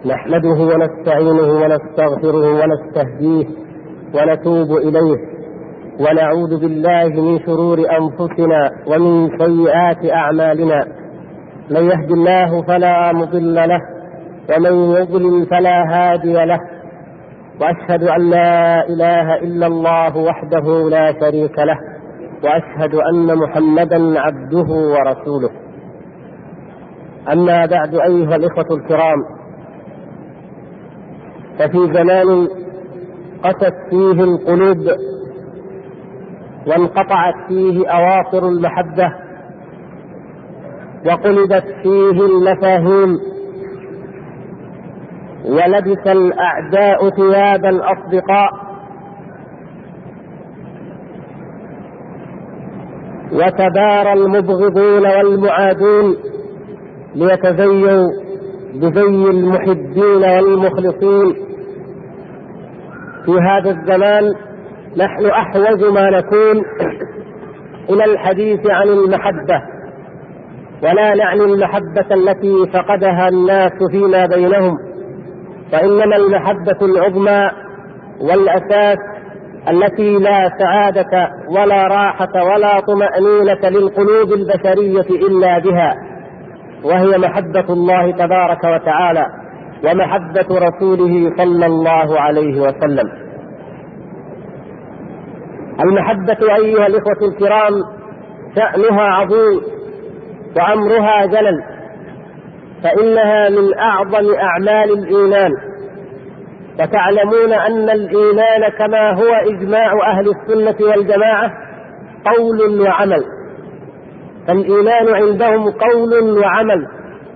نحمده ونستعينه ونستغفره ونستهديه ونتوب إليه، ونعوذ بالله من شرور أنفسنا ومن سيئات أعمالنا. من يهد الله فلا مضل له، ومن يضلل فلا هادي له. وأشهد أن لا إله إلا الله وحده لا شريك له، وأشهد أن محمدا عبده ورسوله. أما بعد، أيها الإخوة الكرام، ففي زمان قست فيه القلوب وانقطعت فيه أواصر المحبة وقلبت فيه المفاهيم ولبس الأعداء ثياب الأصدقاء وتبارى المبغضون والمعادون ليتزيوا بزي المحبين والمخلصين. في هذا الزمان نحن أحوج ما نكون إلى الحديث عن المحبة، ولا نعني المحبة التي فقدها الناس فيما بينهم، فإنما المحبة العظمى والأساس التي لا سعادة ولا راحة ولا طمأنينة للقلوب البشرية إلا بها، وهي محبة الله تبارك وتعالى ومحبة رسوله صلى الله عليه وسلم. المحبة أيها الإخوة الكرام شأنها عظيم وأمرها جلل، فإنها من أعظم أعمال الإيمان. وتعلمون أن الإيمان كما هو إجماع أهل السنة والجماعة قول وعمل، فالإيمان عندهم قول وعمل،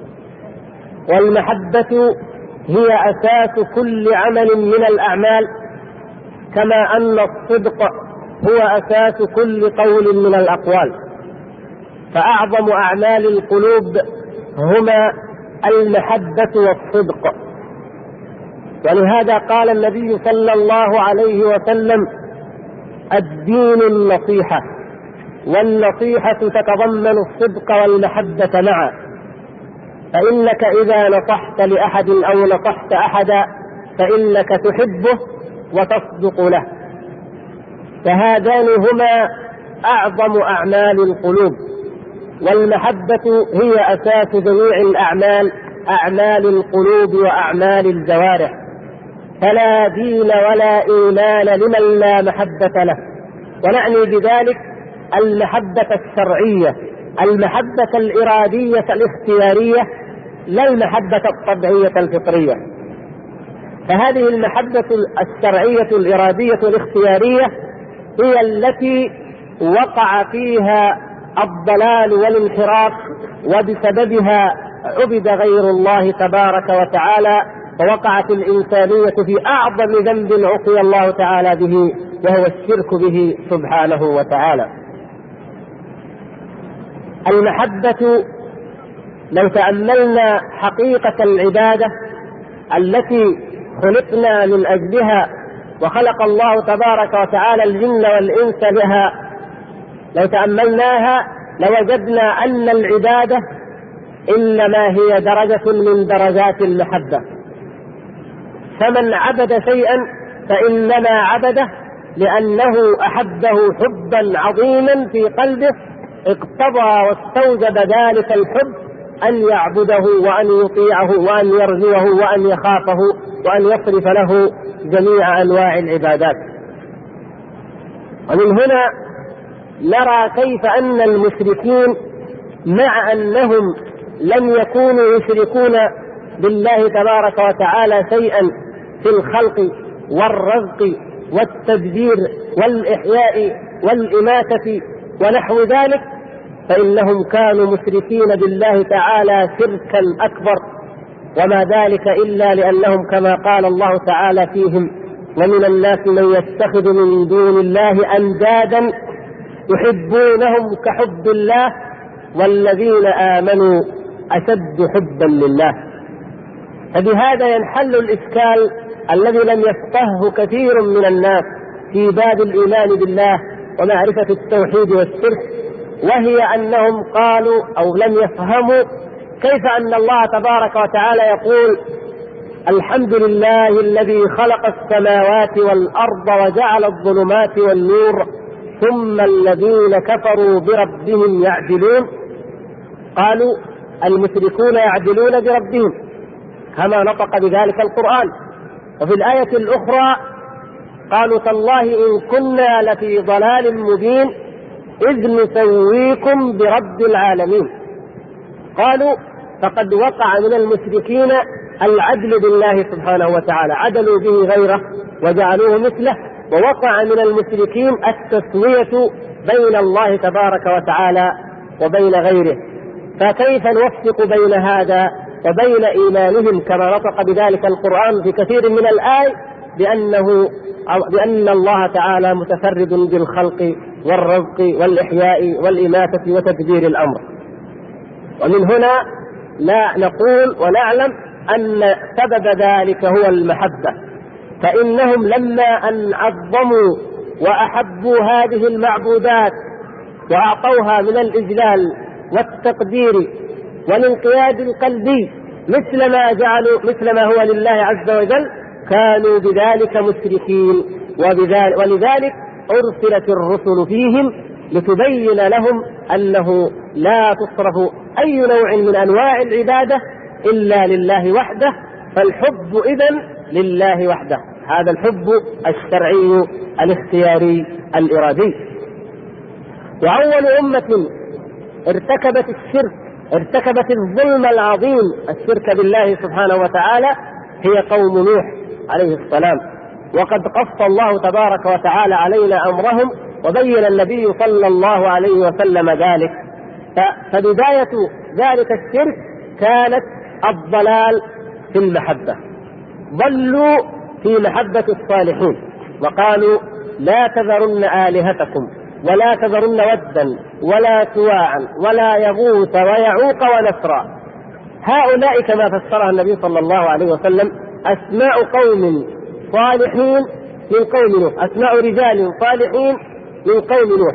والمحبة هي أساس كل عمل من الأعمال، كما أن الصدق هو أساس كل قول من الأقوال. فأعظم أعمال القلوب هما المحبة والصدق. ولهذا قال النبي صلى الله عليه وسلم: الدين النصيحة، والنصيحة تتضمن الصدق والمحبة معا، فإنك إذا نصحت لأحد أو نصحت أحدا فإنك تحبه وتصدق له. فهذان هما أعظم أعمال القلوب، والمحبة هي أساس جميع الأعمال، أعمال القلوب وأعمال الجوارح. فلا دين ولا إيمان لمن لا محبة له. ونعني بذلك المحبة الشرعية، المحبة الإرادية الاختيارية، لا المحبة الطبيعية الفطرية. فهذه المحبة الشرعية الإرادية الاختيارية هي التي وقع فيها الضلال والانحراف، وبسببها عبد غير الله تبارك وتعالى، ووقعت الإنسانية في أعظم ذنب عصي الله تعالى به، وهو الشرك به سبحانه وتعالى. المحبة لو تأملنا حقيقة العبادة التي خلقنا من أجلها وخلق الله تبارك وتعالى الجن والإنس بها، لو تأملناها لوجدنا أن العبادة إنما هي درجة من درجات المحبة. فمن عبد شيئا فإنما عبده لأنه أحبه حبا عظيما في قلبه، اقتضى واستوجب ذلك الحب أن يعبده وأن يطيعه وأن يرجوه وأن يخافه وأن يصرف له جميع أنواع العبادات. ومن هنا نرى كيف أن المشركين مع أنهم لم يكونوا يشركون بالله تبارك وتعالى شيئا في الخلق والرزق والتدبير والإحياء والإماتة ونحو ذلك، فإنهم كانوا مشركين بالله تعالى شركا أكبر، وما ذلك إلا لأنهم كما قال الله تعالى فيهم: ومن الناس من يتخذ من دون الله أندادا يحبونهم كحب الله والذين آمنوا أشد حبا لله. فبهذا ينحل الإشكال الذي لم يفقهه كثير من الناس في باب الإيمان بالله ومعرفة التوحيد والشرك، وهي أنهم قالوا أو لم يفهموا كيف أن الله تبارك وتعالى يقول: الحمد لله الذي خلق السماوات والأرض وجعل الظلمات والنور ثم الذين كفروا بربهم يعدلون. قالوا المشركون يعدلون بربهم كما نطق بذلك القرآن. وفي الآية الأخرى قالوا تالله إن كنا لفي ضلال مبين إذ نسويكم برب العالمين. قالوا فقد وقع من المشركين العدل بالله سبحانه وتعالى، عدلوا به غيره وجعلوه مثله، ووقع من المشركين التسوية بين الله تبارك وتعالى وبين غيره. فكيف نوفق بين هذا وبين إيمانهم كما نطق بذلك القرآن في كثير من الآي بأن الله تعالى متفرد بالخلق والرزق والإحياء والإماتة وتدبير الأمر. ومن هنا لا نقول ونعلم أن سبب ذلك هو المحبة، فإنهم لما أن عظموا وأحبوا هذه المعبودات وأعطوها من الإجلال والتقدير والانقياد القلبي مثل ما هو لله عز وجل، كانوا بذلك مشركين. ولذلك أرسلت الرسل فيهم لتبين لهم أنه لا تصرف أي نوع من أنواع العبادة إلا لله وحده، فالحب إذن لله وحده، هذا الحب الشرعي الاختياري الإرادي. وأول أمة ارتكبت الشرك، ارتكبت الظلم العظيم، الشرك بالله سبحانه وتعالى، هي قوم نوح عليه السلام. وقد قص الله تبارك وتعالى علينا أمرهم وبين النبي صلى الله عليه وسلم ذلك. فبداية ذلك الشرك كانت الضلال في المحبة، ضلوا في محبة الصالحين وقالوا لا تذرن آلهتكم ولا تذرن ودا ولا سواعا ولا يغوث ويعوق ونسرا. هؤلاء كما فسرها النبي صلى الله عليه وسلم أسماء قوم صالحين من قوم نوح، أسماء رجال صالحين من قوم نوح.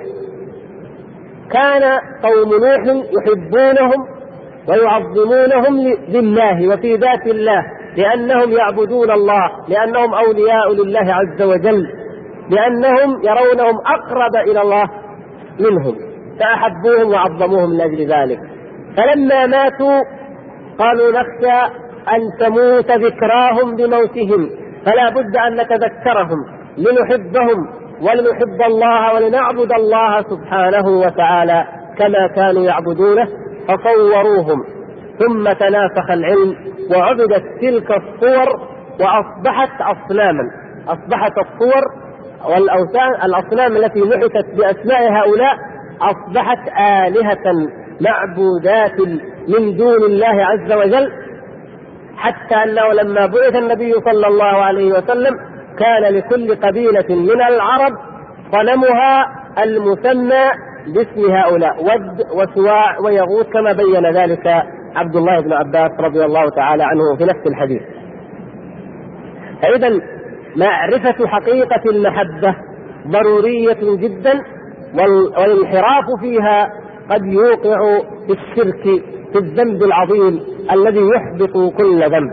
كان قوم نوح يحبونهم ويعظمونهم لله وفي ذات الله، لأنهم يعبدون الله، لأنهم أولياء لله عز وجل، لأنهم يرونهم أقرب إلى الله منهم، فأحبوهم وعظموهم من أجل ذلك. فلما ماتوا قالوا نخشى أن تموت ذكراهم بموتهم، فلا بد أن نتذكرهم لنحبهم ولنحب الله ولنعبد الله سبحانه وتعالى كما كانوا يعبدونه. فصوروهم ثم تناسخ العلم وعبدت تلك الصور وأصبحت أصناما، أصبحت الصور والأوثان الأصنام التي نحتت بأسماء هؤلاء أصبحت آلهة معبودات من دون الله عز وجل، حتى أنه لما بعث النبي صلى الله عليه وسلم كان لكل قبيلة من العرب صنمها المسمى باسم هؤلاء، ود وسواع ويغوث، كما بين ذلك عبد الله بن عباس رضي الله تعالى عنه في نفس الحديث. فإذا معرفة حقيقة المحبة ضرورية جدا، والانحراف فيها قد يوقع في الشرك، في الذنب العظيم الذي يحبط كل ذنب.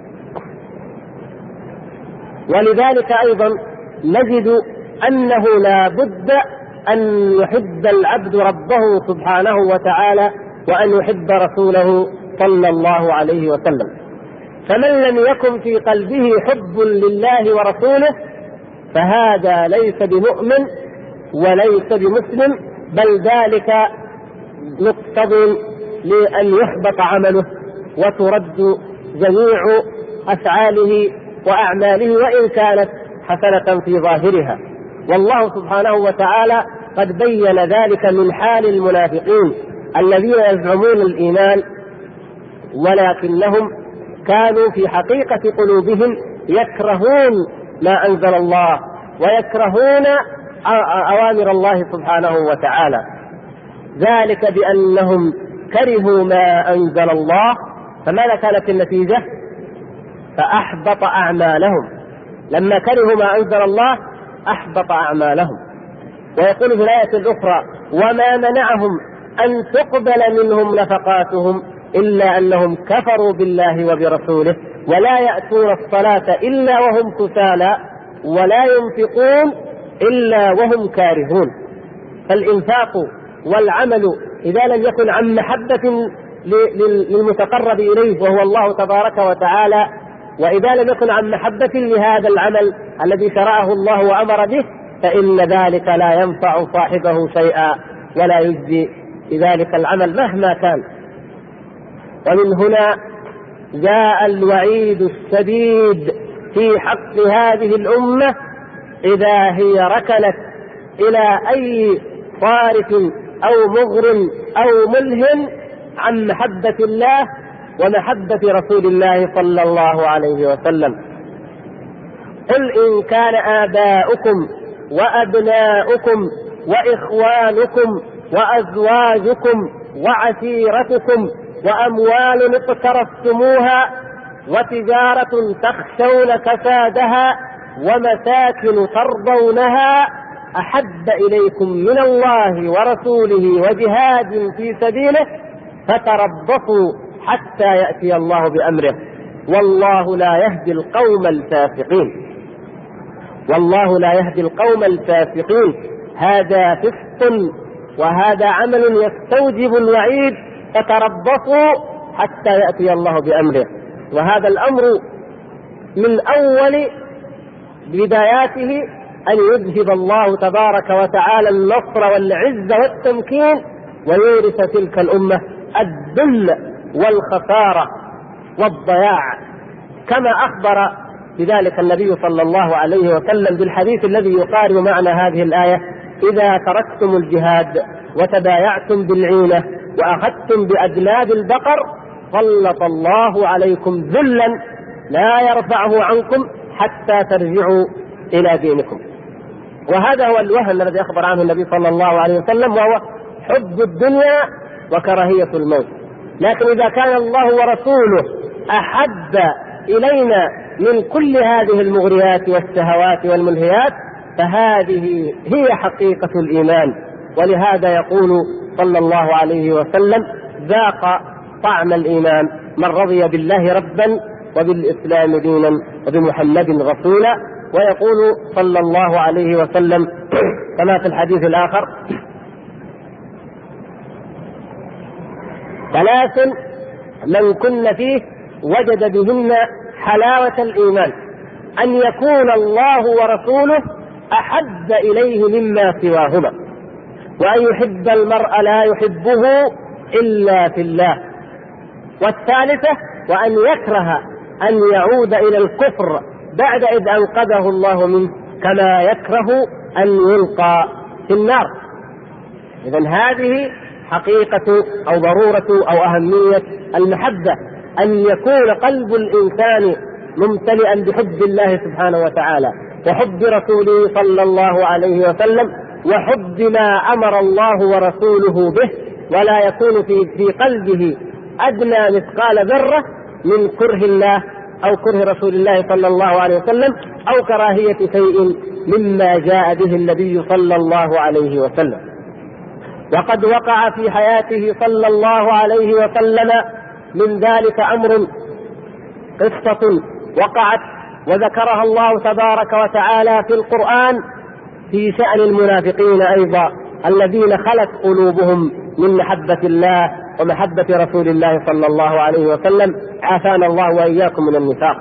ولذلك أيضا نجد أنه لا بد أن يحب العبد ربه سبحانه وتعالى وأن يحب رسوله صلى الله عليه وسلم. فمن لم يكن في قلبه حب لله ورسوله فهذا ليس بمؤمن وليس بمسلم، بل ذلك مقتضي لأن يحبط عمله وترد جميع أفعاله وأعماله وإن كانت حسنة في ظاهرها. والله سبحانه وتعالى قد بين ذلك من حال المنافقين الذين يزعمون الإيمان ولكنهم كانوا في حقيقة قلوبهم يكرهون ما أنزل الله ويكرهون أوامر الله سبحانه وتعالى، ذلك بأنهم كرهوا ما أنزل الله. فماذا كانت النتيجة؟ فأحبط أعمالهم. لما كرهوا ما أنزل الله أحبط أعمالهم. ويقول في الآية الأخرى وما منعهم أن تقبل منهم نفقاتهم إلا أنهم كفروا بالله وبرسوله ولا يأتون الصلاة إلا وهم كسالى ولا ينفقون إلا وهم كارهون. فالإنفاق والعمل إذا لم يكن عن محبة للمتقرب إليه وهو الله تبارك وتعالى، وإذا لم يكن عن محبة لهذا العمل الذي شرعه الله وأمر به، فإن ذلك لا ينفع صاحبه شيئا ولا يجزي بذلك العمل مهما كان. ومن هنا جاء الوعيد الشديد في حق هذه الأمة إذا هي ركنت إلى أي صارف أو مغر أو ملهم عن محبة الله ومحبة رسول الله صلى الله عليه وسلم. قل إن كان آباؤكم وأبناؤكم وإخوانكم وأزواجكم وعشيرتكم وأموال اقترفتموها وتجارة تخشون كسادها ومساكن ترضونها أحب إليكم من الله ورسوله وجهاد في سبيله فتربصوا حتى يأتي الله بأمره والله لا يهدي القوم الفاسقين. والله لا يهدي القوم الفاسقين. هذا فسق وهذا عمل يستوجب الوعيد، فتربصوا حتى يأتي الله بأمره. وهذا الأمر من أول بداياته أن يذهب الله تبارك وتعالى النصر والعز والتمكين ويورث تلك الأمة الذل والخسارة والضياع، كما أخبر بذلك النبي صلى الله عليه وسلم بالحديث الذي يقارب معنى هذه الآية: إذا تركتم الجهاد وتبايعتم بالعينة وأخذتم بأذناب البقر سلط الله عليكم ذلا لا يرفعه عنكم حتى ترجعوا إلى دينكم. وهذا هو الوهن الذي أخبر عنه النبي صلى الله عليه وسلم، وهو حب الدنيا وكراهية الموت. لكن إذا كان الله ورسوله أحب إلينا من كل هذه المغريات والشهوات والملهيات فهذه هي حقيقة الإيمان. ولهذا يقول صلى الله عليه وسلم: ذاق طعم الإيمان من رضي بالله ربا وبالإسلام دينا وبمحمد رسولا. ويقول صلى الله عليه وسلم كما في الحديث الآخر: ثلاث من كن فيه وجد بهن حلاوة الإيمان: أن يكون الله ورسوله أحب إليه مما سواهما، وأن يحب المرء لا يحبه إلا في الله، والثالثة وأن يكره أن يعود إلى الكفر بعد إذ أنقذه الله منه، كما يكره أن يلقى في النار. إذن هذه حقيقة أو ضرورة أو أهمية المحبة، أن يكون قلب الإنسان ممتلئا بحب الله سبحانه وتعالى وحب رسوله صلى الله عليه وسلم وحب ما أمر الله ورسوله به، ولا يكون في قلبه أدنى مثقال ذرة من كره الله أو كره رسول الله صلى الله عليه وسلم أو كراهية شيء مما جاء به النبي صلى الله عليه وسلم. وقد وقع في حياته صلى الله عليه وسلم من ذلك أمر، قصة وقعت وذكرها الله تبارك وتعالى في القرآن في شأن المنافقين أيضا، الذين خلت قلوبهم من محبة الله ومحبة رسول الله صلى الله عليه وسلم، عافانا الله وإياكم من النفاق.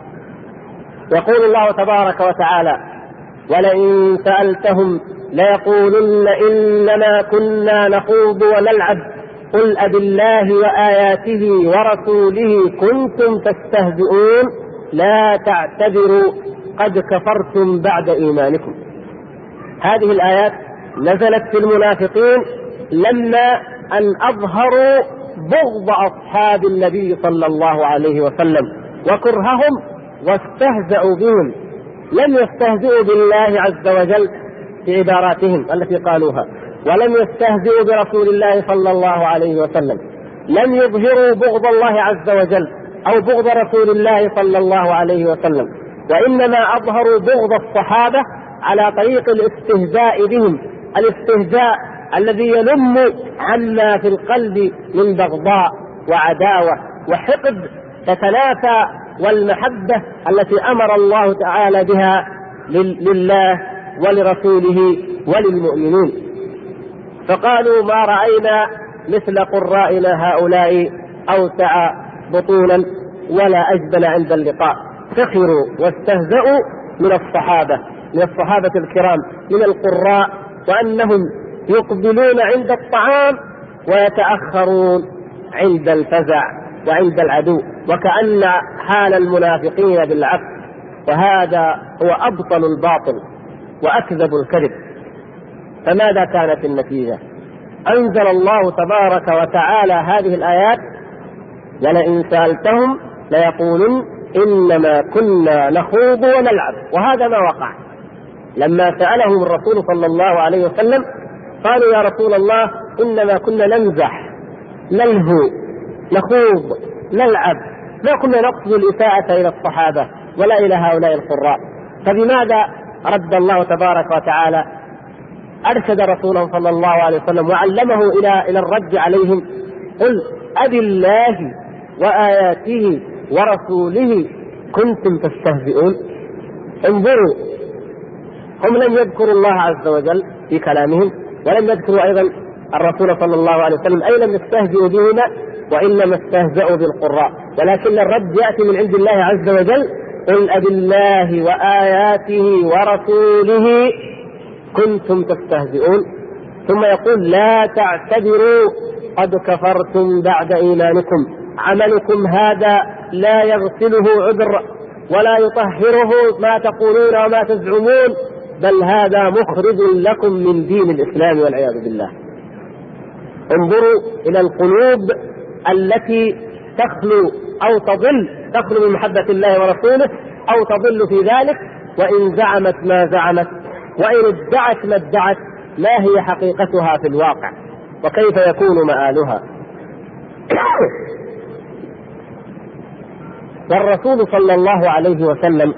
يقول الله تبارك وتعالى: ولئن سألتهم ليقولن إنما كنا نخوض ونلعب قل أبالله وآياته ورسوله كنتم تستهزئون لا تعتذروا قد كفرتم بعد إيمانكم. هذه الآيات نزلت في المنافقين لما أن أظهروا بغض أصحاب النبي صلى الله عليه وسلم وكرههم واستهزأوا بهم. لم يستهزئوا بالله عز وجل في عباراتهم التي قالوها، ولم يستهزئوا برسول الله صلى الله عليه وسلم، لم يظهروا بغض الله عز وجل أو بغض رسول الله صلى الله عليه وسلم، وإنما أظهروا بغض الصحابة على طريق الاستهزاء بهم، الاستهزاء الذي ينم عما في القلب من بغضاء وعداوة وحقد تتنافى والمحبة التي أمر الله تعالى بها لله ولرسوله وللمؤمنين. فقالوا ما رأينا مثل قرائنا هؤلاء أوسع بطونا ولا أجبن عند اللقاء. سخروا واستهزأوا من الصحابة الكرام من القراء، وأنهم يقبلون عند الطعام ويتأخرون عند الفزع وعند العدو، وكأن حال المنافقين بالعكس. وهذا هو أبطل الباطل وأكذب الكذب. فماذا كانت النتيجة؟ أنزل الله تبارك وتعالى هذه الآيات: ولئن سألتهم ليقولن إنما كنا نخوض ونلعب. وهذا ما وقع. لما سألهم الرسول صلى الله عليه وسلم قالوا: يا رسول الله إنما كنا نمزح نلهو نخوض نلعب، ما كنا نقصد الإساءة إلى الصحابة ولا إلى هؤلاء القراء. فبماذا رد الله تبارك وتعالى؟ أرشد رسوله صلى الله عليه وسلم وعلمه إلى الرد عليهم: قل أبي الله وآياته ورسوله كنتم تستهزئون. انظروا، هم لم يذكروا الله عز وجل في كلامهم، ولم يذكروا أيضا الرسول صلى الله عليه وسلم، أي لم يستهزئوا بهما وإنما استهزأوا بالقراء. ولكن الرد يأتي من عند الله عز وجل: قل أبي الله وآياته ورسوله كنتم تستهزئون. ثم يقول: لا تعتذروا قد كفرتم بعد إيمانكم، عملكم هذا لا يغسله عذر ولا يطهره ما تقولون وما تزعمون، بل هذا مخرج لكم من دين الإسلام والعياذ بالله. انظروا إلى القلوب التي تخلو أو تخلو من محبة الله ورسوله أو تضل في ذلك، وإن زعمت ما زعمت وإن ادعت ما ادعت، ما هي حقيقتها في الواقع وكيف يكون مآلها. والرسول صلى الله عليه وسلم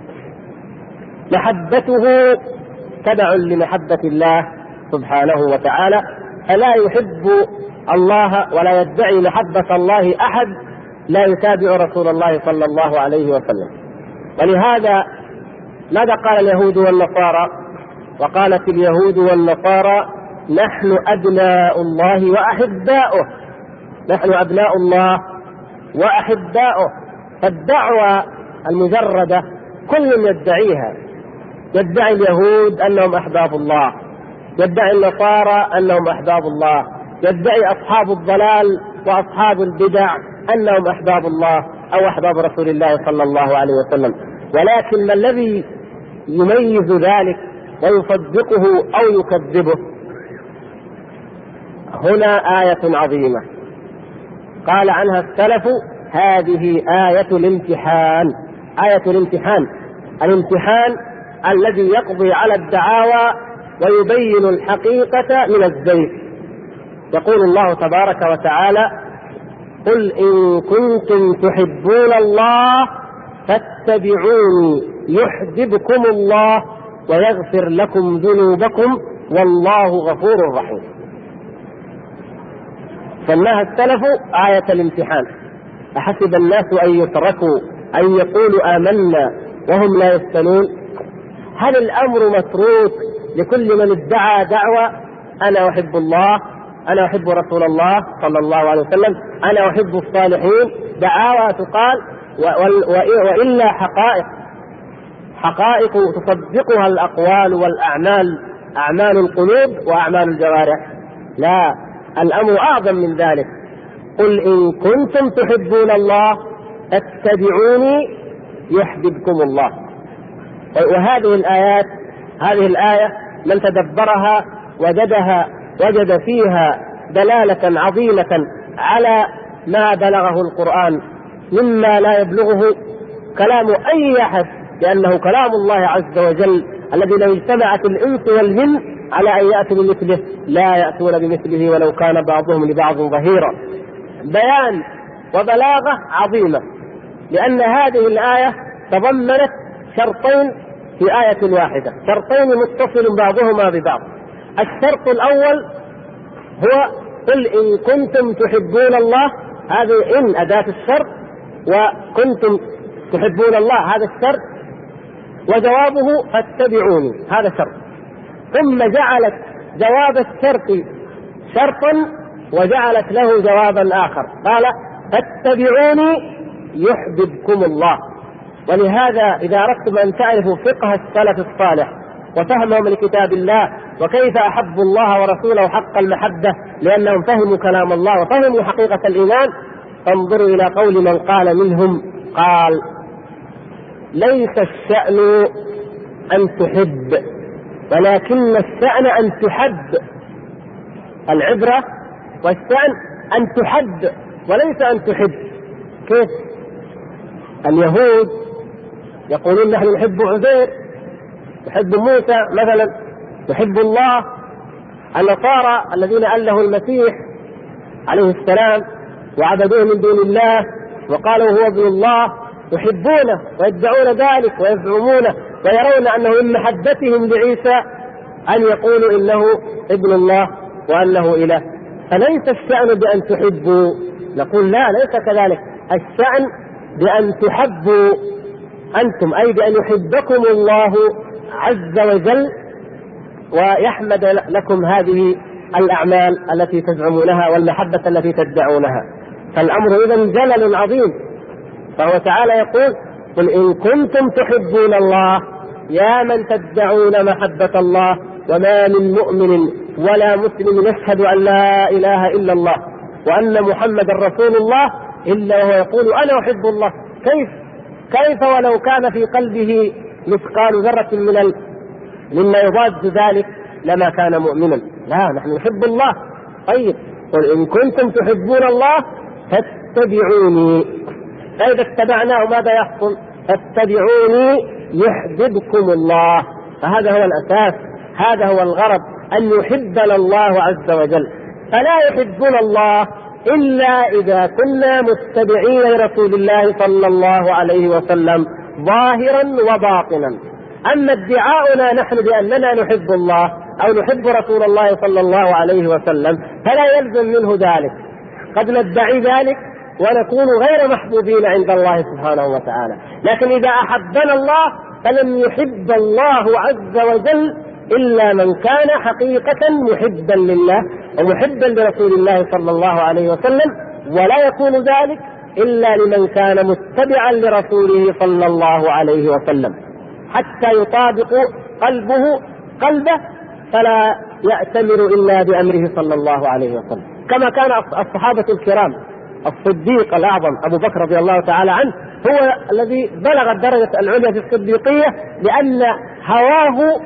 محبته تبع لمحبة الله سبحانه وتعالى، فلا يحب الله ولا يدعي محبة الله أحد لا يتابع رسول الله صلى الله عليه وسلم. ولهذا ماذا قال اليهود والنصارى؟ وقالت اليهود والنصارى: نحن أبناء الله وأحباؤه. نحن أبناء الله وأحباؤه. فالدعوة المجردة كل يدعيها. يدعي اليهود أنهم أحباب الله، يدعي النصارى أنهم أحباب الله، يدعي أصحاب الضلال وأصحاب البدع أنهم أحباب الله أو أحباب رسول الله صلى الله عليه وسلم. ولكن ما الذي يميز ذلك ويصدقه أو يكذبه؟ هنا آية عظيمة قال عنها السلف: هذه آية الامتحان. آية الامتحان، الامتحان الذي يقضي على الدعاوى ويبين الحقيقة من الزيف. يقول الله تبارك وتعالى: قل إن كنتم تحبون الله فاتبعوني يحببكم الله ويغفر لكم ذنوبكم والله غفور رحيم. سماها السلف آية الامتحان. أحسب الناس أن يتركوا أن يقولوا آمنا وهم لا يفتنون؟ هل الأمر متروك لكل من ادعى دعوة أنا أحب الله، أنا أحب رسول الله صلى الله عليه وسلم، أنا أحب الصالحين؟ دعاوى تقال وإلا حقائق تصدقها الأقوال والأعمال، أعمال القلوب وأعمال الجوارح. لا، الأمر أعظم من ذلك. قل إن كنتم تحبون الله اتبعوني يحببكم الله. وهذه الآيات، هذه الآية من تدبرها وجد فيها دلالة عظيمة على ما بلغه القرآن مما لا يبلغه كلام أي أحد، لأنه كلام الله عز وجل الذي لو اجتمعت الإنس والجن على أن يأتوا بمثله لا يأتون بمثله ولو كان بعضهم لبعض ظهيرا. بيان وبلاغة عظيمة، لأن هذه الآية تضمنت شرطين في آية واحدة، شرطين متصل بعضهما ببعض. الشرط الأول هو قل إن كنتم تحبون الله، هذه إن أداة الشرط، وكنتم تحبون الله، هذا الشرط، وجوابه فاتبعوني، هذا شرط. ثم جعلت جواب الشرط شرطا وجعلت له جوابا آخر، قال فاتبعوني يحببكم الله. ولهذا إذا أردتم أن تعرفوا فقه السلف الصالح وفهمهم لكتاب الله وكيف أحبوا الله ورسوله حق المحبة لأنهم فهموا كلام الله وفهموا حقيقة الإيمان، فانظروا إلى قول من قال منهم، قال ليس الشأن أن تحب ولكن الشأن أن تحب. العبرة والشأن أن تحب وليس أن تحب. كيف؟ اليهود يقولون نحن نحب عزير، نحب موسى مثلا، نحب الله. النصارى الذين ألهوا المسيح عليه السلام وعبدوه من دون الله وقالوا هو ابن الله يحبونه ويدعون ذلك ويزعمونه ويرون أنه من محبتهم لعيسى أن يقولوا إنه ابن الله وأنه إله. فليس الشأن بأن تحبوا، نقول لا، ليس كذلك. الشأن بأن تحبوا أنتم، أي بأن يحبكم الله عز وجل ويحمد لكم هذه الأعمال التي تزعمونها والمحبة التي تدعونها. فالأمر إذن جلل عظيم. فهو تعالى يقول قل إن كنتم تحبون الله يا من تدعون محبة الله وما من مؤمن ولا مسلم يشهد أن لا إله إلا الله وأن محمد رسول الله إلا وهو يقول أنا أحب الله. كيف ولو كان في قلبه مثقال ذرة مما يضاد ذلك لما كان مؤمنا؟ لا، نحن نحب الله. طيب قل إن كنتم تحبون الله فاتبعوني، فإذا اتبعناه ماذا يحصل؟ فاتبعوني يحببكم الله. فهذا هو الأساس، هذا هو الغرض، أن يحبنا الله عز وجل. فلا يحبنا الله إلا إذا كنا متبعين لرسول الله صلى الله عليه وسلم ظاهرا وباطنا. أما ادعاؤنا نحن بأننا نحب الله أو نحب رسول الله صلى الله عليه وسلم فلا يلزم منه ذلك. قد ندعي ذلك ونكون غير محبوبين عند الله سبحانه وتعالى، لكن إذا أحبنا الله فلم يحب الله عز وجل إلا من كان حقيقة محبا لله ومحبا لرسول الله صلى الله عليه وسلم، ولا يكون ذلك إلا لمن كان متبعا لرسوله صلى الله عليه وسلم حتى يطابق قلبه فلا يأتمر إلا بأمره صلى الله عليه وسلم، كما كان الصحابة الكرام. الصديق الأعظم أبو بكر رضي الله تعالى عنه هو الذي بلغ الدرجة العليا في الصديقية لأن هواه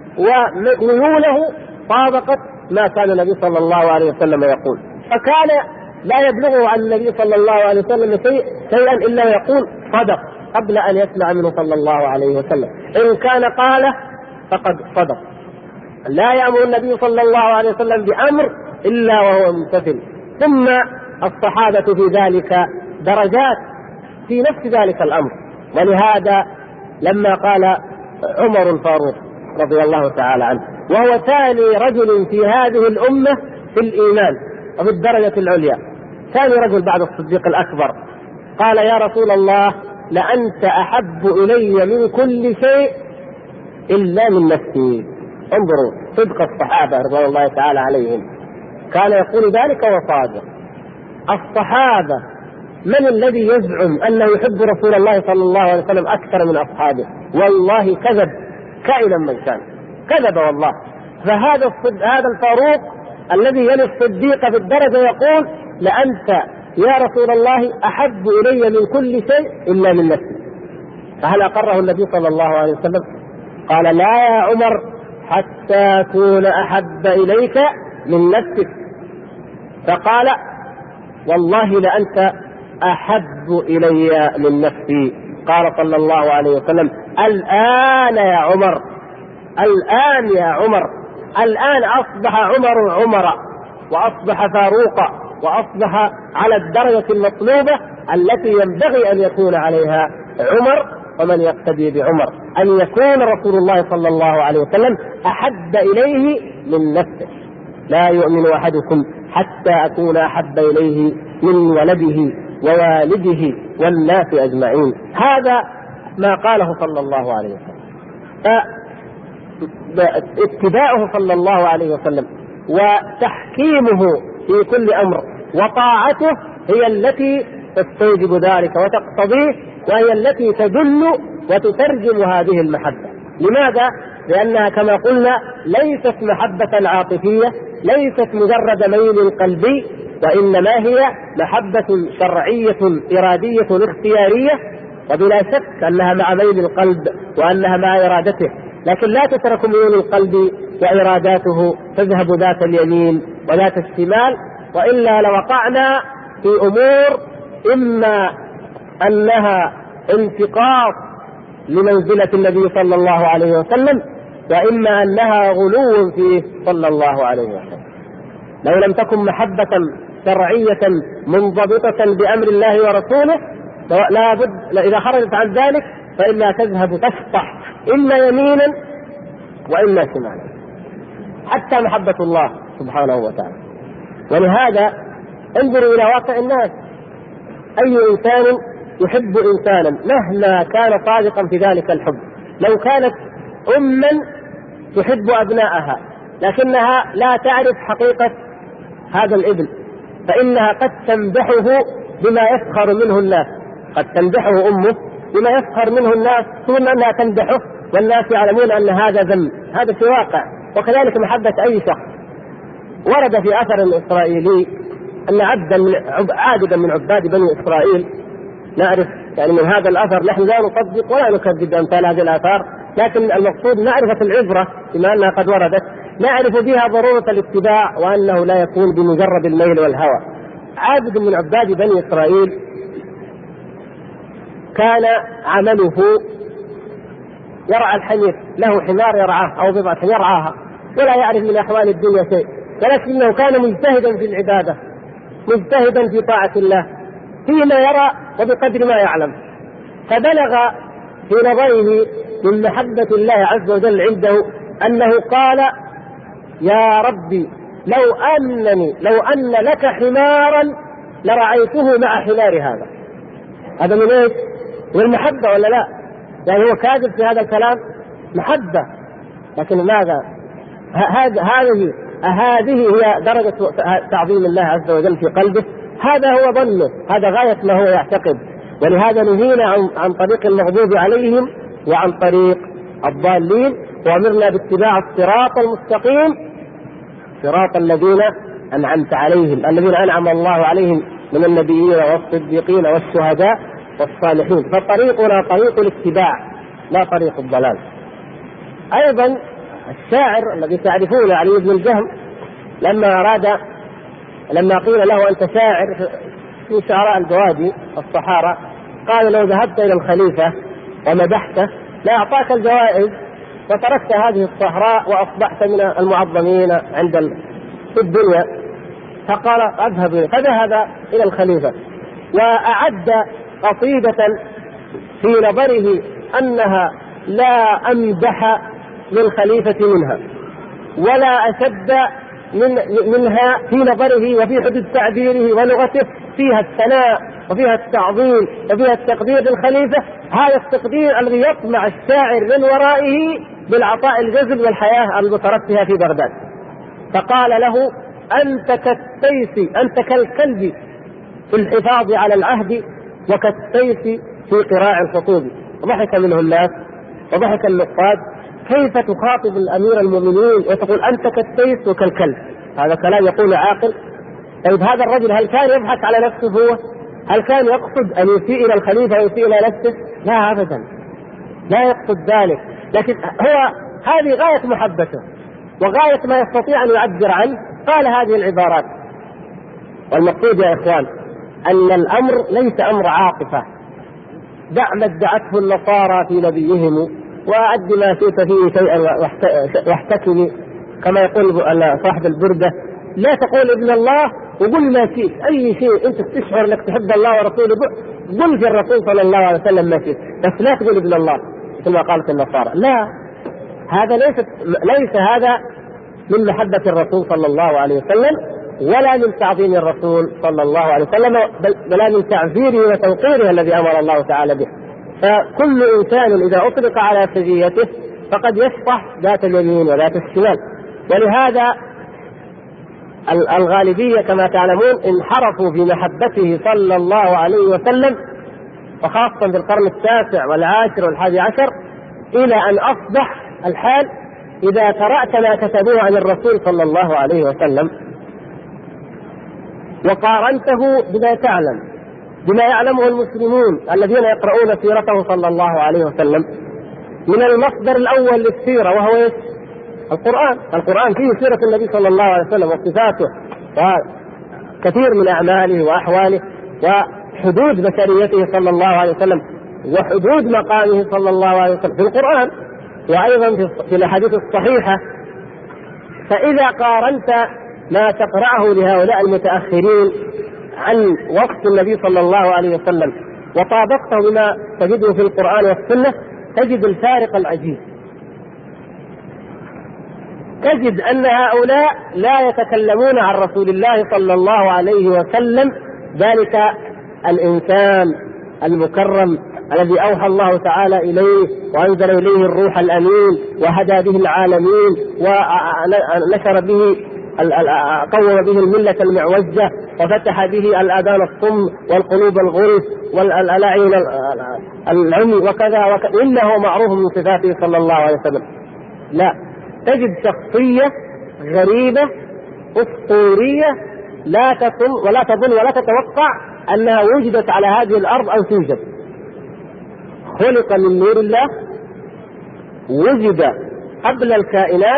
وميوله طابقت ما كان النبي صلى الله عليه وسلم يقول، فكان لا يبلغه عن النبي صلى الله عليه وسلم شيئا إلا يقول صدق قبل أن يسمع منه صلى الله عليه وسلم. إن كان قال فقد صدق. لا يأمر النبي صلى الله عليه وسلم بأمر إلا وهو ممتثل. ثم الصحابة في ذلك درجات في نفس ذلك الأمر. ولهذا لما قال عمر الفاروق رضي الله تعالى عنه وهو ثاني رجل في هذه الأمة في الإيمان وفي الدرجة العليا، ثاني رجل بعد الصديق الأكبر، قال يا رسول الله لأنت أحب إلي من كل شيء إلا من نفسي. انظروا صدق الصحابة رضي الله تعالى عليهم، كان يقول ذلك وصادق. الصحابة من الذي يزعم أنه يحب رسول الله صلى الله عليه وسلم أكثر من أصحابه؟ والله كذب كائنا من كان، كذب والله. فهذا الفاروق الذي يلي الصديق في الدرجة يقول لأنت يا رسول الله أحب إلي من كل شيء إلا من نفسي. فهل أقره النبي صلى الله عليه وسلم؟ قال لا يا عمر حتى أكون أحب إليك من نفسك. فقال والله لأنت أحب إلي من نفسي. قال صلى الله عليه وسلم الآن يا عمر، الآن يا عمر، الآن أصبح عمر عمر وأصبح فاروقا وأصبح على الدرجة المطلوبة التي ينبغي أن يكون عليها عمر ومن يقتدي بعمر، أن يكون رسول الله صلى الله عليه وسلم أحب إليه من نفسه. لا يؤمن أحدكم حتى أكون أحب إليه من ولده ووالده والناس أجمعين. هذا ما قاله صلى الله عليه وسلم. فاتباعه صلى الله عليه وسلم وتحكيمه في كل أمر وطاعته هي التي تستوجب ذلك وتقتضيه، وهي التي تدل وتترجم هذه المحبة. لماذا؟ لأنها كما قلنا ليست محبة عاطفية، ليست مجرد ميل قلبي، وإنما هي محبة شرعية إرادية اختيارية، وبلا شك أنها مع ميل القلب وأنها مع إرادته، لكن لا تترك ميل القلب وإراداته تذهب ذات اليمين وذات الشمال، وإلا لوقعنا في أمور إما أنها انتقاص لمنزلة النبي صلى الله عليه وسلم، وإما أنها غلو فيه صلى الله عليه وسلم. لو لم تكن محبة شرعية منضبطة بأمر الله ورسوله لا بد إذا خرجت عن ذلك فإلا تذهب تسطح إما يمينا وإما شمالا، حتى محبة الله سبحانه وتعالى. ولهذا انظروا إلى واقع الناس، أي إنسان يحب إنسانا مهما كان صادقا في ذلك الحب، لو كانت أما تحب أبنائها لكنها لا تعرف حقيقة هذا الابن، فإنها قد تمدحه بما يفخر منه الناس، قد تمدحه أمه بما يفخر منه الناس، ثم أنها تمدحه والناس يعلمون أن هذا ذنب، هذا في واقع. وكذلك محبة أي شخص. ورد في أثر إسرائيلي أن عابدا من عباد بني إسرائيل، نعرف يعني من هذا الأثر، نحن لا نصدق ولا نكذب أمثال هذه الآثار، لكن المقصود معرفة العبرة بما أنها قد وردت، نعرف بها ضرورة الاتباع وأنه لا يكون بمجرد الميل والهوى. عابد من عباد بني إسرائيل كان عمله يرعى الحمير، له حمار يرعاه أو بضعة يرعاها ولا يعرف من أحوال الدنيا شيء، ولكنه كان مجتهدا في العبادة، مجتهدا في طاعة الله فيما يرى وبقدر ما يعلم. فبلغ في نظره من محبة الله عز وجل عنده أنه قال: يا ربي لو أن لك حمارا لرعيته مع حمار هذا. هذا من ايش؟ من المحبة ولا لا؟ يعني هو كاذب في هذا الكلام؟ محبة. لكن ماذا؟ هذه هي درجة تعظيم الله عز وجل في قلبه، هذا هو ظنه، هذا غاية ما هو يعتقد. ولهذا نهينا عن طريق المغضوب عليهم وعن طريق الضالين، وأمرنا باتباع الصراط المستقيم، صراط الذين أنعمت عليهم، الذين أنعم الله عليهم من النبيين والصديقين والشهداء والصالحين. فطريقنا طريق الاتباع لا طريق الضلال. أيضا الشاعر الذي تعرفون علي بن الجهم لما قيل له أنت شاعر في شعراء البوادي الصحارى، قال: لو ذهبت إلى الخليفة ومدحته لأعطاك الجوائز وتركت هذه الصحراء وأصبحت من المعظمين عند في الدنيا. فقال: أذهب إليه. فذهب إلى الخليفة وأعد قصيدة في نظره أنها لا أمدح للخليفة منها ولا أشد منها في نظره وفي حدود تعبيره ولغته، فيها الثناء وفيها التعظيم وفيها التقدير للخليفة، هذا التقدير الذي يطمع الشاعر من ورائه بالعطاء الجزل والحياة المترفهة في بغداد. فقال له: أنت كالسيف، أنت كالكلب في الحفاظ على العهد وكالسيف في قراع الخطوب. وضحك منه الناس وضحك النقاد: كيف تخاطب الأمير المؤمنين وتقول أنت كالسيف وكالكلب؟ هذا كلام يقول عاقل؟ طيب هذا الرجل هل كان يضحك على نفسه هو؟ هل كان يقصد أن يسيء إلى الخليفة ويسيء إلى نفسه؟ لا أبدا، لا يقصد ذلك، لكن هو هذه غاية محبته وغاية ما يستطيع أن يعبر عنه، قال هذه العبارات. والمقصود يا إخوان أن الأمر ليس أمر عاطفة، دع ما ادعته النصارى في نبيهم وأد ما شئت فيه شيئا واحتكمي، كما يقول صاحب البردة: لا تقول ابن الله وقل ما شئت، أي شيء أنت تشعر أنك تحب الله ورسوله قل في الرسول صلى الله عليه وسلم ما شئت، بس لا تقول ابن الله كما قالت النصارى. لا، هذا ليس هذا من محبة الرسول صلى الله عليه وسلم، ولا من تعظيم الرسول صلى الله عليه وسلم، بل من تعذيره وتوقيره الذي أمر الله تعالى به. فكل إنسان إذا أطلق على سجيته فقد يشطح ذات اليمين وذات الشمال. ولهذا الغالبية كما تعلمون انحرفوا في محبته صلى الله عليه وسلم، وخاصة في القرن التاسع والعاشر والحادي عشر، إلى أن أصبح الحال إذا قرأت ما كتبوه عن الرسول صلى الله عليه وسلم وقارنته بما تعلم بما يعلمه المسلمون الذين يقرؤون سيرته صلى الله عليه وسلم، من المصدر الأول للسيرة وهو القرآن فيه سيرة النبي صلى الله عليه وسلم وصفاته وكثير من أعماله وأحواله وحدود بشريته صلى الله عليه وسلم وحدود مقامه صلى الله عليه وسلم في القرآن، وأيضا في الأحاديث الصحيحة. فإذا قارنت ما تقرأه لهؤلاء المتأخرين عن وصف النبي صلى الله عليه وسلم وطابقته بما تجده في القرآن والسنة، تجد الفارق العجيب. تجد أن هؤلاء لا يتكلمون عن رسول الله صلى الله عليه وسلم، ذلك الإنسان المكرم الذي أوحى الله تعالى إليه وأنزل إليه الروح الأمين وهدى به العالمين ونشر به قوم به الملة المعوجة وفتح به الآذان الصم والقلوب الغلف والألاعين العمي وكذا إنه معروف من صفاته صلى الله عليه وسلم. لا، تجد شخصية غريبة أسطورية لا تظن ولا تتوقع أنها وجدت على هذه الأرض أو توجد. خلق من نور الله، وجد قبل الكائنات،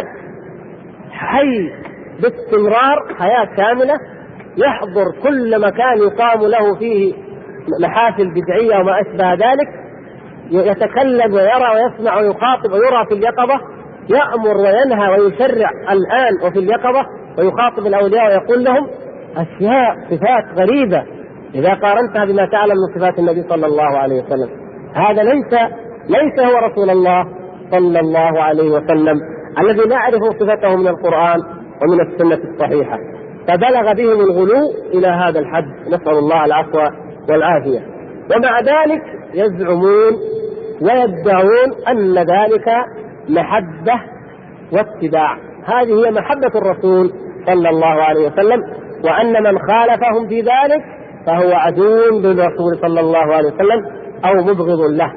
حي باستمرار حياة كاملة، يحضر كل مكان يقام له فيه محافل بدعية وما أشبه ذلك، يتكلم ويرى ويسمع ويخاطب ويرى في اليقظة، يأمر وينهى ويشرع الآن وفي اليقظة، ويخاطب الأولياء ويقول لهم أشياء صفات غريبة إذا قارنتها بما تعلم من صفات النبي صلى الله عليه وسلم. هذا ليس هو رسول الله صلى الله عليه وسلم الذي نعرف صفته من القرآن ومن السنة الصحيحة. فبلغ بهم الغلو إلى هذا الحد، نسأل الله العفو والعافية. ومع ذلك يزعمون ويدعون أن ذلك محبة واتباع. هذه هي محبة الرسول صلى الله عليه وسلم، وأن من خالفهم في ذلك فهو عدو بالرسول صلى الله عليه وسلم أو مبغض له.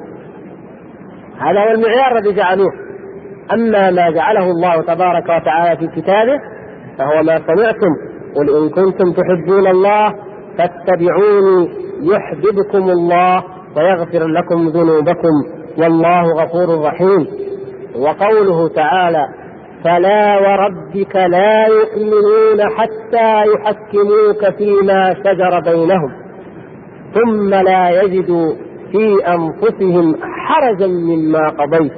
هذا هو المعيار الذي جعلوه. أما ما جعله الله تبارك وتعالى في كتابه فهو ما سمعتم: قل إن كنتم تحبون الله فاتبعوني يحببكم الله ويغفر لكم ذنوبكم والله غفور رحيم. وقوله تعالى: فلا وربك لا يؤمنون حتى يحكموك فيما شجر بينهم ثم لا يجدوا في أنفسهم حرجا مما قضيت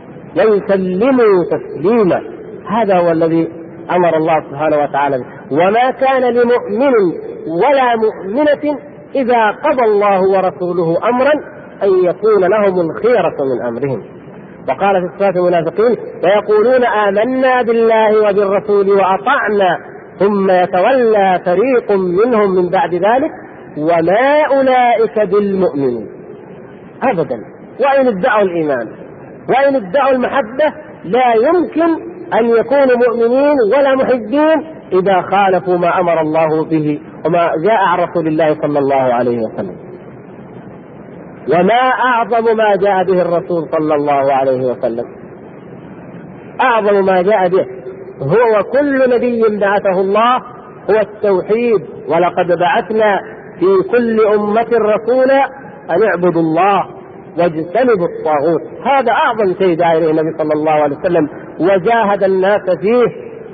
ويسلموا تسليما. هذا هو الذي أمر الله سبحانه وتعالى به. وما كان لمؤمن ولا مؤمنة إذا قضى الله ورسوله أمرا أن يكون لهم الخيرة من أمرهم. وقال في صفات المنافقين: ويقولون آمنا بالله وبالرسول وأطعنا ثم يتولى فريق منهم من بعد ذلك وما أولئك بالمؤمنين أبدا. وإن ادعوا الإيمان وإن ادعوا المحبة لا يمكن أن يكونوا مؤمنين ولا محبين إذا خالفوا ما أمر الله به وما جاء عن رسول الله صلى الله عليه وسلم. وما أعظم ما جاء به الرسول صلى الله عليه وسلم، أعظم ما جاء به هو كل نبي بعثه الله هو التوحيد. ولقد بعثنا في كل أمة رسولا أن اعبدوا الله واجتنبوا الطاغوت. هذا أعظم شيء دعا إليه النبي صلى الله عليه وسلم وجاهد الناس فيه.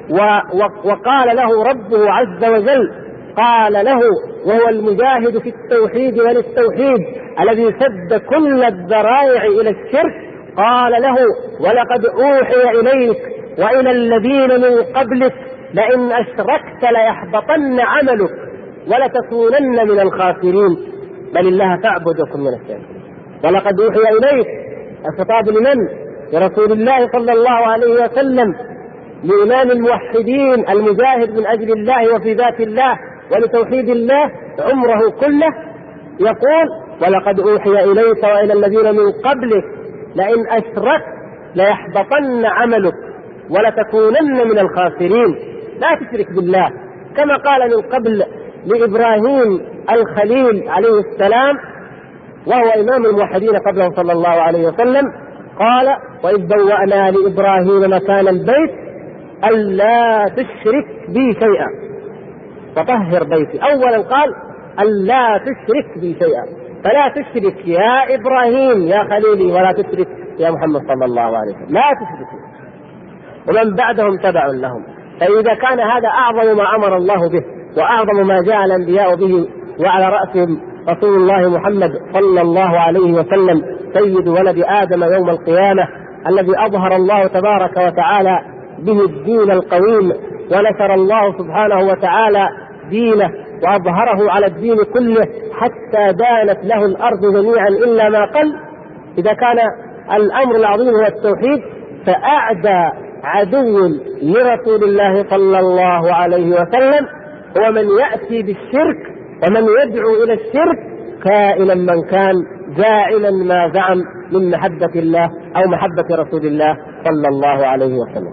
وقال له ربه عز وجل، قال له وهو المجاهد في التوحيد وللتوحيد الذي سد كل الذرائع إلى الشرك، قال له: ولقد أوحي إليك وإلى الذين من قبلك لئن أشركت ليحبطن عملك ولتكونن من الخاسرين بل الله فاعبد وكن من الشاكرين. ولقد أوحي إليك، الخطاب لمن؟ لرسول الله صلى الله عليه وسلم، لإمام الموحدين المجاهد من أجل الله وفي ذات الله ولتوحيد الله عمره كله، يقول: ولقد أوحي إليك وإلى الذين من قبلك لئن أشركت ليحبطن عملك ولتكونن من الخاسرين. لا تشرك بالله، كما قال من قبل لإبراهيم الخليل عليه السلام وهو إمام الموحدين قبله صلى الله عليه وسلم، قال: وإذ بوأنا لإبراهيم مكان البيت ألا تشرك بي شيئا وطهر بيتي. أولا قال: ألا تشرك بي شيئا، فلا تشرك يا إبراهيم يا خليلي ولا تشرك يا محمد صلى الله عليه وسلم، لا تشرك، ومن بعدهم تبع لهم. فإذا كان هذا أعظم ما أمر الله به وأعظم ما جاء الأنبياء به، وعلى رأسهم رسول الله محمد صلى الله عليه وسلم سيد ولد آدم يوم القيامة، الذي أظهر الله تبارك وتعالى به الدين القويم، ونشر الله سبحانه وتعالى دينه وأظهره على الدين كله حتى دانت له الأرض جميعا إلا ما قل. إذا كان الأمر العظيم هو التوحيد، فأعدى عدو لرسول الله صلى الله عليه وسلم هو من يأتي بالشرك ومن يدعو إلى الشرك كائنا من كان، جاعلا ما زعم من محبة الله أو محبة رسول الله صلى الله عليه وسلم.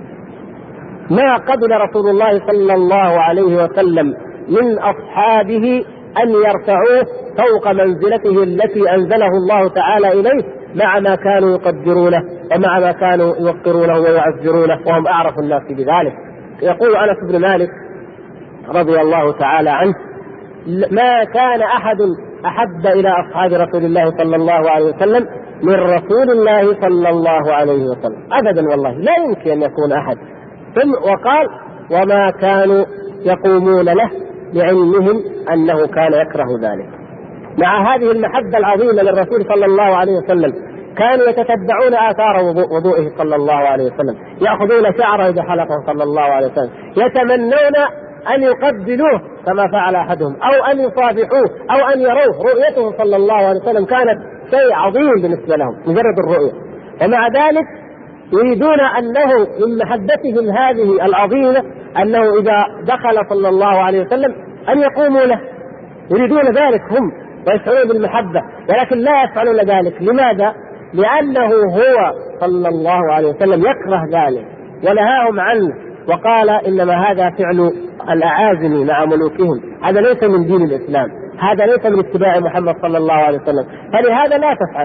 ما قبل رسول الله صلى الله عليه وسلم من أصحابه أن يرفعوه فوق منزلته التي أنزله الله تعالى إليه، مع ما كانوا يقدرونه ومع ما كانوا يوقرونه ويعزرونه، وهم أعرف الناس بذلك. يقول أنس بن مالك رضي الله تعالى عنه: ما كان أحد أحب إلى أصحاب رسول الله صلى الله عليه وسلم من رسول الله صلى الله عليه وسلم أبدا، والله لا يمكن أن يكون أحد. وقال: وما كانوا يقومون له لعلمهم أنه كان يكره ذلك. مع هذه المحبة العظيمة للرسول صلى الله عليه وسلم كانوا يتتبعون آثار وضوئه صلى الله عليه وسلم، يأخذون شعره إذا حلقه صلى الله عليه وسلم، يتمنون أن يقبلوه كما فعل أحدهم، أو أن يصافحوه أو أن يروه. رؤيته صلى الله عليه وسلم كانت شيء عظيم بالنسبة لهم، مجرد الرؤية. ومع ذلك يريدون أنه من محبتهم هذه العظيمة أنه إذا دخل صلى الله عليه وسلم أن يقوموا له، يريدون ذلك هم ويشعرون بالمحبة، ولكن لا يفعلون ذلك. لماذا؟ لأنه هو صلى الله عليه وسلم يكره ذلك ونهاهم عنه، وقال: إنما هذا فعل الأعاجم مع ملوكهم، هذا ليس من دين الإسلام، هذا ليس من اتباع محمد صلى الله عليه وسلم، فلهذا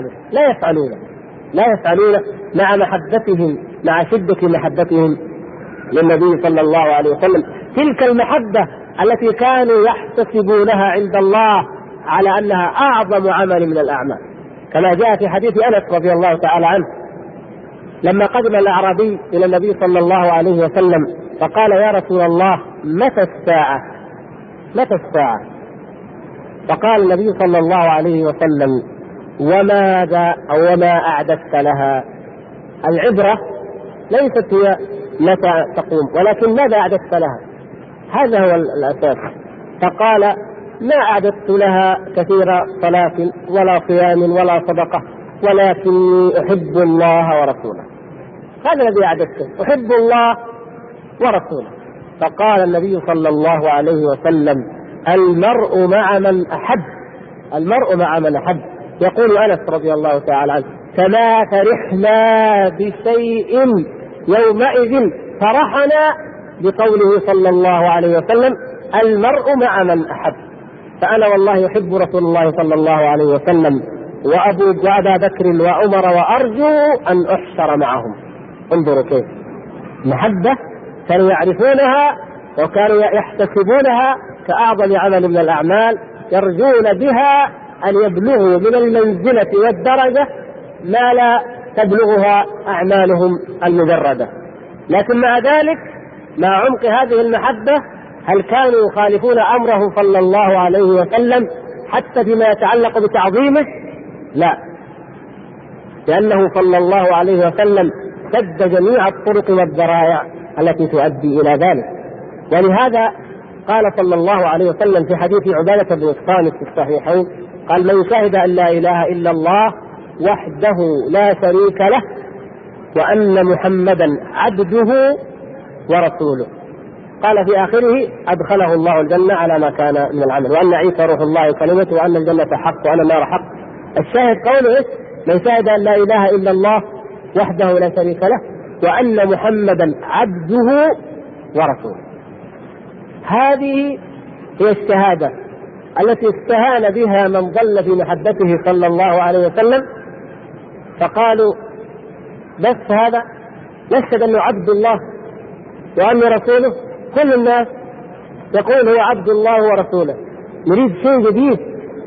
لا يفعلون مع محبتهم، مع شدة محبتهم للنبي صلى الله عليه وسلم تلك المحبة التي كانوا يحتسبونها عند الله على أنها أعظم عمل من الأعمال، كما جاء في حديث أنس رضي الله تعالى عنه لما قدم الأعرابي إلى النبي صلى الله عليه وسلم فقال: يا رسول الله متى الساعة؟ فقال النبي صلى الله عليه وسلم: وما أعددت لها؟ العبرة ليست هي متى تقوم، ولكن ماذا أعددت لها، هذا هو الأساس. فقال: ما أعددت لها كثير صلاة ولا صيام ولا صدقة، ولكني أحب الله ورسوله. هذا الذي أعددته، أحب الله ورسوله. فقال النبي صلى الله عليه وسلم: المرء مع من أحب. يقول أنس رضي الله تعالى عنه: فما فرحنا بشيء يومئذ فرحنا بقوله صلى الله عليه وسلم: المرء مع من أحب. فأنا والله أحب رسول الله صلى الله عليه وسلم وأبا بكر وعمر، وأرجو أن أحشر معهم. انظروا كيف محبة كانوا يعرفونها وكانوا يحتسبونها كأعظم عمل من الأعمال، يرجون بها أن يبلغوا من المنزلة والدرجة ما لا تبلغها أعمالهم المجردة. لكن مع ذلك، مع عمق هذه المحبة، هل كانوا يخالفون أمره صلى الله عليه وسلم حتى فيما يتعلق بتعظيمه؟ لا، لأنه صلى الله عليه وسلم سد جميع الطرق والذرائع التي تؤدي إلى ذلك. ولهذا قال صلى الله عليه وسلم في حديث عبادة بن الصامت في الصحيحين: قال: من شهد أن لا إله إلا الله وحده لا شريك له وأن محمدا عبده ورسوله. قال في آخره أدخله الله الجنة على ما كان من العمل، وأن عيسى روح الله وكلمته، وأن الجنة حق وأن النار حق. الشاهد قوله إيه؟ من شهد أن لا إله إلا الله وحده لا شريك له وأن محمدا عبده ورسوله. هذه هي الشهادة التي استهان بها من ضل في محبته صلى الله عليه وسلم، فقالوا بس هذا نشهد أنه عبد الله وأنه رسوله. كل الناس يقول هو عبد الله ورسوله، نريد شيء جديد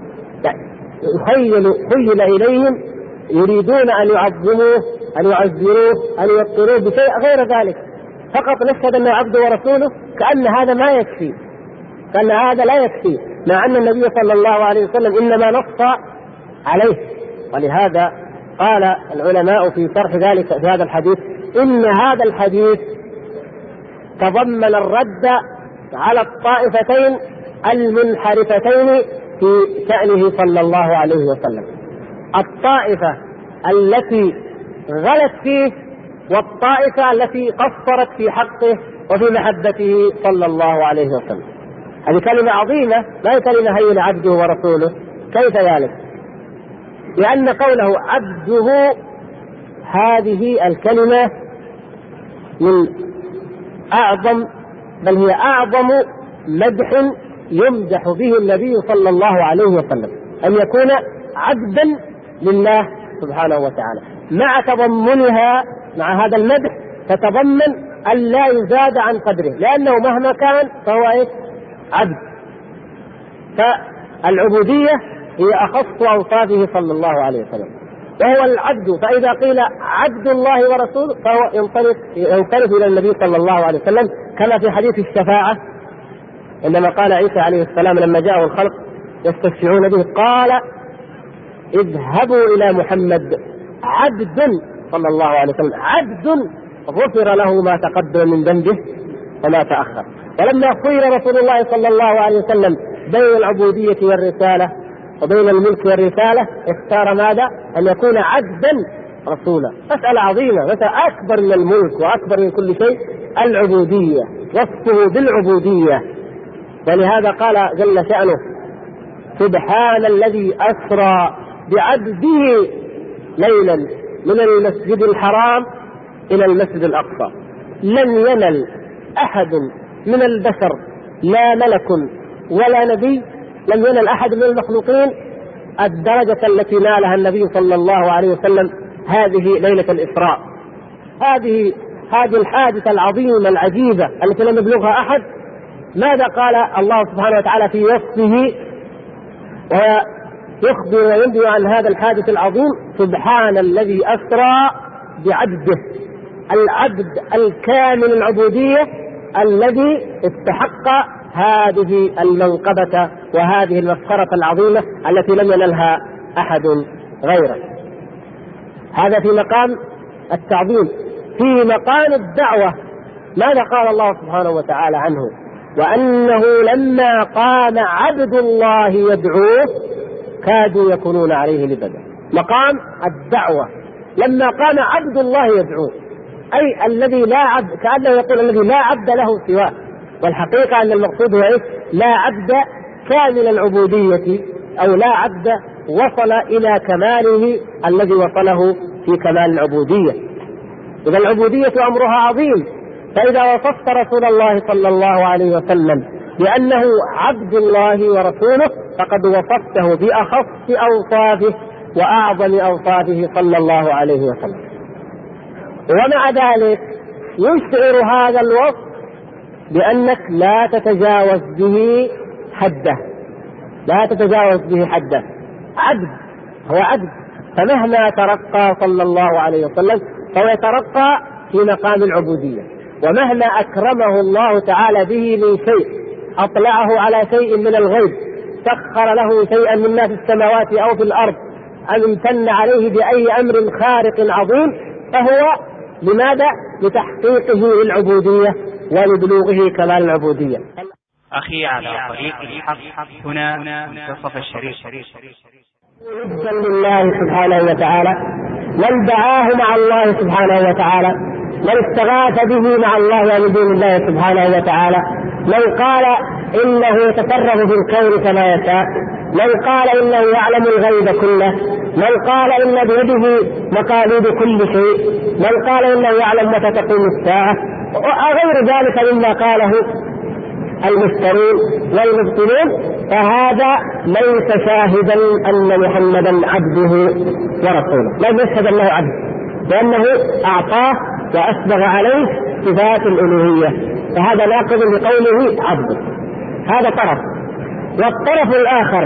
خيل إليهم، يريدون أن يعظموه، أن يعزروه، أن يوقروه بشيء غير ذلك، فقط نشهد أنه عبد ورسوله، كأن هذا ما يكفي، كأن هذا لا يكفي، مع أن النبي صلى الله عليه وسلم إنما نص عليه. ولهذا قال العلماء في شرح ذلك في هذا الحديث إن هذا الحديث تضمن الرد على الطائفتين المنحرفتين في شأنه صلى الله عليه وسلم، الطائفة التي غلت فيه والطائفة التي قصرت في حقه وفي محبته صلى الله عليه وسلم. هذه كلمة عظيمة، لا كلمة هي عبده ورسوله. كيف ذلك؟ لأن قوله عبده هذه الكلمة من أعظم، بل هي أعظم مدح يمدح به النبي صلى الله عليه وسلم، أن يكون عبدا لله سبحانه وتعالى. مع تضمنها، مع هذا المدح تتضمن أن لا يزاد عن قدره، لأنه مهما كان فهو عبد. فالعبودية هي أخص أوصافه صلى الله عليه وسلم، وهو العبد. فإذا قيل عبد الله ورسوله فهو ينصرف إلى النبي صلى الله عليه وسلم، كما في حديث الشفاعة عندما قال عيسى عليه السلام لما جاءه الخلق يستشفعون به قال اذهبوا إلى محمد عبد صلى الله عليه وسلم، عبد غفر له ما تقدم من ذنبه وما تأخر. ولما خير رسول الله صلى الله عليه وسلم بين العبودية والرسالة وبين الملك والرسالة اختار ماذا؟ أن يكون عبدا رسولا. مسألة عظيمة، مسألة أكبر من الملك وأكبر من كل شيء، العبودية، وصفه بالعبودية. ولهذا قال جل شأنه سبحان الذي أسرى بعبده ليلا من المسجد الحرام إلى المسجد الأقصى. لم ينل أحد من البشر، لا ملك ولا نبي، لم ينل أحد من المخلوقين الدرجة التي نالها النبي صلى الله عليه وسلم هذه ليلة الإسراء. هذه الحادثة العظيمة العجيبة التي لم يبلغها أحد. ماذا قال الله سبحانه وتعالى في وصفه ويخبر وينبئ عن هذا الحادث العظيم؟ سبحان الذي أسرى بعبده، العبد الكامل العبودية الذي استحق هذه المنقبة وهذه المسخرة العظيمة التي لم ينلها أحد غيره. هذا في مقام التعظيم. في مقام الدعوة ماذا قال الله سبحانه وتعالى عنه؟ وأنه لما قام عبد الله يدعوه كادوا يكونون عليه لبدا. مقام الدعوة لما قام عبد الله يدعوه، أي الذي لا عبد، كأنه يقول الذي لا عبد له سواه. والحقيقة أن المقصود هو لا عبد كامل العبودية، أو لا عبد وصل إلى كماله الذي وصله في كمال العبودية. إذا العبودية أمرها عظيم. فإذا وصفت رسول الله صلى الله عليه وسلم بأنه عبد الله ورسوله فقد وصفته بأخص أوصافه وأعظم أوصافه صلى الله عليه وسلم. ومع ذلك يشعر هذا الوصف بأنك لا تتجاوز به حده، لا تتجاوز به حده. عبد، هو عبد، فمهما ترقى صلى الله عليه وسلم فهو يترقى في مقام العبودية. ومهما أكرمه الله تعالى به من شيء، أطلعه على شيء من الغيب، سخر له شيئا من ما في السماوات أو في الأرض، أن امتن عليه بأي أمر خارق عظيم، فهو لماذا؟ لتحقيقه للعبودية ولبلوغه كمال العبودية. أخي على طريق الحق هنا منتصف الشريف. عبدا لله سبحانه وتعالى، من دعاه مع الله سبحانه وتعالى من استغاث به مع الله ومن دون الله سبحانه وتعالى، من قال إنه يتصرف في الكون كما يشاء، من قال إنه يعلم الغيب كله، من قال إن بيده مقاليد كل شيء، من قال إنه يعلم متى تقوم الساعة، وغير ذلك مما قاله المفترون والمبطلون، فهذا ليس شاهدا أن محمدا عبده ورسوله، لا يشهد أنه عبد، لأنه أعطاه وأسبغ عليه صفات الألوهية، فهذا ناقض لقوله عبد. هذا طرف. والطرف الآخر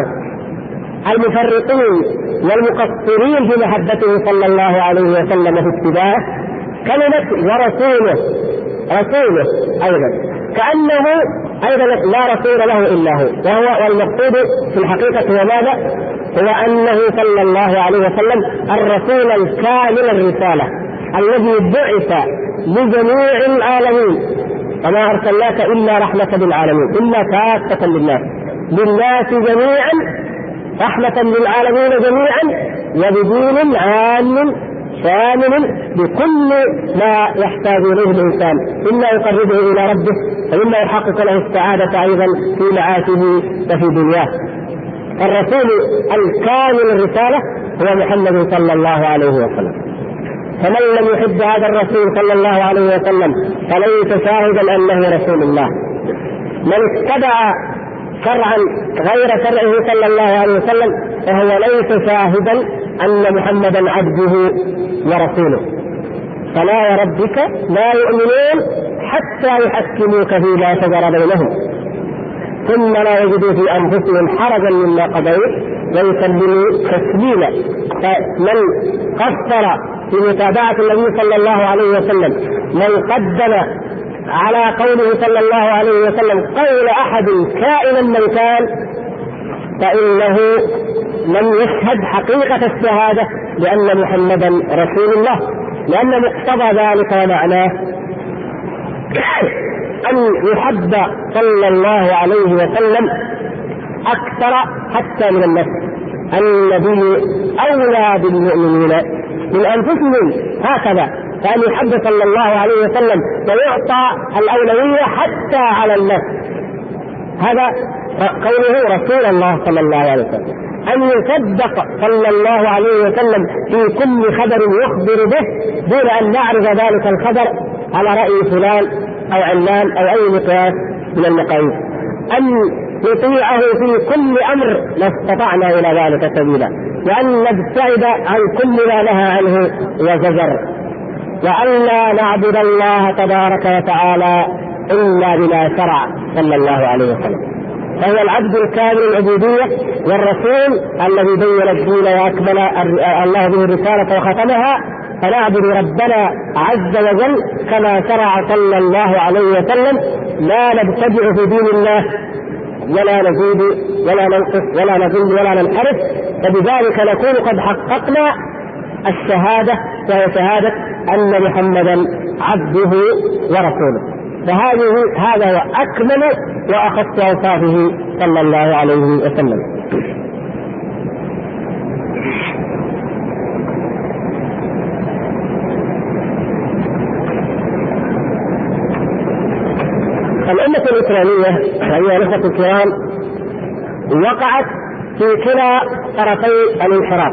المفرطين والمقصرين في محبته صلى الله عليه وسلم في اتباعه، كلمة ورسوله، رسوله أيضا كأنه أيضا لا رسول له إلا هو، وهو والمقصود في الحقيقة هو ماذا؟ هو أنه صلى الله عليه وسلم الرسول الكامل الرسالة الذي بعث لجميع العالمين، وما أرسلناك إلا رحمة للعالمين، إلا كافة للناس جميعا، رحمة للعالمين جميعا، وبدين عام شامل بكل ما يحتاج إليه الإنسان، إما يقربه إلى ربه وإما يحقق له السعادة أيضا في معاشه وفي دنياه. الرسول الكامل الرسالة هو محمد صلى الله عليه وسلم. فمن لم يحب هذا الرسول صلى الله عليه وسلم فليس شاهدا أنه رسول الله. من اتبع شرعا غير شرعه صلى الله عليه وسلم فهو ليس شاهدا أن محمدا عبده ورسوله. فلا وربك لا يؤمنون حتى يحكموك فيما شجر بينهم ثم لا يجدوا في أنفسهم حرجا مما قضيت ويسلموا تسليما. فمن قصر في متابعة النبي صلى الله عليه وسلم، من قدم على قوله صلى الله عليه وسلم قول أحد كائنا من كان، فإنه لم يشهد حقيقة الشهادة لأن محمدا رسول الله، لأن مقتضى ذلك ومعناه أن يحب صلى الله عليه وسلم أكثر حتى من النفس. النبي أولى بالمؤمنين من أنفسهم هكذا، فأن يحب صلى الله عليه وسلم ويعطى الأولوية حتى على النفس. هذا قوله رسول الله صلى الله عليه وسلم. أن يصدق صلى الله عليه وسلم في كل خبر يخبر به دون أن نعرض ذلك الخبر على رأي فلان أو علان أو أي مقياس من المقاييس. أن يطيعه في كل أمر لاستطعنا إلى ذلك سبيلا، وأن نبتعد عن كل ما نهى عنه وزجر، وأن لا نعبد الله تبارك وتعالى إلا بما شرع صلى الله عليه وسلم. فهو العبد الكامل العبودية والرسول الذي بين الدين وأكمل الله به الرسالة وختمها، فنعبد ربنا عز وجل كما شرع صلى الله عليه وسلم، لا نبتدع في دين الله ولا نزيد ولا ننقص ولا نزل ولا ننحرف، فبذلك نكون قد حققنا الشهادة، وهي شهادة أن محمدا عبده ورسوله. هذا هو أكمل وأخص أوصافه صلى الله عليه وسلم. الأمة الإسلامية أيها الأخوة الكرام وقعت في كلا طرفي الانحراف.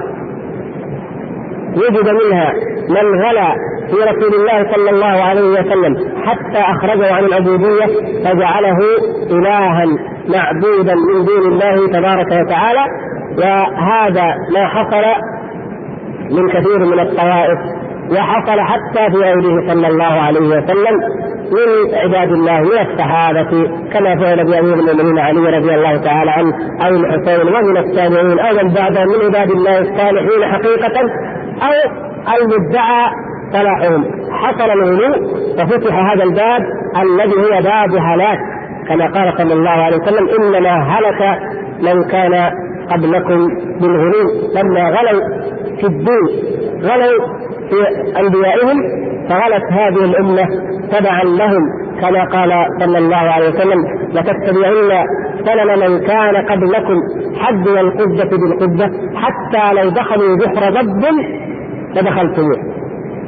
وجد منها من غلا في رسول الله صلى الله عليه وسلم حتى أخرجه عن العبودية فجعله إلها معبودا من دون الله تبارك وتعالى، وهذا ما حصل من كثير من الطوائف، وحصل حتى في عهده صلى الله عليه وسلم من عباد الله من الصحابة كما فعل بأمير المؤمنين علي رضي الله تعالى عنه أو الحسين ومن التابعين أو من بعدهم من عباد الله الصالحين حقيقة أو المدعى صلاحهم. حصل الغلو وفتح هذا الباب الذي هو باب هلاك، كما قال صلى الله عليه وسلم إنما هلك من كان قبلكم بالغلو، لما غلوا في الدين غلوا في أنبيائهم فغلت هذه الأمة تبعا لهم، كما قال صلى الله عليه وسلم لتتبعن سنن من كان قبلكم حذو القذة بالقذة حتى لو دخلوا بحر ضب لدخلتموه.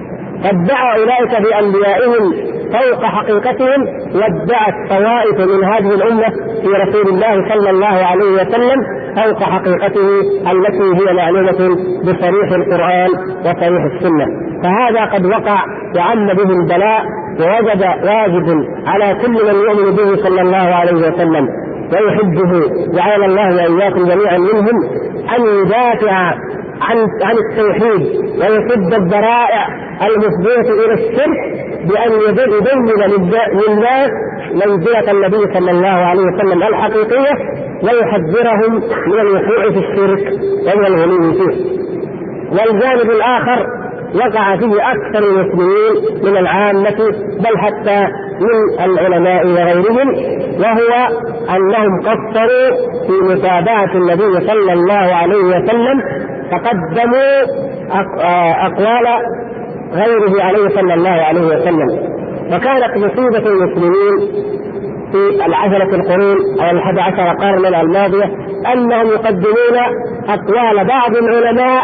فادعى أولئك بأنبيائهم فوق حقيقتهم، وادعت طوائف من هذه الأمة في رسول الله صلى الله عليه وسلم فوق حقيقته التي هي معلومة بصريح القرآن وصريح السنة. فهذا قد وقع وعم به البلاء، ووجب واجب على كل من يؤمن به صلى الله عليه وسلم ويحبه جعل الله وإياكم جميعا منهم أن يدافع عن التوحيد ويسد الذرائع المفضية إلى الشرك بأن يبين للناس منزلة النبي صلى الله عليه وسلم الحقيقية، ويحذرهم من الوقوع في الشرك ومن الغلو فيه. والجانب الآخر وقع فيه أكثر المسلمين من العامة بل حتى من العلماء وغيرهم، وهو أنهم قصروا في متابعة النبي صلى الله عليه وسلم، فقدموا أقوال غيره عليه صلى الله عليه وسلم. وكانت مصيبة المسلمين في العشرة القرون أو 11 قرنا الماضية أنهم يقدمون أقوال بعض العلماء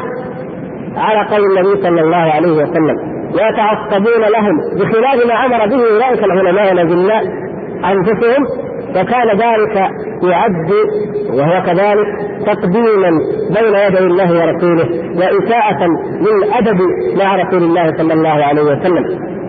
على قول النبي صلى الله عليه وسلم، ويتعصبون لهم بخلاف ما أمر به أولئك العلماء الأجلاء أنفسهم. وكان ذلك يعد وهو كذلك تقديما بين يدي الله ورسوله وإساءة للأدب مع رسول الله صلى الله عليه وسلم.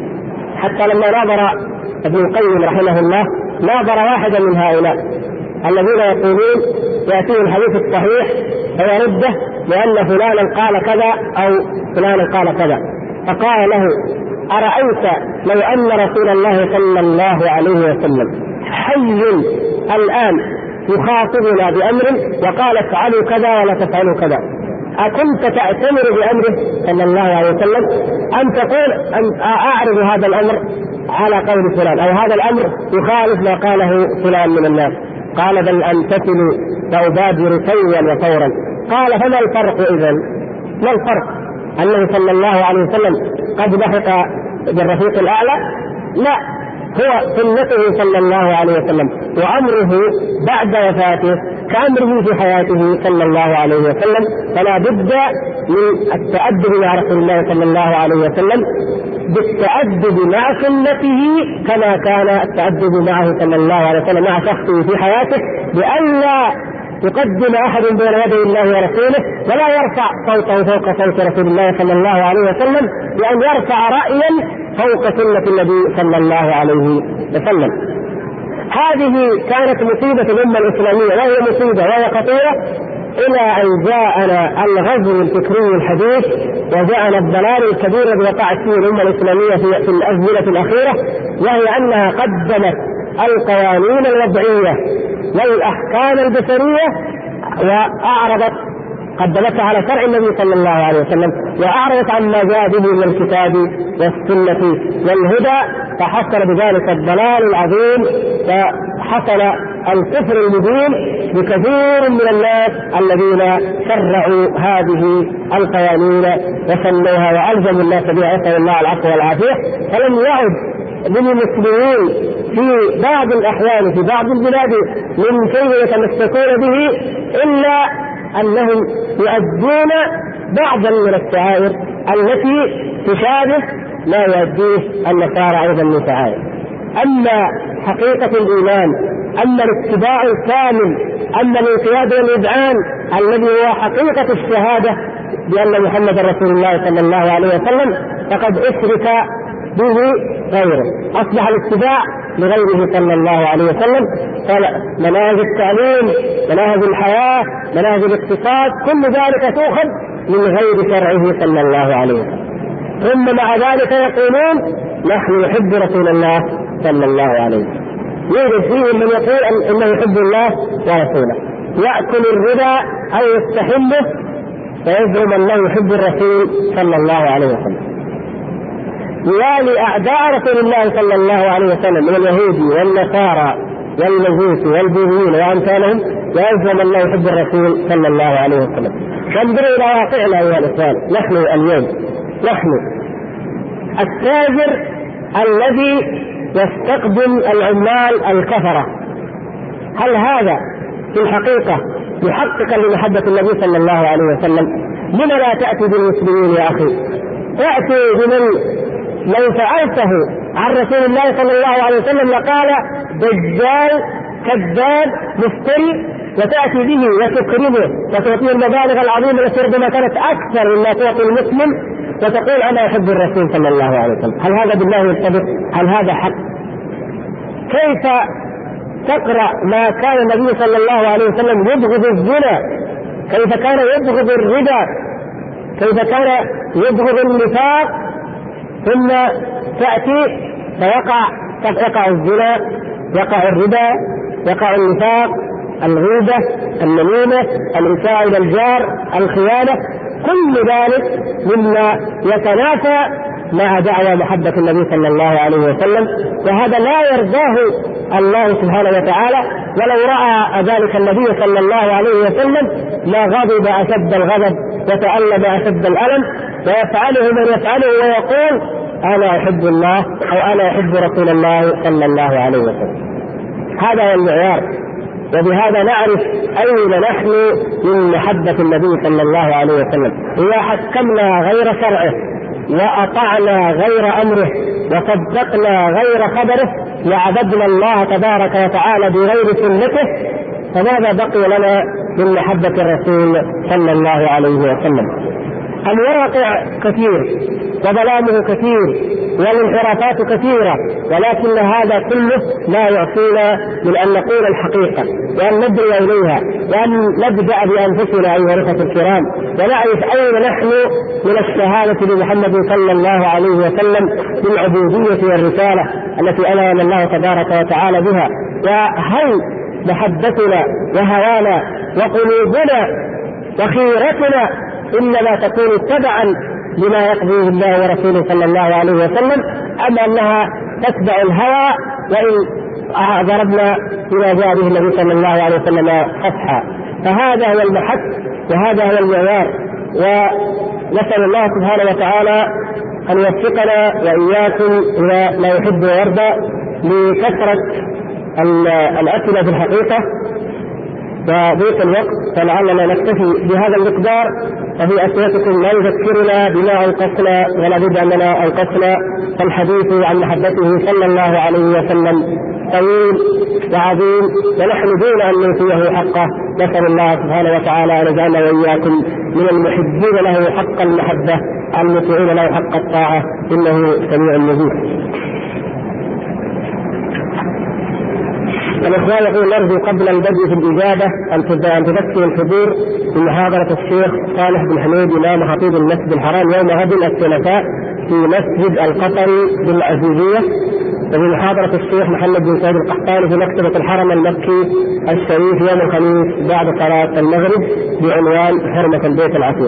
حتى لما ناظر ابن القيم رحمه الله ناظر واحدا من هؤلاء الذين يقولون يأتيه الحديث الصحيح فيرده لأن فلانا قال كذا أو فلانا قال كذا، فقال له: أرأيت لو أن رسول الله صلى الله عليه وسلم حي الآن يخاطبنا بأمر وقال افعلوا كذا ولا تفعلوا كذا، أكنت تأتمر بأمره صلى الله عليه وسلم أن تقول أن أعرض هذا الأمر على قول فلان أو هذا الأمر يخالف ما قاله فلان من الناس؟ قال: بل أمتثل وأبادر سيا وفورا. قال: فما الفرق إذن؟ ما الفرق؟ أنه صلى الله عليه وسلم قد لحق بالرفيق الأعلى؟ لا، هو سنته صلى الله عليه وسلم وأمره بعد وفاته كأمره في حياته صلى الله عليه وسلم، فلا بد من التأدب مع رسول الله صلى الله عليه وسلم بالتأدب مع سنته كما كان التأدب معه صلى الله عليه وسلم مع شخصه في حياته، بألا يقدم أحد بين يدي الله ورسوله ولا يرفع صوته فوق صوت رسول الله صلى الله عليه وسلم، بأن يرفع رأيا فوق سنة النبي صلى الله عليه وسلم. هذه كانت مصيبة الأمة الإسلامية، وهي مصيبة وهي خطيرة، إلى أن جاءنا الغزو الفكري الحديث وجاءنا الضلال الكبير الذي وقعت فيه الأمة الإسلامية في الأزمنة الأخيرة، وهي أنها قدمت القوانين الوضعية والأحكام البشرية قدمتها على شرع النبي صلى الله عليه وسلم، وأعرضت عن ما جاء به من الكتاب والسنة والهدى، فحصل بذلك الضلال العظيم وحصل الكفر المبين بكثير من الناس الذين شرعوا هذه القوانين وسنوها وألزموا الناس بها، نسأل الله العفو والعافية. فلم يعد للمسلمين في بعض الأحيان في بعض البلاد من كيف يتمسكون به إلا أنهم يؤدون بعضا من الشعائر التي تشابه ما يؤديه النصارى أيضا من شعائر. أما حقيقة الإيمان، أما الاتباع الكامل، أما الانقياد والإذعان الذي هو حقيقة الشهادة بأن محمد رسول الله صلى الله عليه وسلم، فقد أشرك به غيره، أصبح الاتباع لغيره صلى الله عليه وسلم. مناهج التعليم، مناهج الحياة، مناهج الاقتصاد، كل ذلك تؤخذ من غير شرعه صلى الله عليه وسلم. ثم مع ذلك يقولون نحن نحب رسول الله صلى الله عليه وسلم. يوجد فيهم من يقول انه يحب الله ورسوله، يأكل الربا او يستحله ويزعم انه يحب الرسول صلى الله عليه وسلم. ولأعداء رسول الله صلى الله عليه وسلم من اليهود والنصارى والمجوس والبوذيين وأمثالهم يزعم انه يحب الرسول صلى الله عليه وسلم. وانظروا الى واقعنا ايها الاخوان، نحن اليوم التاجر الذي يستخدم العمال الكفرة، هل هذا في الحقيقة محققا لمحبة النبي صلى الله عليه وسلم؟ لما لا تأتي بالمسلمين يا أخي؟ تأتي بمن لو سألته عن رسول الله صلى الله عليه وسلم لقال دجال كذاب مفتري، وتأتي به وتكرمه وتعطيه المبالغ العظيمة التي ربما كانت أكثر مما تعطي المسلم، وتقول أنا أحب الرسول صلى الله عليه وسلم. هل هذا بالله يرتبط؟ هل هذا حق؟ كيف تقرأ ما كان النبي صلى الله عليه وسلم يبغض الزنا، كيف كان يبغض الربا، كيف كان يبغض النفاق، ثم تأتي فيقع الزنا، يقع الربا، يقع النفاق، الغيبة، النميمة، الإساءة إلى الجار، الخيانة، كل ذلك مما يتنافى مع دعوى محبة النبي صلى الله عليه وسلم، وهذا لا يرضاه الله سبحانه وتعالى. ولو رأى ذلك النبي صلى الله عليه وسلم لا غضب أشد الغضب وتألم أشد الألم، ويفعله من يفعله ويقول أنا أحب الله أو أنا أحب رسول الله صلى الله عليه وسلم. هذا هو المعيار، وبهذا نعرف أين نحن من محبة النبي صلى الله عليه وسلم. إذا حكمنا غير شرعه وأطعنا غير أمره وصدقنا غير خبره وعبدنا الله تبارك وتعالى بغير سنته، فماذا بقي لنا من محبة الرسول صلى الله عليه وسلم؟ الواقع كثير وظلامه كثير والانحرافات كثيرة، ولكن هذا كله لا يعصينا من أن نقول الحقيقة وأن ندعو إليها وأن نبدأ بأنفسنا أيها الأخوة الكرام، ونعرف أين نحن من الشهادة لمحمد صلى الله عليه وسلم بالعبودية والرسالة التي أنعم الله تبارك وتعالى بها. وهل محبتنا وهوانا وقلوبنا وخيرتنا إنما تكون تبعا لما يقضيه الله ورسوله صلى الله عليه وسلم، أم أنها تتبع الهوى وإن ضربنا بما جاء به النبي صلى الله عليه وسلم صفحا؟ فهذا هو المحك وهذا هو المعيار، ونسأل الله سبحانه وتعالى أن يوفقنا وإياكم إلى ما يحب ويرضى. لكثرة الأسئلة في الحقيقة وضيق الوقت فلعلنا نكتفي بهذا المقدار، وفي أسئلتكم لا يذكرنا بما أنقصنا ولا بد أننا أنقصنا، فالحديث عن محبته صلى الله عليه وسلم طويل وعظيم ونحن دون أن نوفيه حقه. نسأل الله سبحانه وتعالى أن يجعلنا وإياكم من المحبين له حق المحبة المطيعين له حق الطاعة، إنه سميع مجيب. الإخوان يقول نرجو قبل البدء في الإجابة أن تذكر الحضور بمحاضرة الشيخ صالح بن حميد إمام خطيب المسجد الحرام يوم غد الثلاثاء في مسجد القطري بالعزيزية، وبمحاضرة الشيخ محمد بن سعيد القحطاني في مكتبة الحرم المكي الشريف يوم الخميس بعد صلاة المغرب بعنوان حرمة البيت العتيق.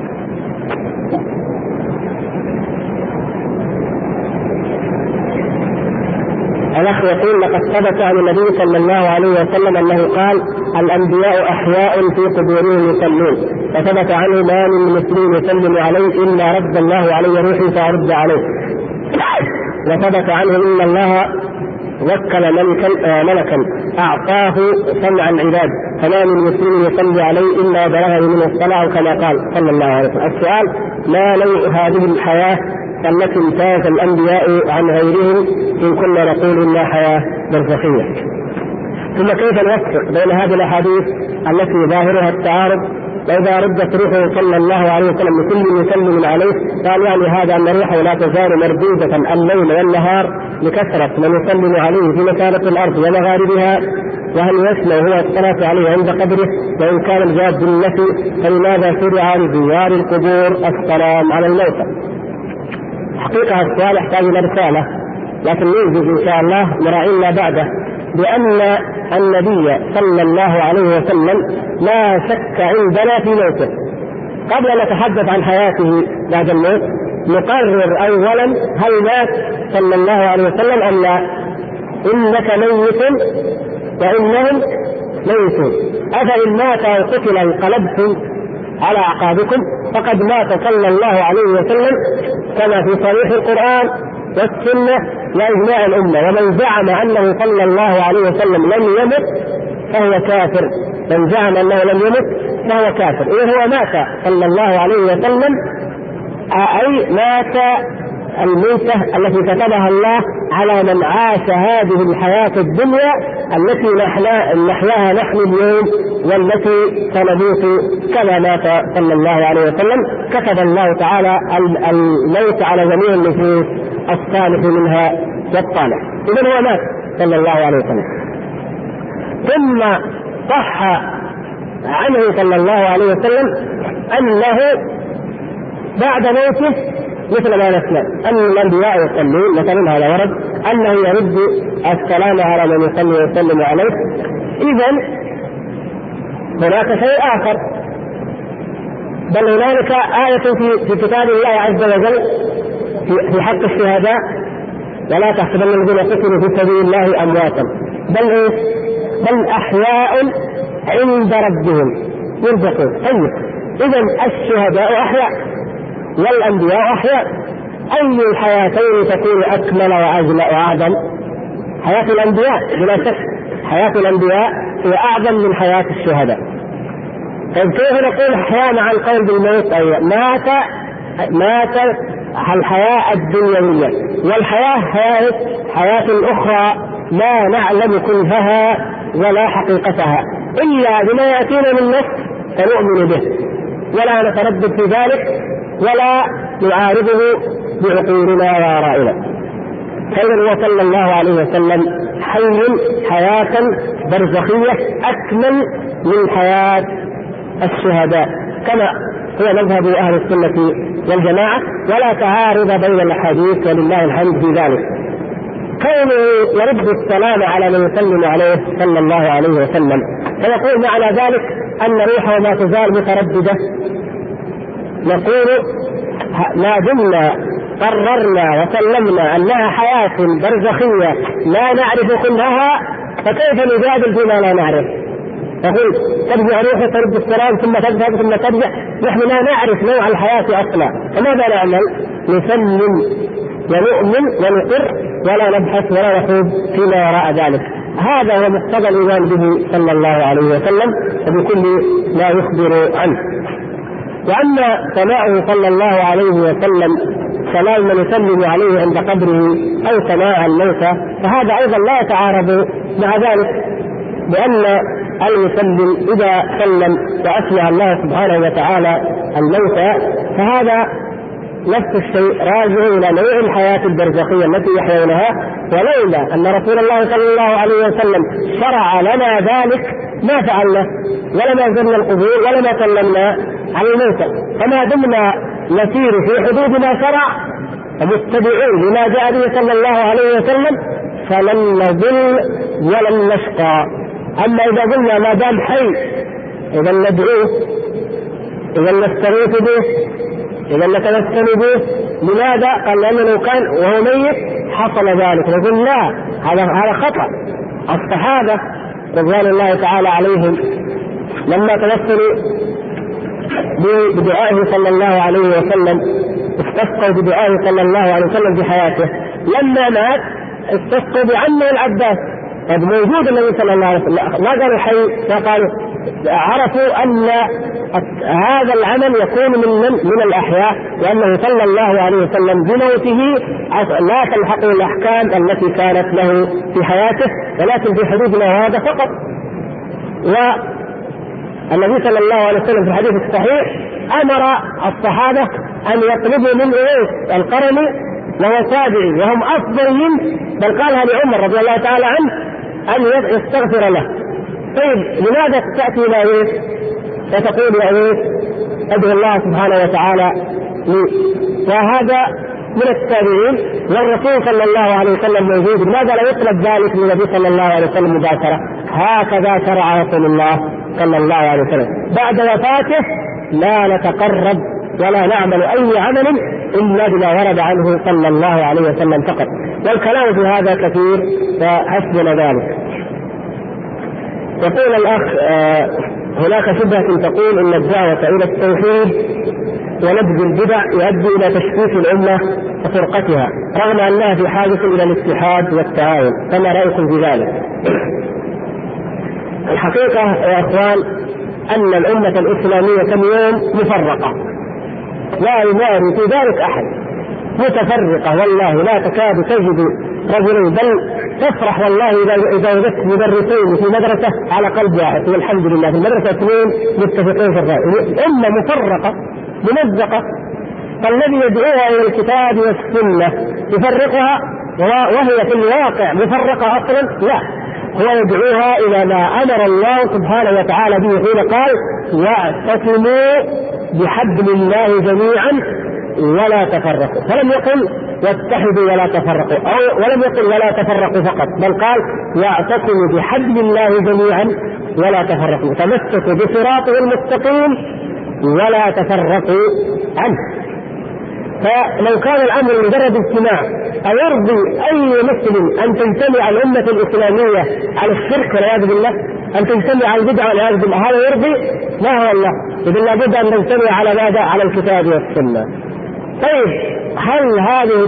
الأخ يقول لقد ثبت عن النبي صلى الله عليه وسلم أنه قال الأنبياء أحياء في قبورهم يصلون، وثبت عنه ما من مسلم يسلم عليه إلا رد الله عليه روحي فأرد عليه، وثبت عنه إن الله وكل ملكا أعطاه سمع العباد فما من مسلم يصلي عليه إلا بلغه من الصلاة كما قال صلى الله عليه وسلم. السؤال: ما نوع هذه الحياة التي امتاز الأنبياء عن غيرهم إن كنا نقول إنها حياة برزخية؟ ثم كيف نوفق بين هذه الأحاديث التي ظاهرها التعارض؟ وإذا ردت روحه صلى الله عليه وسلم لكل يسلم عليه قال يعني هذا أن روحه لا تزال مردودة الليل والنهار لكثرة من يسلم عليه في مكانة الأرض ومغاربها، وهل يسمع هو الصلاة عليه عند قبره؟ وإن كان الجواب بالنفي فلماذا شرع لزوار القبور السلام على الموتى؟ حقيقة السؤال يحتاج إلى رسالة، لكن ننجز إن شاء الله مراعينا بعده بأن النبي صلى الله عليه وسلم لا شك عندنا في موته. قبل أن نتحدث عن حياته بعد الموت نقرر أولا هل مات صلى الله عليه وسلم أم لا؟ إنك ميت وإنهم ميتون، أفإن مات أو قتل انقلبتم على أعقابكم؟ فقد مات صلى الله عليه وسلم كما في صريح القرآن والسنة وإجماع الأمة، ومن زعم أنه صلى الله عليه وسلم لم يمت فهو كافر، من زعم أنه لم يمت فهو كافر. إذا هو مات صلى الله عليه وسلم أي مات الميتة التي كتبها الله على من عاش هذه الحياة الدنيا التي نحياها نحن اليوم والتي سنموت كما مات صلى الله عليه وسلم. كتب الله تعالى الموت على جميع النفوس الصالح منها والطالح. إذن هو مات صلى الله عليه وسلم. ثم صح عنه صلى الله عليه وسلم أنه بعد موته مثل ما نسمع أن الأنبياء يصلون مثلا، هذا ورد أنه يرد السلام على من يصلي ويسلم عليه. إذن هناك شيء آخر، بل هنالك آية في كتاب الله عز وجل في حق الشهداء: ولا تحسبن الذين قتلوا في سبيل الله أمواتا بل أحياء عند ربهم يرزقون. طيب، إذن الشهداء أحياء والأنبياء أحياء، أي الحياتين تكون أكمل وأجل وأعظم؟ حياة الأنبياء بلا شك، حياة الأنبياء هي أعظم من حياة الشهداء. طيب كيف نقول حياة مع القول بالموت؟ أي مات الحياة الدنيوية، والحياة حياة أخرى لا نعلم كنهها ولا حقيقتها إلا بما يأتينا من نص فنؤمن به ولا نتردد في ذلك ولا نعارضه بعقولنا وآرائنا. فإذا هو صلى الله عليه وسلم حي حياة برزخية أكمل من حياة الشهداء، كما هو مذهب أهل السنة والجماعة، ولا تعارض بين الأحاديث ولله الحمد في ذلك. كونه يرد السلام على من يسلم عليه صلى الله عليه وسلم، فيقول معنى ذلك أن روحه ما تزال مترددة. نقول ما دمنا قررنا وسلمنا أنها حياة برزخية لا نعرف كلها، فكيف نجادل فيما لا نعرف؟ يقول ترجع روحه ترد السلام ثم تذهب ثم ترجع، نحن لا نعرف نوع الحياة أصلا، فماذا نعمل؟ نسلم ونؤمن ونقر ولا نبحث ولا نخوض فيما وراء ذلك. هذا هو مقتضى الإيمان به صلى الله عليه وسلم وبكل ما يخبر عنه. وأما سماعه صلى الله عليه وسلم سلام من يسلم عليه عند قبره أو سماع الموتى، فهذا أيضا لا يتعارض مع ذلك، لأن المسلم إذا سلم وأسمع الله سبحانه وتعالى الموتى فهذا نفس الشيء راجع إلى نوع الحياة البرزخية التي يحيونها. ولولا أن رسول الله صلى الله عليه وسلم شرع لنا ذلك ما فعلنا ولما زرنا القبور ولما سلمنا على الموتى. فما دمنا نسير في حدود ما شرع ومتبعين لما جاء به صلى الله عليه وسلم فلن نضل ولن نشقى. أما إذا قلنا ما دام حي إذا ندعوه، إذا نستغيث به، إذا نتوسل به، لماذا؟ قال لأنه لو كان وهو ميت حصل ذلك. نقول لا، هذا خطأ. الصحابة رضوان الله تعالى عليهم لما توسلوا بدعائه صلى الله عليه وسلم استسقوا بدعائه صلى الله عليه وسلم في حياته، لما مات استسقوا بعمه العباس. طيب موجود النبي صلى الله عليه وسلم، ما قالوا حي، فقالوا عرفوا أن هذا العمل يكون من الأحياء، لأنه صلى الله عليه وسلم بموته لا تلحقه الأحكام التي كانت له في حياته، ولكن في حدود ما هذا فقط. والنبي صلى الله عليه وسلم في الحديث الصحيح أمر الصحابة أن يطلبوا من أويس القرني وهو تابعي وهم أفضل منه، بل قالها لعمر رضي الله تعالى عنه أن يستغفر له. طيب لماذا تأتي إلى أويس وتقول يا أويس أدعو الله سبحانه وتعالى لي؟ وهذا من التابعين والرسول صلى الله عليه وسلم موجود، لماذا لا يطلب ذلك من النبي صلى الله عليه وسلم مباشرة؟ هكذا شرع رسول الله صلى الله عليه وسلم. بعد وفاته لا نتقرب ولا نعمل أي عمل إلا بما ورد عنه صلى الله عليه وسلم فقط، والكلام في هذا كثير فحسبنا ذلك. يقول الأخ هناك شبهة تقول إن الدعوة إلى التوحيد ونبذ البدع يؤدي إلى تشتيت الأمة وفرقتها رغم أنها في حاجة إلى الاتحاد والتعاون، فما رأيكم في ذلك؟ الحقيقة يا أخوان أن الأمة الإسلامية اليوم مفرقة لا يماري في ذلك أحد، متفرقة والله لا تكاد تجد رجلين، بل تفرح والله إذا وجدت مدرسين في مدرسة على قلب واحد، والحمد لله في المدرسة اثنين متفقين في الرأي، أمة مفرقة ممزقة. فالذي يدعوها إلى الكتاب والسنة يفرقها وهي في الواقع مفرقة أصلا؟ لا، هو يدعوها إلى ما أمر الله سبحانه وتعالى به حين قال واعتصموا بحبل الله جميعا ولا تفرقوا، فلم يقل واتحدوا ولا تفرقوا، ولم يقل ولا تفرقوا فقط، بل قال واعتصموا بحبل الله جميعا ولا تفرقوا، تمسكوا بصراطه المستقيم ولا تفرقوا عنه. فلو كان الامر مجرد اجتماع ايرضي اي مسلم ان تجتمع الامه الاسلاميه على الشرك والعياذ بالله، ان تجتمع على البدعه والعياذ بالله، هذا يرضي؟ لا هو الله، اذا لابد ان نجتمع على ماذا؟ على الكتاب والسنه. طيب هل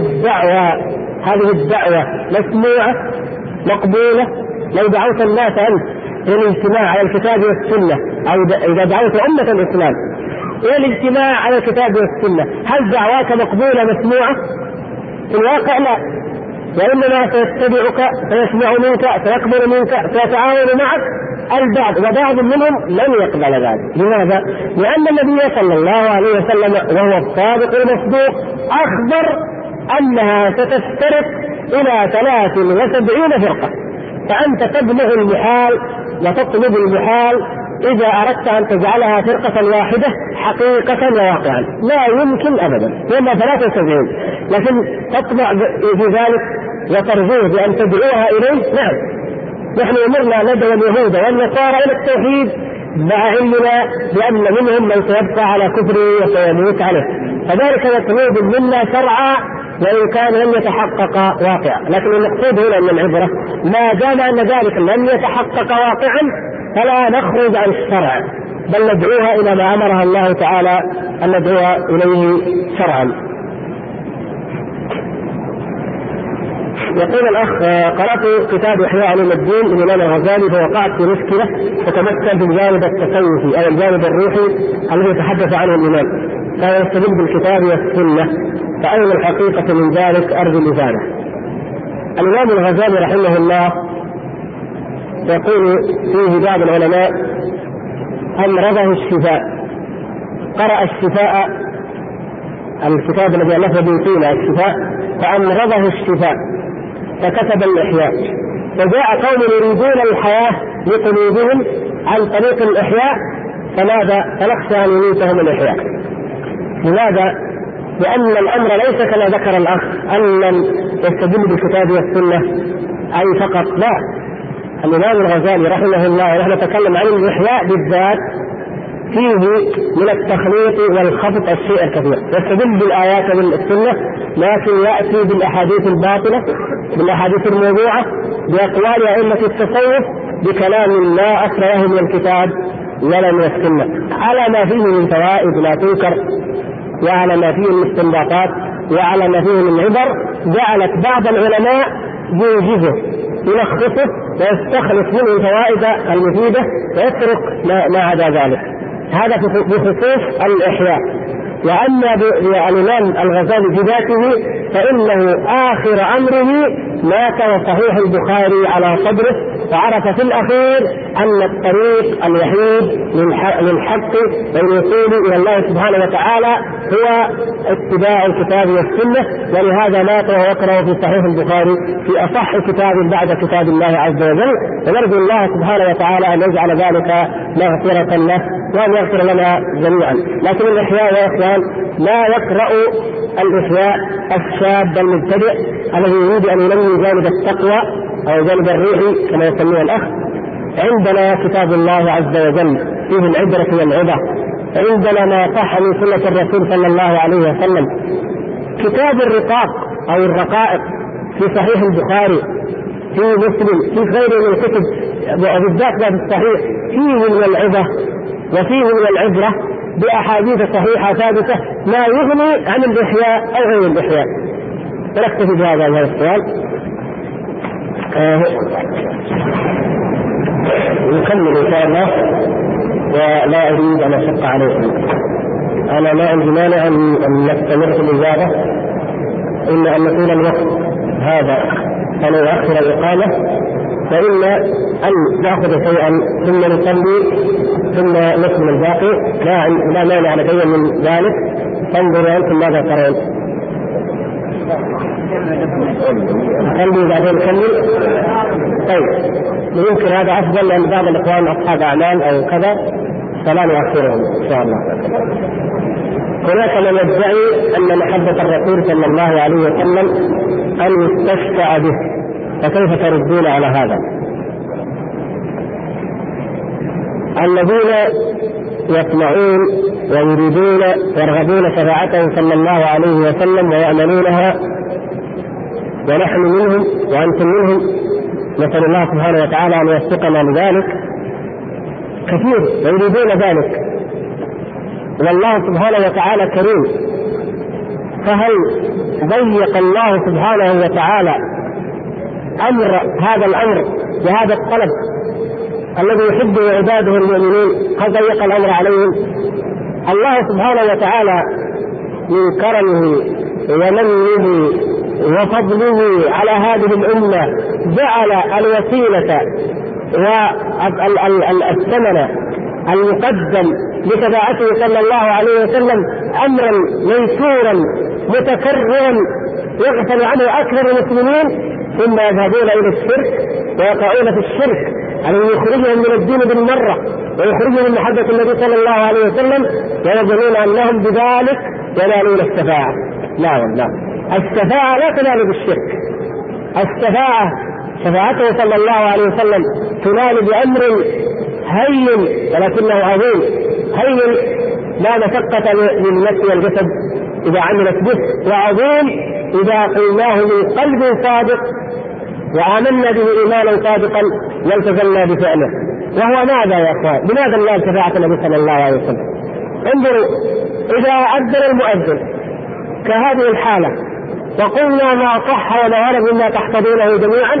هذه الدعوه مسموعه مقبوله؟ لو دعوت الناس انت الى الاجتماع على الكتاب والسنه، او اذا دعوت امه الاسلام الى الاجتماع على الكتاب والسنه، هل دعواك مقبوله مسموعه؟ في الواقع لا، وانما سيتبعك، سيسمع منك، سيقبل منك، سيتعاون معك البعض، وبعض منهم لن يقبل ذلك. لماذا؟ لان النبي صلى الله عليه وسلم وهو الصادق المصدوق اخبر انها ستفترق الى 73 فرقه، فانت تبلغ المحال وتطلب المحال إذا أردت أن تجعلها فرقة واحدة حقيقة وواقعا، لا يمكن أبدا، لأنها 73، لكن تطمع في ذلك وترجوه بأن تدعوها إليه. نعم، نحن أمرنا ندعو اليهود والنصارى إلى التوحيد مع علمنا بأن منهم من سيبقى على كفره وسيموت عليه، فذلك مطلوب منا شرعا وإن كان لم يتحقق واقعا. لكن المقصود هنا من العبرة ما دام أن ذلك لم يتحقق واقعا فلا نخرج عن الشرع، بل ندعوها إلى ما أمرها الله تعالى أن ندعوها إليه شرعا. يقول الأخ قرأت كتاب إحياء علوم الدين للإمام الغزالي فوقعت في مشكلة تتمثل في الجانب التصوفي أو الجانب الروحي الذي يتحدث عنه الإمام، كان يستدل بالكتاب والسنة، فأين الحقيقة من ذلك؟ أرجو الإجابة. الإمام الغزالي رحمه الله يقول فيه بعض العلماء أمرضه الشفاء، قرأ الشفاء الكتاب الذي ألفه ابن سينا الشفاء، فأمرضه الشفاء فكتب الإحياء، فجاء قوم يريدون الحياة لقلوبهم عن طريق الإحياء، فماذا؟ فنخشى أن يميتهم الإحياء. لماذا؟ لأن الأمر ليس كما ذكر الأخ أن يستدل بالكتاب والسنة أي فقط، لا. الإمام الغزالي رحمه الله ونحن نتكلم عن الإحياء بالذات فيه من التخليط والخفض الشيء الكثير، يستدل بالآيات والسنة، لكن يأتي بالأحاديث الباطلة، بالأحاديث الموضوعة، بأقوال أئمة التصوف، بكلام لا أصل له من الكتاب ولا من السنة، على ما فيه من فوائد لا تنكر، وعلى ما فيه من استنباطات، وعلى ما فيه من عبر، جعلت بعض العلماء يوجزه يلخصه ويستخلص منه الفوائد المفيدة ويترك ما عدا ذلك. هذا بخصوص الإحياء. وأما الإمام الغزالي بذاته فإنه آخر أمره مات وصحيح البخاري على صدره، وعرف في الأخير أن الطريق الوحيد للحق والوصول إلى الله سبحانه وتعالى هو اتباع الكتاب والسنة، ولهذا مات وهو يقرأ في صحيح البخاري في أصح كتاب بعد كتاب الله عز وجل، ونرجو الله سبحانه وتعالى أن يجعل ذلك مغفرة له وأن يغفر لنا جميعا. لكن الإحياء يا إخوان لا يقرأ الإحياء الشاب المبتدئ الذي يريد أن ينمي جانب التقوى أو جانب الروحي كما يسميه الأخ. عندنا كتاب الله عز وجل فيه العبرة والعظة، عندنا ما صح من سنة الرسول صلى الله عليه وسلم. كتاب الرقاق أو الرقائق في صحيح البخاري، في مسلم، في غيره من الكتب وبالذات في الصحيح فيه من العظة وفيه من العبرة بأحاديث صحيحة ثابتة ما يغني عن الإحياء أو غير الإحياء. ونكتفي بهذا السؤال. نكمل إن شاء الله ولا أريد أن أشق عليكم. أنا ما عندي مانع أن نستمر في الإجابة إما أن يكون الوقت هذا فنؤخر الإقامة، فإما أن نأخذ شيئا ثم نصلي ثم نكمل الباقي، لا مانع لدي من ذلك. فانظروا أنتم ماذا ترون. نصلي بعدين نكمل. طيب يمكن هذا أفضل، لأن بعض الإخوان أصحاب أعمال أو كذا فلا نؤخرهم إن شاء الله. هناك من يدعي أن محبة الرسول صلى الله عليه وسلم أن يستشفع به، فكيف تردون على هذا؟ الذين يسمعون ويريدون يرغبون شفاعته صلى الله عليه وسلم ويأمنونها، ونحن منهم وأنتم منهم، نسأل الله سبحانه وتعالى أن يوفقنا لذلك، كثير ويريدون ذلك، والله سبحانه وتعالى كريم. فهل ضيق الله سبحانه وتعالى أمر هذا الأمر وهذا الطلب الذي يحبه عباده المؤمنين؟ هل ضيق الأمر عليهم؟ الله سبحانه وتعالى من كرمه ومنه وفضله على هذه الأمة جعل الوسيلة والثمن المقدم لشفاعته صلى الله عليه وسلم أمرا ميسورا متكررا يغفل عنه أكثر المسلمين، ثم يذهبون إلى الشرك ويقعون في الشرك الذي يخرجهم من الدين بالمرة ويخرجهم من محبة النبي صلى الله عليه وسلم، ويظنون أنهم بذلك ينالون الشفاعة. لا والله، الشفاعة لا تنال بالشرك. الشفاعة شفاعته صلى الله عليه وسلم تنال بأمر هين ولكنه عظيم، هين لا مشقة للنفس والجسد إذا عملت به، وعظيم إذا قلناه من قلب صادق وآمنا به إيمانا صادقا والتزمنا بفعله. وهو ماذا يا أخوان؟ لماذا الله شفاعة النبي صلى الله عليه وسلم؟ انظروا، إذا أذن المؤذن كهذه الحالة وقلنا ما صح وما ورد مما تحفظونه جميعا،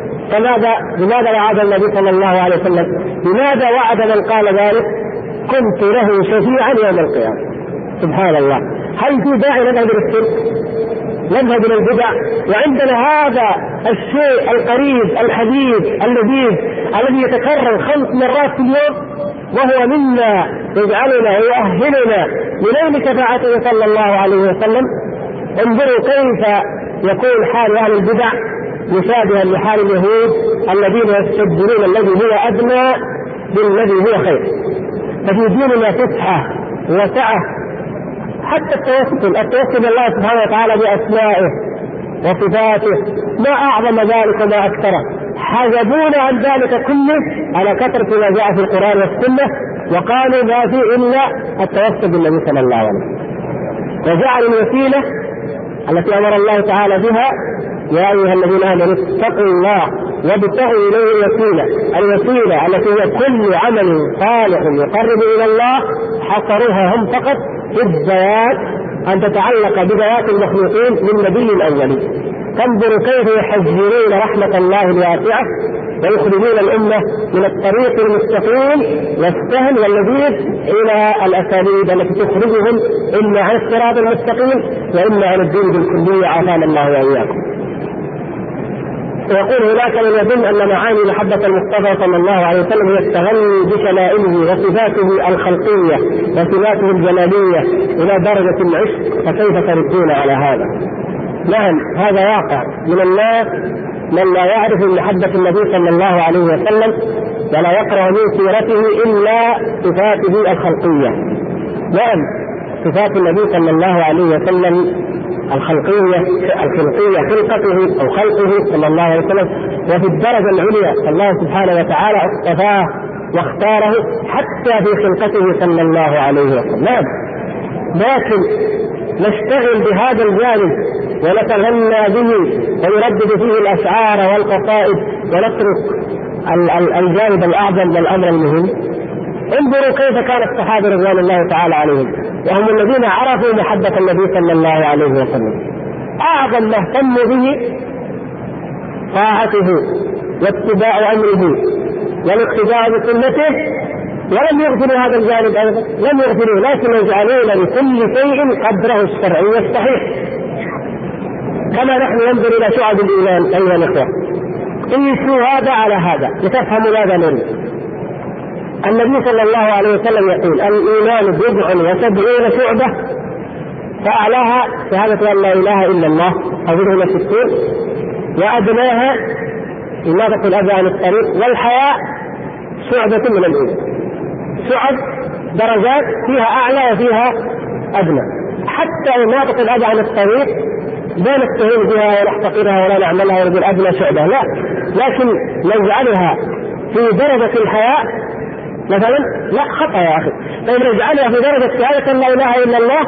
لماذا وعد النبي صلى الله عليه وسلم؟ لماذا وعد من قال ذلك؟ كنت له شفيعا يوم القيامة. سبحان الله، هل في داعي نذهب إلى الشرك؟ نذهب إلى البدع وعندنا هذا الشيء القريب الحديث اللذيذ الذي يتكرر 5 مرات في اليوم، وهو مما يجعلنا ويؤهلنا لنيل شفاعته صلى الله عليه وسلم. انظروا كيف يكون حال أهل البدع مشابها لحال اليهود الذين يستبدلون الذي هو أدنى بالذي هو خير. ففي ديننا فسحة وسعة، حتى التوسل الله سبحانه وتعالى بأسمائه وصفاته، ما أعظم ذلك وما أكثره. حجبونا عن ذلك كله على كثرة ما جاء في القرآن والسنة، وقالوا ما في إلا التوسل بالنبي صلى الله عليه وسلم، وجعلوا الوسيلة التي أمر الله تعالى بها: يا أيها الذين آمنوا اتقوا الله وابتغوا إليه الوسيلة. الوسيلة التي هي كل عمل صالح يقرب إلى الله، حصروها هم فقط في الذات، أن تتعلق بذوات المخلوقين من نبي الأولين. تنظروا كيف يحذرون رحمة الله الواسعة ويخرجون الأمة من الطريق المستقيم والسهل واللذيذ إلى الأساليب التي تخرجهم إما عن الصراط المستقيم وإما عن الدين بالكلية، عافانا الله وإياكم. ويقول هناك من يظن أن معاني محبة المصطفى صلى الله عليه وسلم هي التغني بشمائله وصفاته الخلقية وصفاته الجمالية إلى درجة العشق، فكيف تردون على هذا؟ نعم، هذا واقع من الناس من لا يعرف محبة النبي صلى الله عليه وسلم ولا يقرأ من سيرته إلا صفاته الخلقية. نعم، صفات النبي صلى الله عليه وسلم الخلقية خلقته أو خلقه صلى الله عليه وسلم، وفي الدرجة العليا الله سبحانه وتعالى اصطفاه واختاره حتى في خلقته صلى الله عليه وسلم. نعم، لكن نشتغل بهذا الجانب ونتغنى به ونردد فيه الأشعار والقصائد ونترك الجانب الأعظم والأمر المهم. انظروا كيف كان الصحابة رضوان الله تعالى عليهم، وهم الذين عرفوا محبة النبي صلى الله عليه وسلم. أعظم ما اهتموا به طاعته واتباع أمره والاقتداء بسنته، ولم يغفلوا هذا الجانب أيضا، لم يغفلوا، لكن يجعلون لكل شيء قدره الشرعي الصحيح. كما نحن ننظر إلى شعب الإيمان أيها الإخوة. قيسوا هذا على هذا لتفهموا ماذا نريد. النبي صلى الله عليه وسلم يقول: الإيمان 79 شعبة، فأعلاها شهادة أن لا إله إلا الله أو 60، وأدناها إماطة الأذى عن الطريق، والحياء شعبة من الإيمان. شعب درجات، فيها أعلى وفيها أدنى. حتى إماطة الأذى عن الطريق لا نستهين بها ونحتقرها ولا نعملها ونقول أدنى شعبة، لا، لكن نجعلها في درجة الحياء مثلا، لا، خطأ يا أخي. طيب نجعلها في درجة شهادة لا إله إلا الله،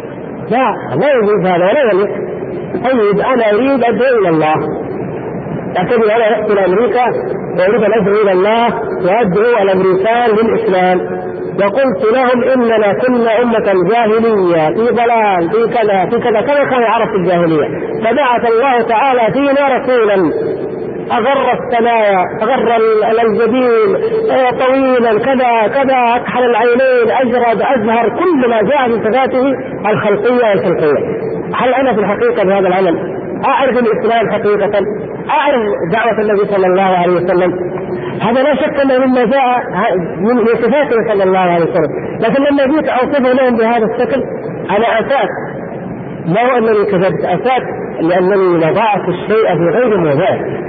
لا يجوز هذا ولا يليق. طيب أنا أريد أدعو إلى الله، أعتبر أنا رحت لأمريكا وأريد أن أدعو إلى الله وأدعو الأمريكان للإسلام، وقلت لهم إننا كنا أمة جاهلية في ضلال في كذا في كذا كما كان العرب في الجاهلية، فبعث الله تعالى فينا رسولا أغر الثنايا، أغر الجبين، طويلا كذا كذا، أكحل العينين، أجرد، أزهر، كل ما جاء من صفاته الخلقية والخلقية. هل أنا في الحقيقة بهذا العمل أعرف الإسلام حقيقة؟ أعرف دعوة النبي صلى الله عليه وسلم؟ هذا لا شك أنه مما جاء من صفاته صلى الله عليه وسلم. لكن لما جيت أوصفه لهم بهذا الشكل أنا أسأت، ما هو أنني كذبت، أسأت لأنني وضعت الشيء في غير موضعه.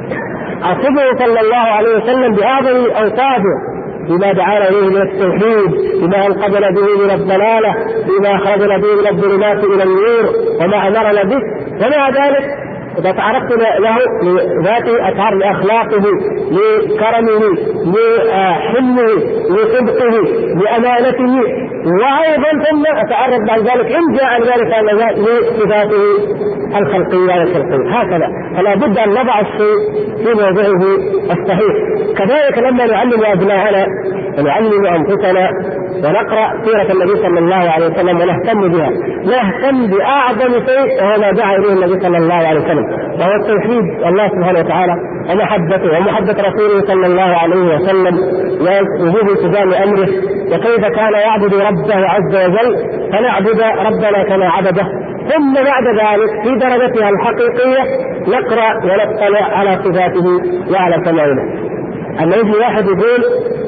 أصفه صلى الله عليه وسلم بأعظم أوصافه، بما دعانا إليه من التوحيد، بما أنقذنا به من الضلالة، بما أخرجنا به من الظلمات إلى النور، وما أمرنا به. ومع ذلك إذا تعرفت له لذاته أشعر لأخلاقه، لكرمه، لحلمه، لصدقه، لأمانته، وأيضا ثم أتعرف بعد ذلك إن جاء ذلك لصفاته الخلقية والخلقية. هكذا فلا بد أن نضع الشيء في موضعه الصحيح. كذلك لما نعلم أبناءنا ونعلم أنفسنا ونقرأ سيرة النبي صلى الله عليه وسلم ونهتم بها، نهتم بأعظم شيء وهو ما دعا إليه النبي صلى الله عليه وسلم، وهو التوحيد الله سبحانه وتعالى ومحبته ومحبة رسوله صلى الله عليه وسلم، ووجوب التزام أمره، وكيف كان يعبد ربه عز وجل، فنعبد ربنا كما عبده. ثم بعد ذلك في درجتها الحقيقية نقرأ ونطلع على صفاته وعلى كماله. أما يجي واحد يقول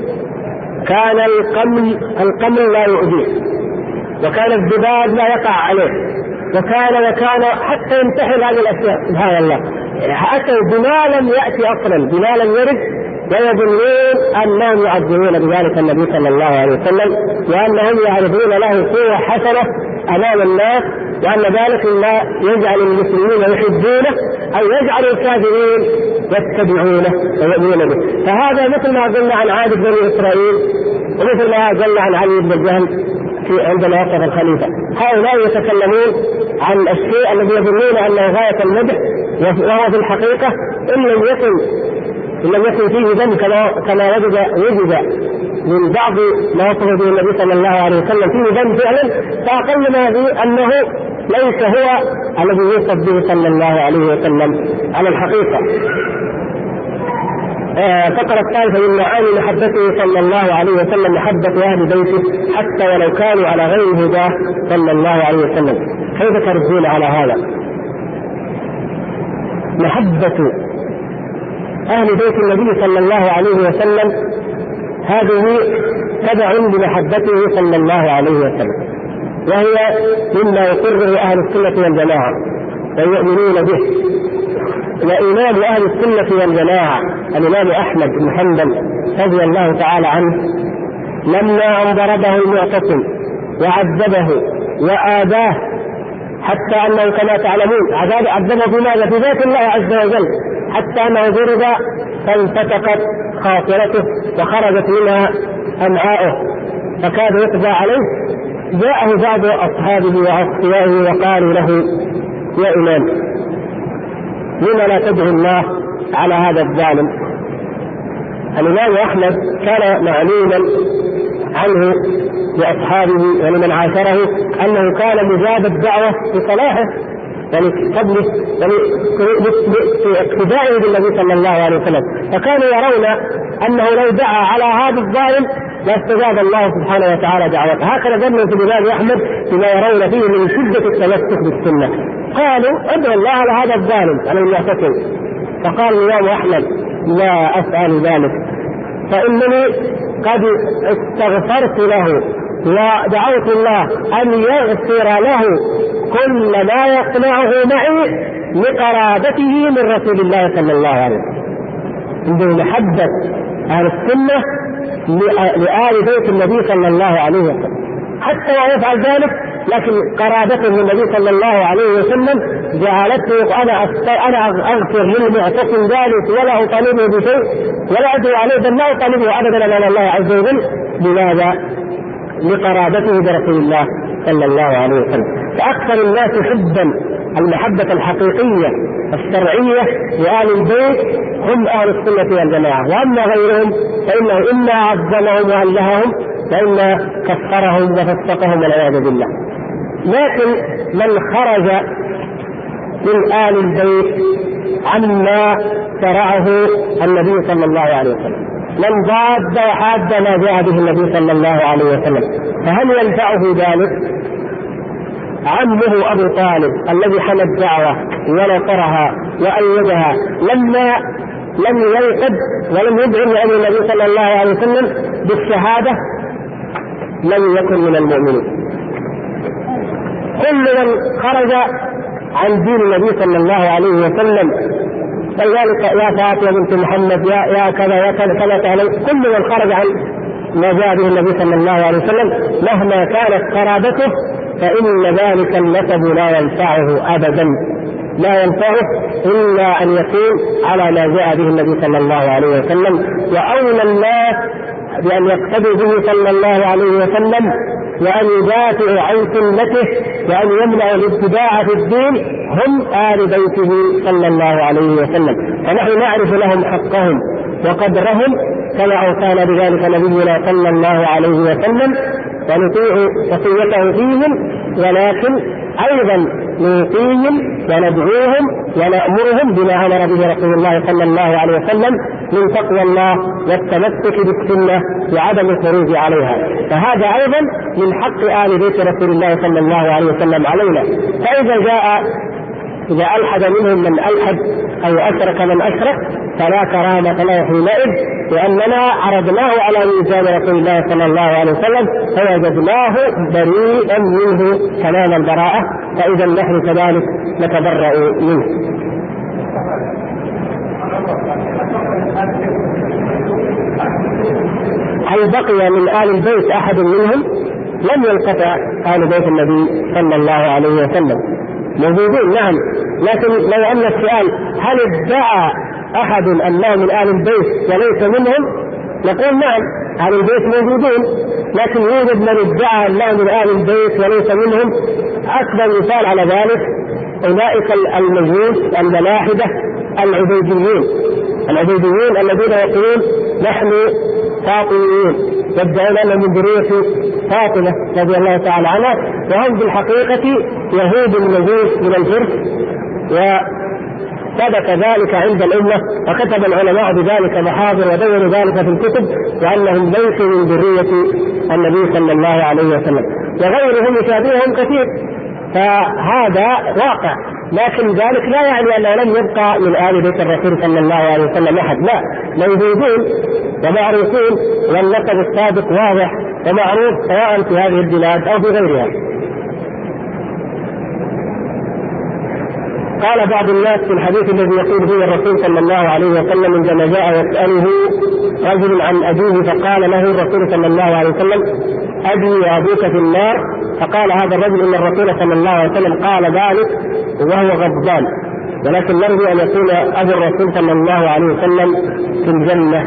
كان القمل لا يؤذيه، وكان الذباب لا يقع عليه، وكان حتى ينتحل هذه الأشياء، سبحان الله، أتوا بما لم يأتي أصلا، بما لم يرد، ويظنون أنهم يعظمون بذلك النبي صلى الله عليه وسلم، وأنهم يعرضون له صورة حسنة أمام الناس، وأن ذلك لا يجعل المسلمين يحبونه أو يجعل الكافرين يتبعونه ويؤمنون به. فهذا مثل ما قلنا عن عاد بني إسرائيل، ومثل ما قلنا عن علي بن الجهم عندما وصف الخليفة. هؤلاء يتكلمون عن الشيء الذي يظنون أنه غاية المدح، وهو في الحقيقة إن لم يكن فيه ذنب كما وجد من بعض ما وصف به النبي صلى الله عليه وسلم فيه ذنب فعلا، فأقل ما به أنه ليس هو الذي يوصف به صلى الله عليه وسلم على الحقيقة. فقرة الثالثة من معاني محبته صلى الله عليه وسلم محبة أهل بيته حتى ولو كانوا على غير هداه صلى الله عليه وسلم. كيف تردون على هذا؟ محبة أهل بيت النبي صلى الله عليه وسلم هذه تبع لمحبته صلى الله عليه وسلم، وهي مما يقرر أهل السنة والجماعة ويؤمنون به. وإمام أهل السنة والجماعة الإمام أحمد بن حنبل رضي الله تعالى عنه لما أن ضربه المعتصم وعذبه وآذاه، حتى أنه كما تعلمون عذبه بماذا؟ بذات الله عز وجل، حتى أنه ضرب فانفتقت خاطرته وخرجت منها أمعاؤه فكاد يقضى عليه. جاءه بعض أصحابه وأصفيائه وقالوا له: يا إمام، لما لا تدعو الله على هذا الظالم؟ الإمام أحمد كان معلوما عنه لأصحابه ولمن عاشره أنه كان مجاب الدعوة بصلاحه، يعني قبله، يعني في اقتدائه بالنبي صلى الله عليه وسلم، فكانوا يرون أنه لو دعا على هذا الظالم لاستجاب الله سبحانه وتعالى دعوته. هكذا ظنوا في الإمام أحمد بما يرون فيه من شدة التمسك بالسنة. قالوا ادعوا الله على هذا الظالم على المعتكف. فقال الإمام أحمد لا أفعل ذلك، فإنني قد استغفرت له ودعوت الله أن يغفر له كل ما يقنعه معي لقرابته من رسول الله صلى الله عليه وسلم. عنده محبة أهل السنة لآل بيت النبي صلى الله عليه وسلم، حتى لا يفعل ذلك لكن قرابته من النبي صلى الله عليه وسلم جعلته أنا أغفر للمعتصم ذلك ولا أطالبه بشيء ولا أدعو عليه، بل لا أطالبه أبدا على الله عز وجل. لماذا؟ لقرابته برسول الله صلى الله عليه وسلم. فأكثر الناس حبا المحبة الحقيقية الشرعية لآل البيت هم أهل السنة والجماعة، وأما غيرهم فإنه إما عظمهم وألههم وإما كفرهم وفسقهم والعياذ بالله. لكن من خرج من آل البيت عما شرعه النبي صلى الله عليه وسلم، من ضاد وحاد ما جاء به النبي صلى الله عليه وسلم، فهل ينفعه ذلك؟ عمه أبو طالب الذي حمى الدعوة ونصرها وأيدها لما لم ينقض ولم يدعو لأمر النبي صلى الله عليه وسلم بالشهادة لم يكن من المؤمنين. كل من خرج عن دين النبي صلى الله عليه وسلم، فلذلك يا فاطمة بنت محمد يا كذا يا كذا تعلم، كل من خرج عن ما جاء به النبي صلى الله عليه وسلم مهما كانت قرابته فإن ذلك النسب لا ينفعه أبدا، لا ينفعه إلا أن يكون على ما جاء به النبي صلى الله عليه وسلم. وأولى الناس بأن يقتدوا به صلى الله عليه وسلم وأن يدافعوا عن سنته وأن يمنعوا الابتداع في الدين هم آل بيته صلى الله عليه وسلم. فنحن نعرف لهم حقهم وقدرهم كما أوصانا بذلك نبينا صلى الله عليه وسلم، ونطيع وصيته فيهم، ولكن أيضا نطيعهم وندعوهم ونأمرهم بما أمر به رسول الله صلى الله عليه وسلم من تقوى الله والتمسك بالسنة وعدم الخروج عليها. فهذا أيضا من حق آل بيت رسول الله صلى الله عليه وسلم علينا. إذا ألحد منهم من ألحد أو أشرك من أشرك فلا كرامة له حينئذ، لأننا عرضناه على ميزان رسول الله صلى الله عليه وسلم فوجدناه بريئا منه تمام البراءة، فإذا نحن كذلك نتبرأ منه. هل بقي من آل البيت أحد منهم؟ لم ينقطع آل بيت النبي صلى الله عليه وسلم، موجودين نعم، لكن لو أن السؤال هل ادعى أحد أنه من آل البيت وليس منهم؟ نقول نعم، آل البيت موجودين، لكن يوجد من ادعى أنه من آل البيت وليس منهم. أكبر مثال على ذلك أولئك المجوس الملاحدة العبيديين الذين يقولون نحن فاطميين، يدعون أنهم من ذرية فاطمة رضي الله تعالى عنها، وهم بالحقيقة يهود المجوس من الفرس، وثبت ذلك عند الأمة وكتب العلماء بذلك محاضر ودونوا ذلك في الكتب، وأنهم ليسوا من ذرية النبي صلى الله عليه وسلم، وغيرهم يشابههم كثير. فهذا واقع، لكن ذلك لا يعني أنه لم يبقى من آل بيت الرسول صلى الله عليه وسلم أحد، لا، موجودون ومعروفين، واللقب السابق واضح ومعروف سواء في هذه البلاد أو في غيرها. قال بعض الناس في الحديث الذي يقول فيه الرسول صلى الله عليه وسلم عندما جاء يسأله رجل عن أبيه فقال له الرسول صلى الله عليه وسلم أبي وأبوك في النار، فقال هذا الرجل إن الرسول صلى الله عليه وسلم قال ذلك وهو غضبان، ولكن نرجو أن يكون أبو الرسول صلى الله عليه وسلم في الجنة.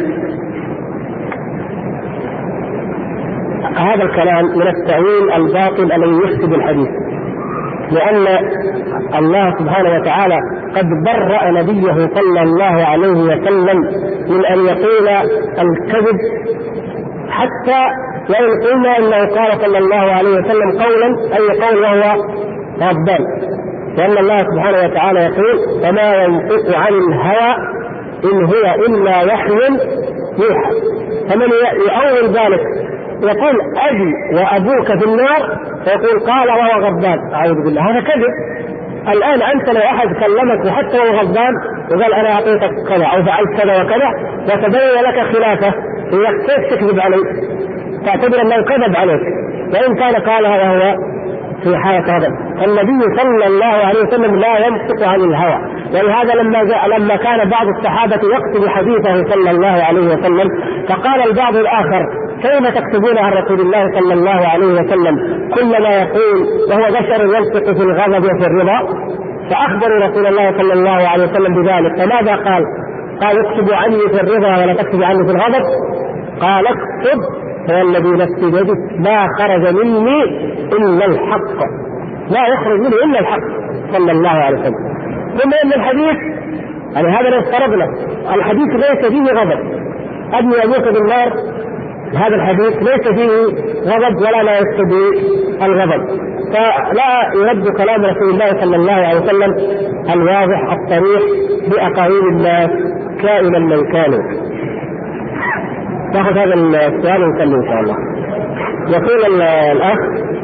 هذا الكلام من التأويل الباطل الذي يفسد الحديث، لأن الله سبحانه وتعالى قد برأ نبيه صلى الله عليه وسلم من أن يقول الكذب، حتى وإن قلنا إنه قال صلى الله عليه وسلم قولا أي قول وهو غضبان، لأن الله سبحانه وتعالى يقول وما ينطق عن الهوى إن هو إلا وحي يوحى. فمن يؤول ذلك يقول أبي وأبوك في النار، فيقول قال وهو غضبان، أعوذ بالله، هذا كذب. الآن أنت لو أحد كلمك وحتى لو غضبان وقال أنا أعطيتك كذا أو فعلت كذا وكذا وتبين لك خلافه، كيف تكذب عليه؟ تعتبر أنه كذب عليك وإن كان قالها وهو في حالة هذا. النبي صلى الله عليه وسلم لا ينطق عن الهوى، ولهذا لما كان بعض الصحابة يكتب حديثه صلى الله عليه وسلم فقال البعض الآخر كيف تكتبون عن رسول الله صلى الله عليه وسلم كل ما يقول وهو بشر ينطق في الغضب وفي الرضا؟ فأخبروا رسول الله صلى الله عليه وسلم بذلك، فماذا قال؟ قال اكتبوا عني في الرضا ولا تكتبوا عني في الغضب. قال اكتب فوالذي نفسي بيده ما خرج مني إلا الحق، لا يخرج مني إلا الحق صلى الله عليه وسلم. ثم إن الحديث يعني هذا لو افترضنا الحديث ليس فيه غضب، أبني أبوك بالنار، هذا الحديث ليس فيه غضب ولا لا يقتضي الغضب، فلا يرد كلام رسول الله صلى الله عليه وسلم الواضح الصريح بأقاويل الناس كائنا من كانوا. ناخذ هذا السؤال ونكمل ان شاء الله. يقول الاخ،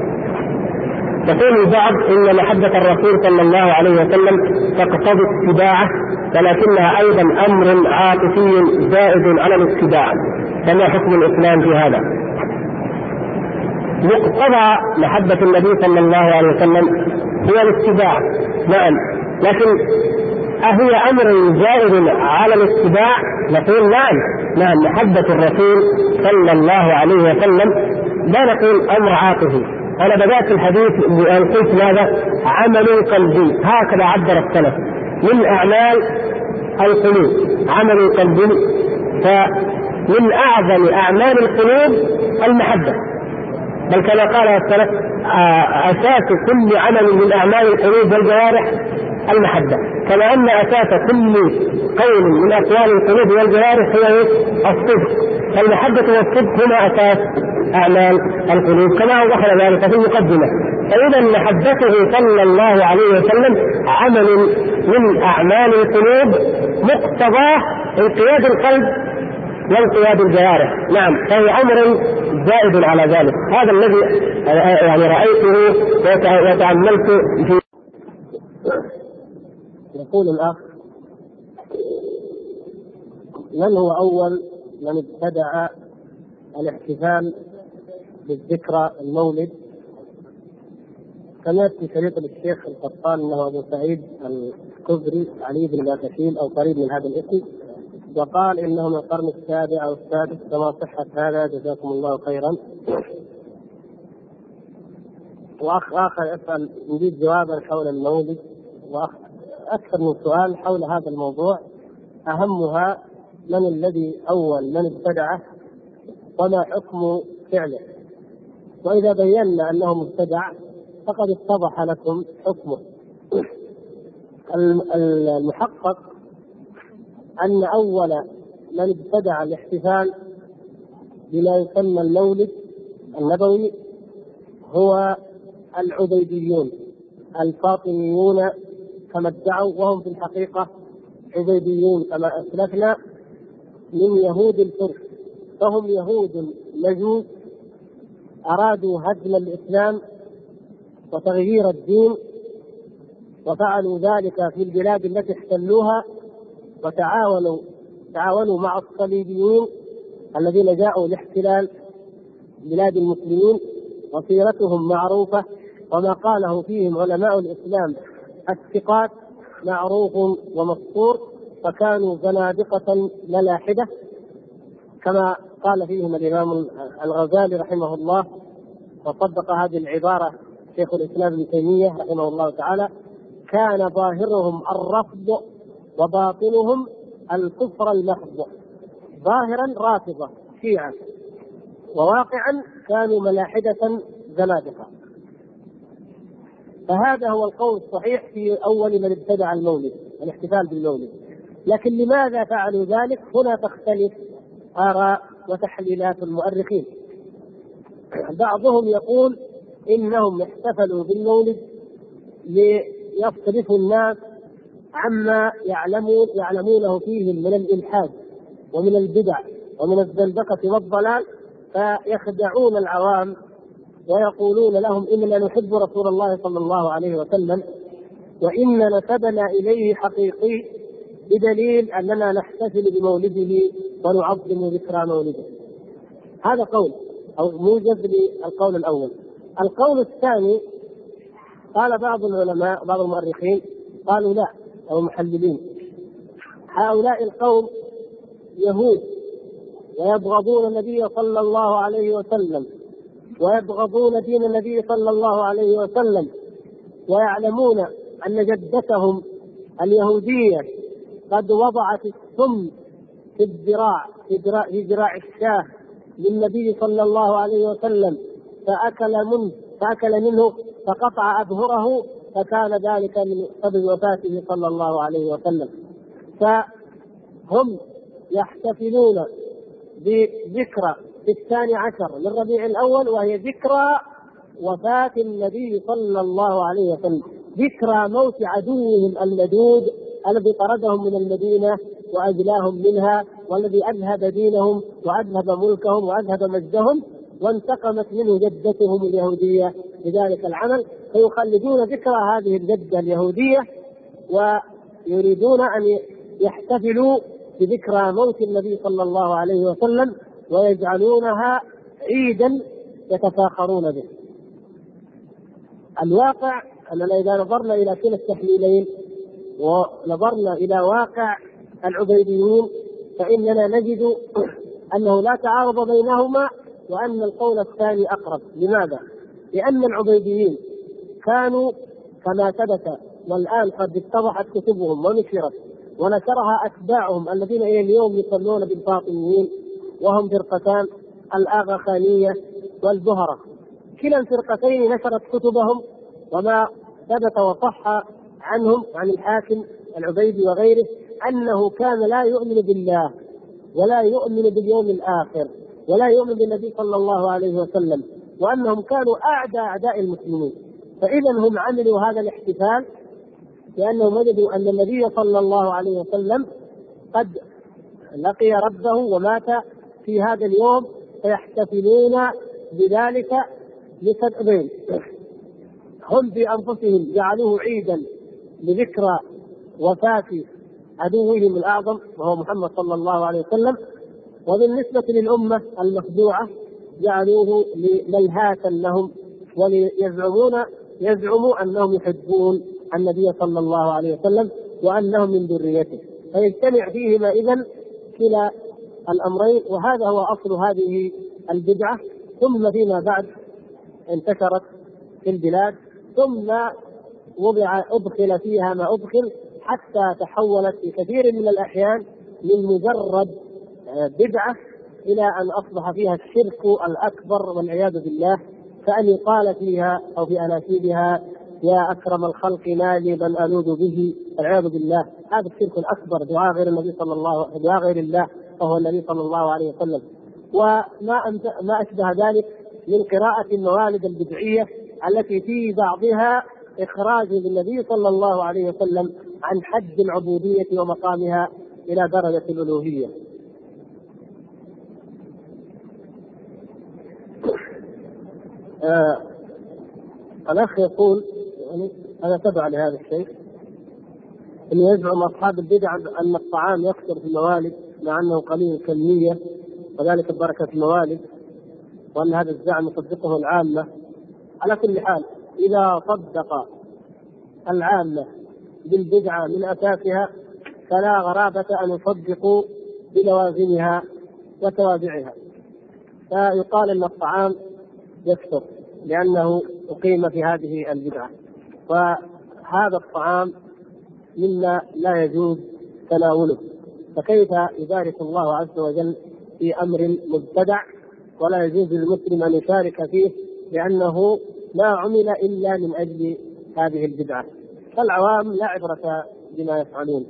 يقول البعض ان محبة الرسول صلى الله عليه وسلم تقتضي اتباعه ولكنها ايضا امر عاطفي زائد على الاتباع، فما حكم الاسلام في هذا؟ مقتضى محبة النبي صلى الله عليه وسلم هو الاتباع، نعم، لكن أهي أمر زائد على الاتباع؟ نقول نعم، محبة الرسول صلى الله عليه وسلم لا نقول أمر عاطفي. أنا بدأت الحديث بأن قلت ماذا؟ عمل قلبي، هكذا عبر السلف، من أعمال القلوب عمل قلبي، فمن أعظم أعمال القلوب المحبة، بل كما قال السلف أساس كل عمل من أعمال القلوب والجوارح المحبة، كما أن أساس كل قول من أقوال القلوب والجوارح هي الصدق، فالمحبة والصدق هما أساس أعمال القلوب كما وضح ذلك في المقدمة. فإذا محبته صلى الله عليه وسلم عمل من أعمال القلوب مقتضاه انقياد القلب وانقياد الجوارح، نعم، فهي أمر زائد على ذلك. هذا الذي يعني رأيته وتأملت فيه. يقول الأخ: من هو أول من ابتدع الاحتفال بالذكرى المولد؟ سمعت في شريط الشيخ القطان أنه أبو سعيد الكبري علي بن باتشيل أو قريب من هذا الاسم، وقال إنه من القرن السابع أو السادس، كما صحة هذا جزاكم الله خيرا. وأخ آخر يسأل نريد جوابا حول المولد، وأخ أكثر من سؤال حول هذا الموضوع، أهمها من الذي أول من ابتدعه وما حكم فعله، وإذا بينا أنه مبتدع فقد اتضح لكم حكمه. المحقق أن أول من ابتدع الاحتفال بما يسمى المولد النبوي هو العبيديون الفاطميون كما ادعوا، وهم في الحقيقة عبيديون كما أسلفنا من يهود الفرس، فهم يهود مجوس أرادوا هدم الإسلام وتغيير الدين، وفعلوا ذلك في البلاد التي احتلوها، وتعاونوا مع الصليبيين الذين جاءوا لاحتلال بلاد المسلمين، وسيرتهم معروفة، وما قاله فيهم علماء الإسلام الثقات معروف ومذكور، فكانوا زنادقة ملاحدة كما قال فيهم الإمام الغزالي رحمه الله، وطبق هذه العبارة شيخ الإسلام ابن تيمية رحمه الله تعالى: كان ظاهرهم الرفض وباطنهم الكفر المحض. ظاهرا رافضة شيعة، وواقعا كانوا ملاحدة زنادقة. فهذا هو القول الصحيح في أول من ابتدع المولد، الاحتفال بالمولد. لكن لماذا فعلوا ذلك؟ هنا تختلف آراء وتحليلات المؤرخين. بعضهم يقول إنهم احتفلوا بالمولد ليصرفوا الناس عما يعلمونه فيهم من الإلحاد ومن البدع ومن الزندقة والضلال، فيخدعون العوام ويقولون لهم إننا نحب رسول الله صلى الله عليه وسلم وإن نسبنا إليه حقيقي بدليل أننا نحتفل بمولده ونعظم ذكرى مولده. هذا قول أو موجز للقول الأول. القول الثاني قال بعض العلماء بعض المؤرخين قالوا لا، أو المحللين، هؤلاء القوم يهود ويبغضون النبي صلى الله عليه وسلم ويبغضون دين النبي صلى الله عليه وسلم، ويعلمون أن جدتهم اليهودية قد وضعت السم في ذراع الشاه للنبي صلى الله عليه وسلم فأكل منه فقطع أظهره، فكان ذلك من سبب وفاته صلى الله عليه وسلم. فهم يحتفلون بذكرى 12 من ربيع الأول، وهي ذكرى وفاة النبي صلى الله عليه وسلم، ذكرى موت عدوهم اللدود الذي طردهم من المدينة وأجلاهم منها، والذي أذهب دينهم وأذهب ملكهم وأذهب مجدهم، وانتقمت منه جدتهم اليهودية بذلك العمل، فيخلدون ذكرى هذه الجدة اليهودية ويريدون أن يحتفلوا بذكرى موت النبي صلى الله عليه وسلم ويجعلونها عيدا يتفاخرون به. الواقع أننا إذا نظرنا إلى كلا التحليلين ونظرنا إلى واقع العبيديين فإننا نجد أنه لا تعارض بينهما، وأن القول الثاني أقرب. لماذا؟ لأن العبيديين كانوا كما ثبت والآن قد اتضحت كتبهم ونشرت ونشرها أتباعهم الذين إلى اليوم يصلون بالفاطميين، وهم فرقتان الآغاخانية والزهرة. كلا الفرقتين نشرت كتبهم وما ثبت وصح عنهم عن الحاكم العبيدي وغيره أنه كان لا يؤمن بالله ولا يؤمن باليوم الآخر ولا يؤمن بالنبي صلى الله عليه وسلم، وأنهم كانوا أعداء المسلمين. فإذا هم عملوا هذا الاحتفال لأنهم وجدوا أن النبي صلى الله عليه وسلم قد لقي ربه ومات في هذا اليوم، فيحتفلون بذلك لسببين: هم بأنفسهم جعلوه عيدا لذكرى وفاة عدوهم الأعظم وهو محمد صلى الله عليه وسلم، وبالنسبة للأمة المخدوعة جعلوه ملهاة لهم وليزعموا أنهم يحبون النبي صلى الله عليه وسلم وأنهم من ذريته، فيجتمع فيهما إذن كلا الأمرين. وهذا هو أصل هذه البدعة. ثم فيما بعد انتشرت في البلاد، ثم أدخل فيها ما أدخل، حتى تحولت في كثير من الأحيان من مجرد بدعة إلى أن أصبح فيها الشرك الأكبر والعياذ بالله، فأن يقال فيها أو في أناشيدها: يا أكرم الخلق مالي من ألوذ به، والعياذ بالله. هذا الشرك الأكبر، دعاء غير النبي صلى الله دعاء غير الله وهو النبي صلى الله عليه وسلم. وما أشبه ذلك من قراءة الموالد البدعية التي في بعضها إخراج للنبي صلى الله عليه وسلم عن حد العبودية ومقامها إلى درجة الألوهية. الأخ يقول يعني أنا تبع لهذا الشيء، أن يزعم أصحاب البدع أن الطعام يكثر في الموالد مع أنه قليل الكمية وذلك بركة الموالد، وأن هذا الزعم يصدقه العامة. على كل حال، إذا صدق العامة بالبدعة من أساسها فلا غرابة أن يصدقوا بلوازمها وتوابعها. فيقال أن الطعام يكثر لأنه أقيم في هذه البدعة، وهذا الطعام مما لا يجوز تناوله، فكيف يبارك الله عز وجل في أمر مبتدع ولا يجوز للمسلم أن يشارك فيه لأنه ما عمل إلا من أجل هذه البدعة؟ فالعوام لا عبرة بما يفعلون.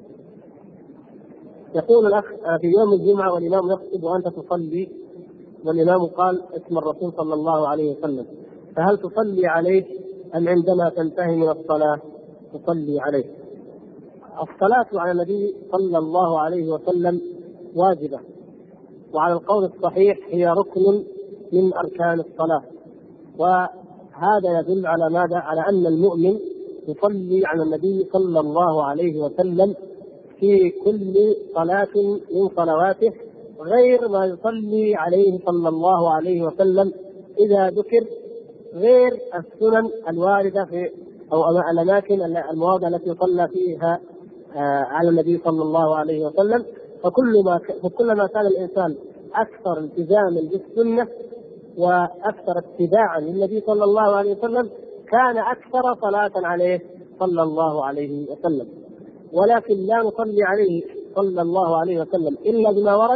يقول الأخ: في يوم الجمعة والإمام يخطب وأنت تصلي، والإمام قال اسم الرسول صلى الله عليه وسلم، فهل تصلي عليه أم عندما تنتهي من الصلاة تصلي عليه؟ الصلاة على النبي صلى الله عليه وسلم واجبة، وعلى القول الصحيح هي ركن من أركان الصلاة. وهذا يدل على ماذا؟ على أن المؤمن يصلي على النبي صلى الله عليه وسلم في كل صلاة من صلواته، غير ما يصلي عليه صلى الله عليه وسلم إذا ذكر غير السنن الواردة في أو الأماكن المواضع التي يصلى فيها على النبي صلى الله عليه وسلم. فكلما كان الإنسان أكثر التزاما بالسنة وأكثر اتباعا للنبي صلى الله عليه وسلم كان أكثر صلاة عليه صلى الله عليه وسلم. ولكن لا نصلي عليه صلى الله عليه وسلم إلا بما ورد،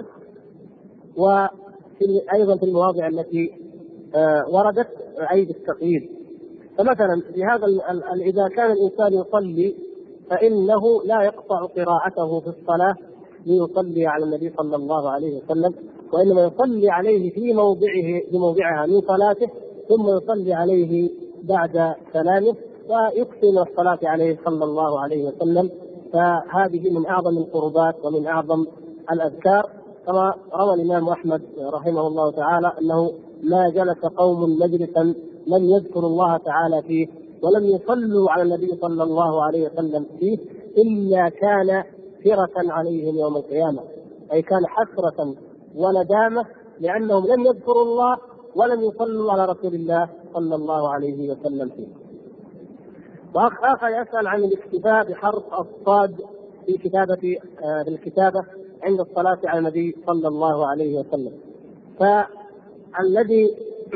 وأيضا في المواضع التي وردت أي بالتقييد. فمثلا في هذا إذا كان الإنسان يصلي فإنه لا يقطع قراءته في الصلاة ليصلي على النبي صلى الله عليه وسلم، وإنما يصلي عليه في موضعها من صلاته، ثم يصلي عليه بعد سلامه ويكثر الصلاة عليه صلى الله عليه وسلم. فهذه من أعظم القربات ومن أعظم الأذكار، كما روى الإمام أحمد رحمه الله تعالى أنه ما جلس قوم مجلسا لم يذكروا الله تعالى فيه ولم يصلوا على النبي صلى الله عليه وسلم فيه إلا كان فرة عليهم يوم القيامة، أي كان حسرة وندامة لأنهم لم يذكروا الله ولم يصلوا على رسول الله صلى الله عليه وسلم فيه. وآخر يسأل عن الاكتفاء بحرف الصاد في الكتابة عند الصلاة على النبي صلى الله عليه وسلم. فالذي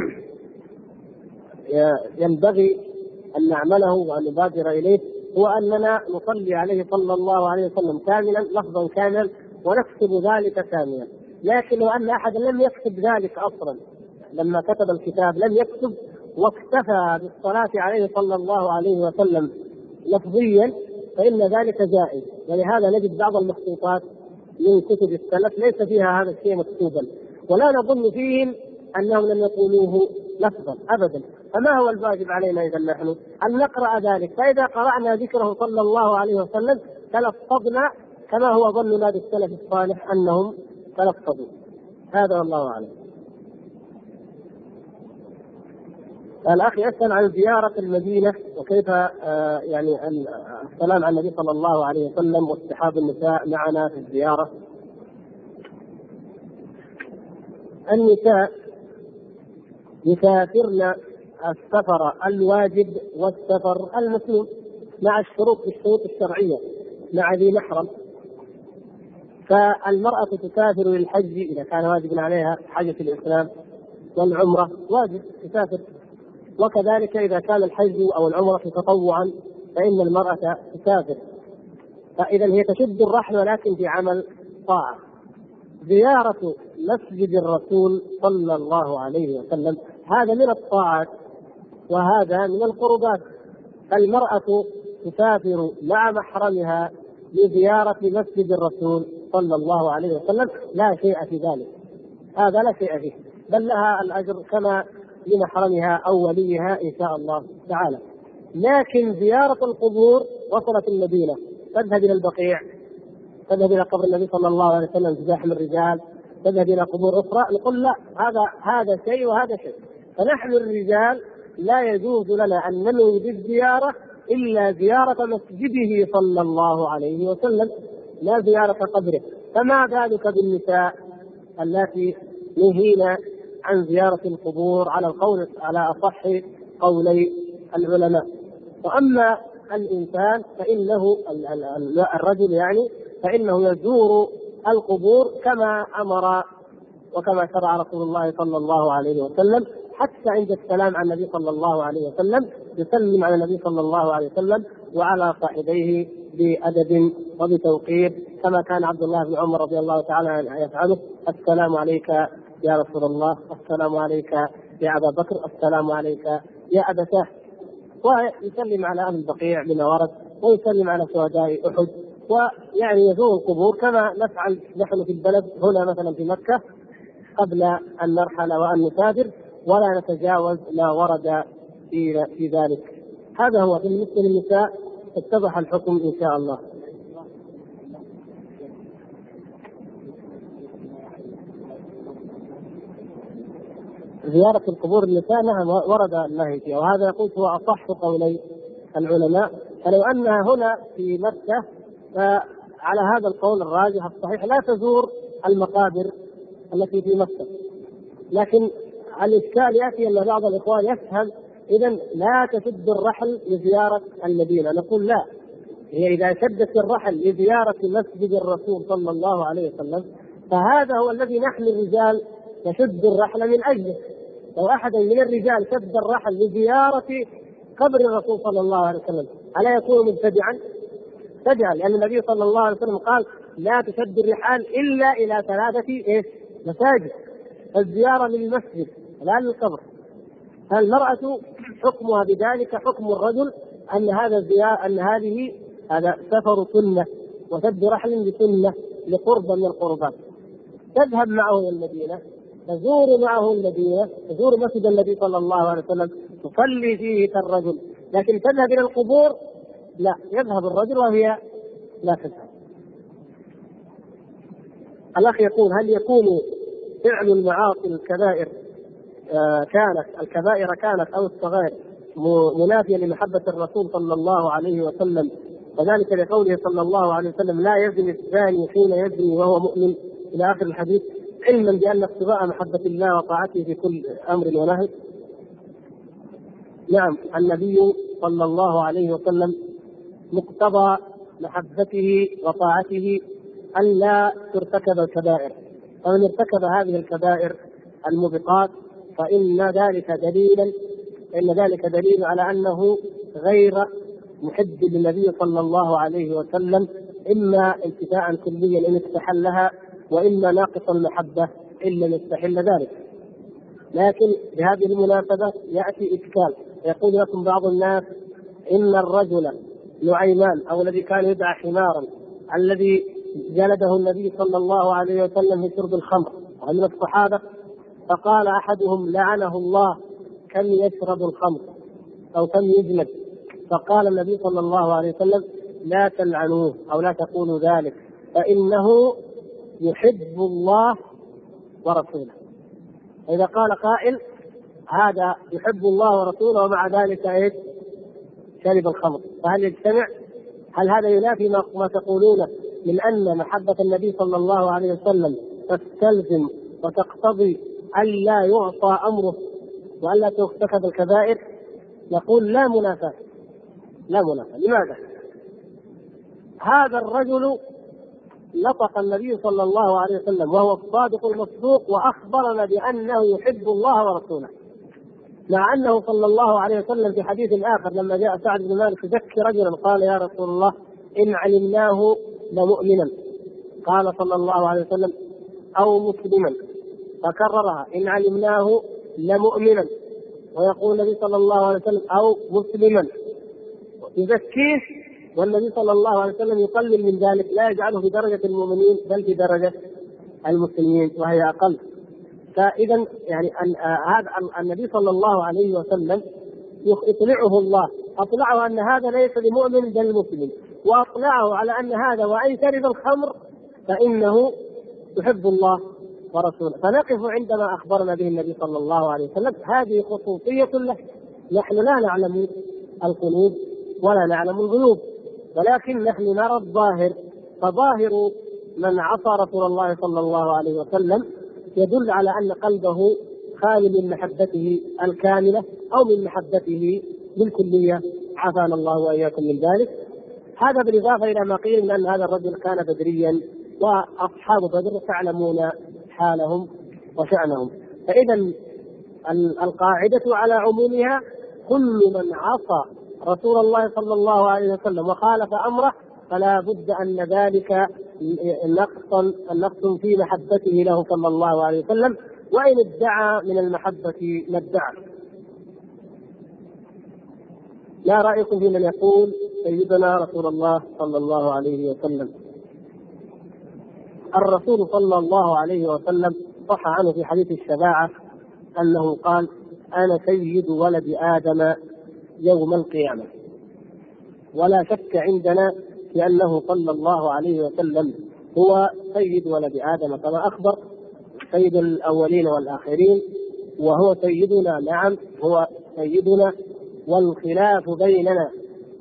ينبغي أن نعمله وأن نبادر إليه هو أننا نصلي عليه صلى الله عليه وسلم كاملا لفظا كاملا ونكتب ذلك كاملا. لكن لو أن أحد لم يكتب ذلك أصلا، لما كتب الكتاب لم يكتب واكتفى بالصلاة عليه صلى الله عليه وسلم لفظيا فإن ذلك جائز. ولهذا نجد بعض المخطوطات من كتب السلف ليس فيها هذا الشيء مكتوبا، ولا نظن فيهم أنهم لم يقولوه لفظا أبدا. فما هو الواجب علينا إذا نحن أن نقرأ ذلك؟ فإذا قرأنا ذكره صلى الله عليه وسلم تلفظنا كما هو ظننا بالسلف الصالح أنهم تلفظوا. هذا والله أعلم. الأخ يسأل عن زيارة المدينة وكيف يعني السلام على النبي صلى الله عليه وسلم واصطحاب النساء معنا في الزيارة. النساء يسافرن السفر الواجب والسفر المسنون مع الشروط الشرعية مع ذي محرم. فالمرأة تسافر للحج إذا كان واجبا عليها حجة الإسلام، والعمرة واجب تسافر، وكذلك إذا كان الحج أو العمرة تطوعا فإن المرأة تسافر. فإذا هي تشد الرحل ولكن في عمل طاعة. زيارة مسجد الرسول صلى الله عليه وسلم هذا من الطاعات وهذا من القربات. المرأة تسافر مع محرمها لزيارة مسجد الرسول صلى الله عليه وسلم، لا شيء في ذلك، هذا لا شيء فيه، بل لها الأجر كما لمحرمها أو وليها إن شاء الله تعالى. لكن زيارة القبور، وصلت المدينة تذهب إلى البقيع، تذهب إلى قبر النبي صلى الله عليه وسلم تزاحم الرجال، تذهب إلى قبور أخرى، نقول لا، هذا شيء وهذا شيء. فنحن الرجال لا يجوز لنا أن ننوي بالزيارة إلا زيارة مسجده صلى الله عليه وسلم، لا زيارة قبره. فما ذلك بالنساء التي نهينا عن زيارة القبور على أصح قولي العلماء. وأما الإنسان فإنه الرجل يعني فإنه يزور القبور كما أمر وكما شرع رسول الله صلى الله عليه وسلم. حتى عند السلام على النبي صلى الله عليه وسلم يسلم على النبي صلى الله عليه وسلم وعلى صاحبيه بأدب وبتوقير، كما كان عبد الله بن عمر رضي الله تعالى يفعله: السلام عليك يا رسول الله، السلام عليك يا أبا بكر، السلام عليك يا أبا سهل. ويسلم على أهل البقيع بما ورد، ويسلم على شهداء أحد، ويعني يزور القبور كما نفعل نحن في البلد هنا مثلا في مكة قبل أن نرحل وأن نسافر، ولا نتجاوز ما ورد في ذلك. هذا هو بالنسبة للنساء، اتضح الحكم إن شاء الله. زيارة القبور النساء نعم ورد النهي فيها، وهذا يقول هو أصح قولي العلماء. فلو أنها هنا في مكة فعلى هذا القول الراجح الصحيح لا تزور المقابر التي في مكة. لكن الإشكال يأتي أن بعض الإخوان يفهم إذا لا تشد الرحل لزيارة المدينة. نقول لا، هي إذا شدت الرحل لزيارة مسجد الرسول صلى الله عليه وسلم فهذا هو الذي نحن الرجال نشد الرحل من أجله. لو أحد من الرجال شد الرحل لزيارة قبر الرسول صلى الله عليه وسلم ألا يكون مبتدعا؟ مبتدعا، لأن النبي صلى الله عليه وسلم قال لا تشد الرحال إلا إلى 3 مساجد، الزيارة للمسجد لا للقبر. فالمرأة حكمها بذلك حكم الرجل، أن هذا سفر سنة وشد رحل بسنة لقرب من القربات. تذهب معه إلى المدينة، تزور معه المدينة، تزور مسجد النبي صلى الله عليه وسلم، تصلي فيه كالرجل. لكن تذهب إلى القبور لا، يذهب الرجل وهي لا تذهب. الأخ يقول هل يكون فعل المعاصي الكبائر كانت أو الصغائر منافية لمحبة الرسول صلى الله عليه وسلم، وذلك لقوله صلى الله عليه وسلم لا يزني الزاني حين يزني وهو مؤمن إلى آخر الحديث، علما بأن اقتضاء محبة الله وطاعته في كل أمر ونهي. نعم، النبي صلى الله عليه وسلم مقتضى محبته وطاعته أن لا ترتكب الكبائر، فمن ارتكب هذه الكبائر الموبقات فإن ذلك دليل على أنه غير محب للنبي صلى الله عليه وسلم، إما انتفاعا كليا إن استحلها، وإما ناقص المحبة إن لم يستحل ذلك. لكن بهذه المناسبة يأتي إشكال، يقول لكم بعض الناس إن الرجل نعيمان أو الذي كان يدعى حمارا الذي جلده النبي صلى الله عليه وسلم في شرب الخمر ومن الصحابة، فقال أحدهم لعنه الله كم يشرب الخمر أو كم يجلد، فقال النبي صلى الله عليه وسلم لا تلعنوه أو لا تقولوا ذلك فإنه يحب الله ورسوله. إذا قال قائل هذا يحب الله ورسوله ومع ذلك شرب الخمر، فهل يجتمع؟ هل هذا ينافي ما تقولونه من أن محبة النبي صلى الله عليه وسلم تستلزم وتقتضي ألا يعطى أمره وألا ترتكب الكبائر؟ نقول لا منافاة. لماذا؟ هذا الرجل لطق النبي صلى الله عليه وسلم وهو الصادق المصدوق وأخبرنا بأنه يحب الله ورسوله، مع أنه صلى الله عليه وسلم في حديث آخر لما جاء سعد بن مالك يزكي رجلا قال يا رسول الله إن علمناه لمؤمنا، قال صلى الله عليه وسلم أو مسلما، فكررها إن علمناه لمؤمنا، ويقول النبي صلى الله عليه وسلم أو مسلما، يزكيه والنبي صلى الله عليه وسلم يقلل من ذلك، لا يجعله في درجة المؤمنين بل في درجة المسلمين وهي أقل. فإذا يعني هذا النبي صلى الله عليه وسلم يطلعه الله، أطلعه أن هذا ليس لمؤمن بل مسلم، وأطلعه على أن هذا وإن شرب الخمر فإنه يحب الله ورسوله. فنقف عندما أخبرنا به النبي صلى الله عليه وسلم، هذه خصوصية له، نحن لا نعلم القلوب ولا نعلم الغيوب، ولكن نحن نرى الظاهر. فظاهر من عصى رسول الله صلى الله عليه وسلم يدل على أن قلبه خالي من محبته الكاملة أو من محبته بالكلية، عافانا الله وإياكم من ذلك. هذا بالإضافة إلى ما قيل من أن هذا الرجل كان بدريا، وأصحاب بدر تعلمون حالهم وشأنهم. فإذا القاعدة على عمومها كل من عصى رسول الله صلى الله عليه وسلم وخالف أمره فلا بد أن ذلك نقص في محبته له صلى الله عليه وسلم، وإن ادعى من المحبة ما ادعى. لا رأيكم في من يقول سيدنا رسول الله صلى الله عليه وسلم؟ الرسول صلى الله عليه وسلم صح عنه في حديث الشفاعة أنه قال أنا سيد ولد آدم يوم القيامة، ولا شك عندنا في أنه صلى الله عليه وسلم هو سيد ولد آدم كما أخبر، سيد الأولين والآخرين، وهو سيدنا. نعم هو سيدنا، والخلاف بيننا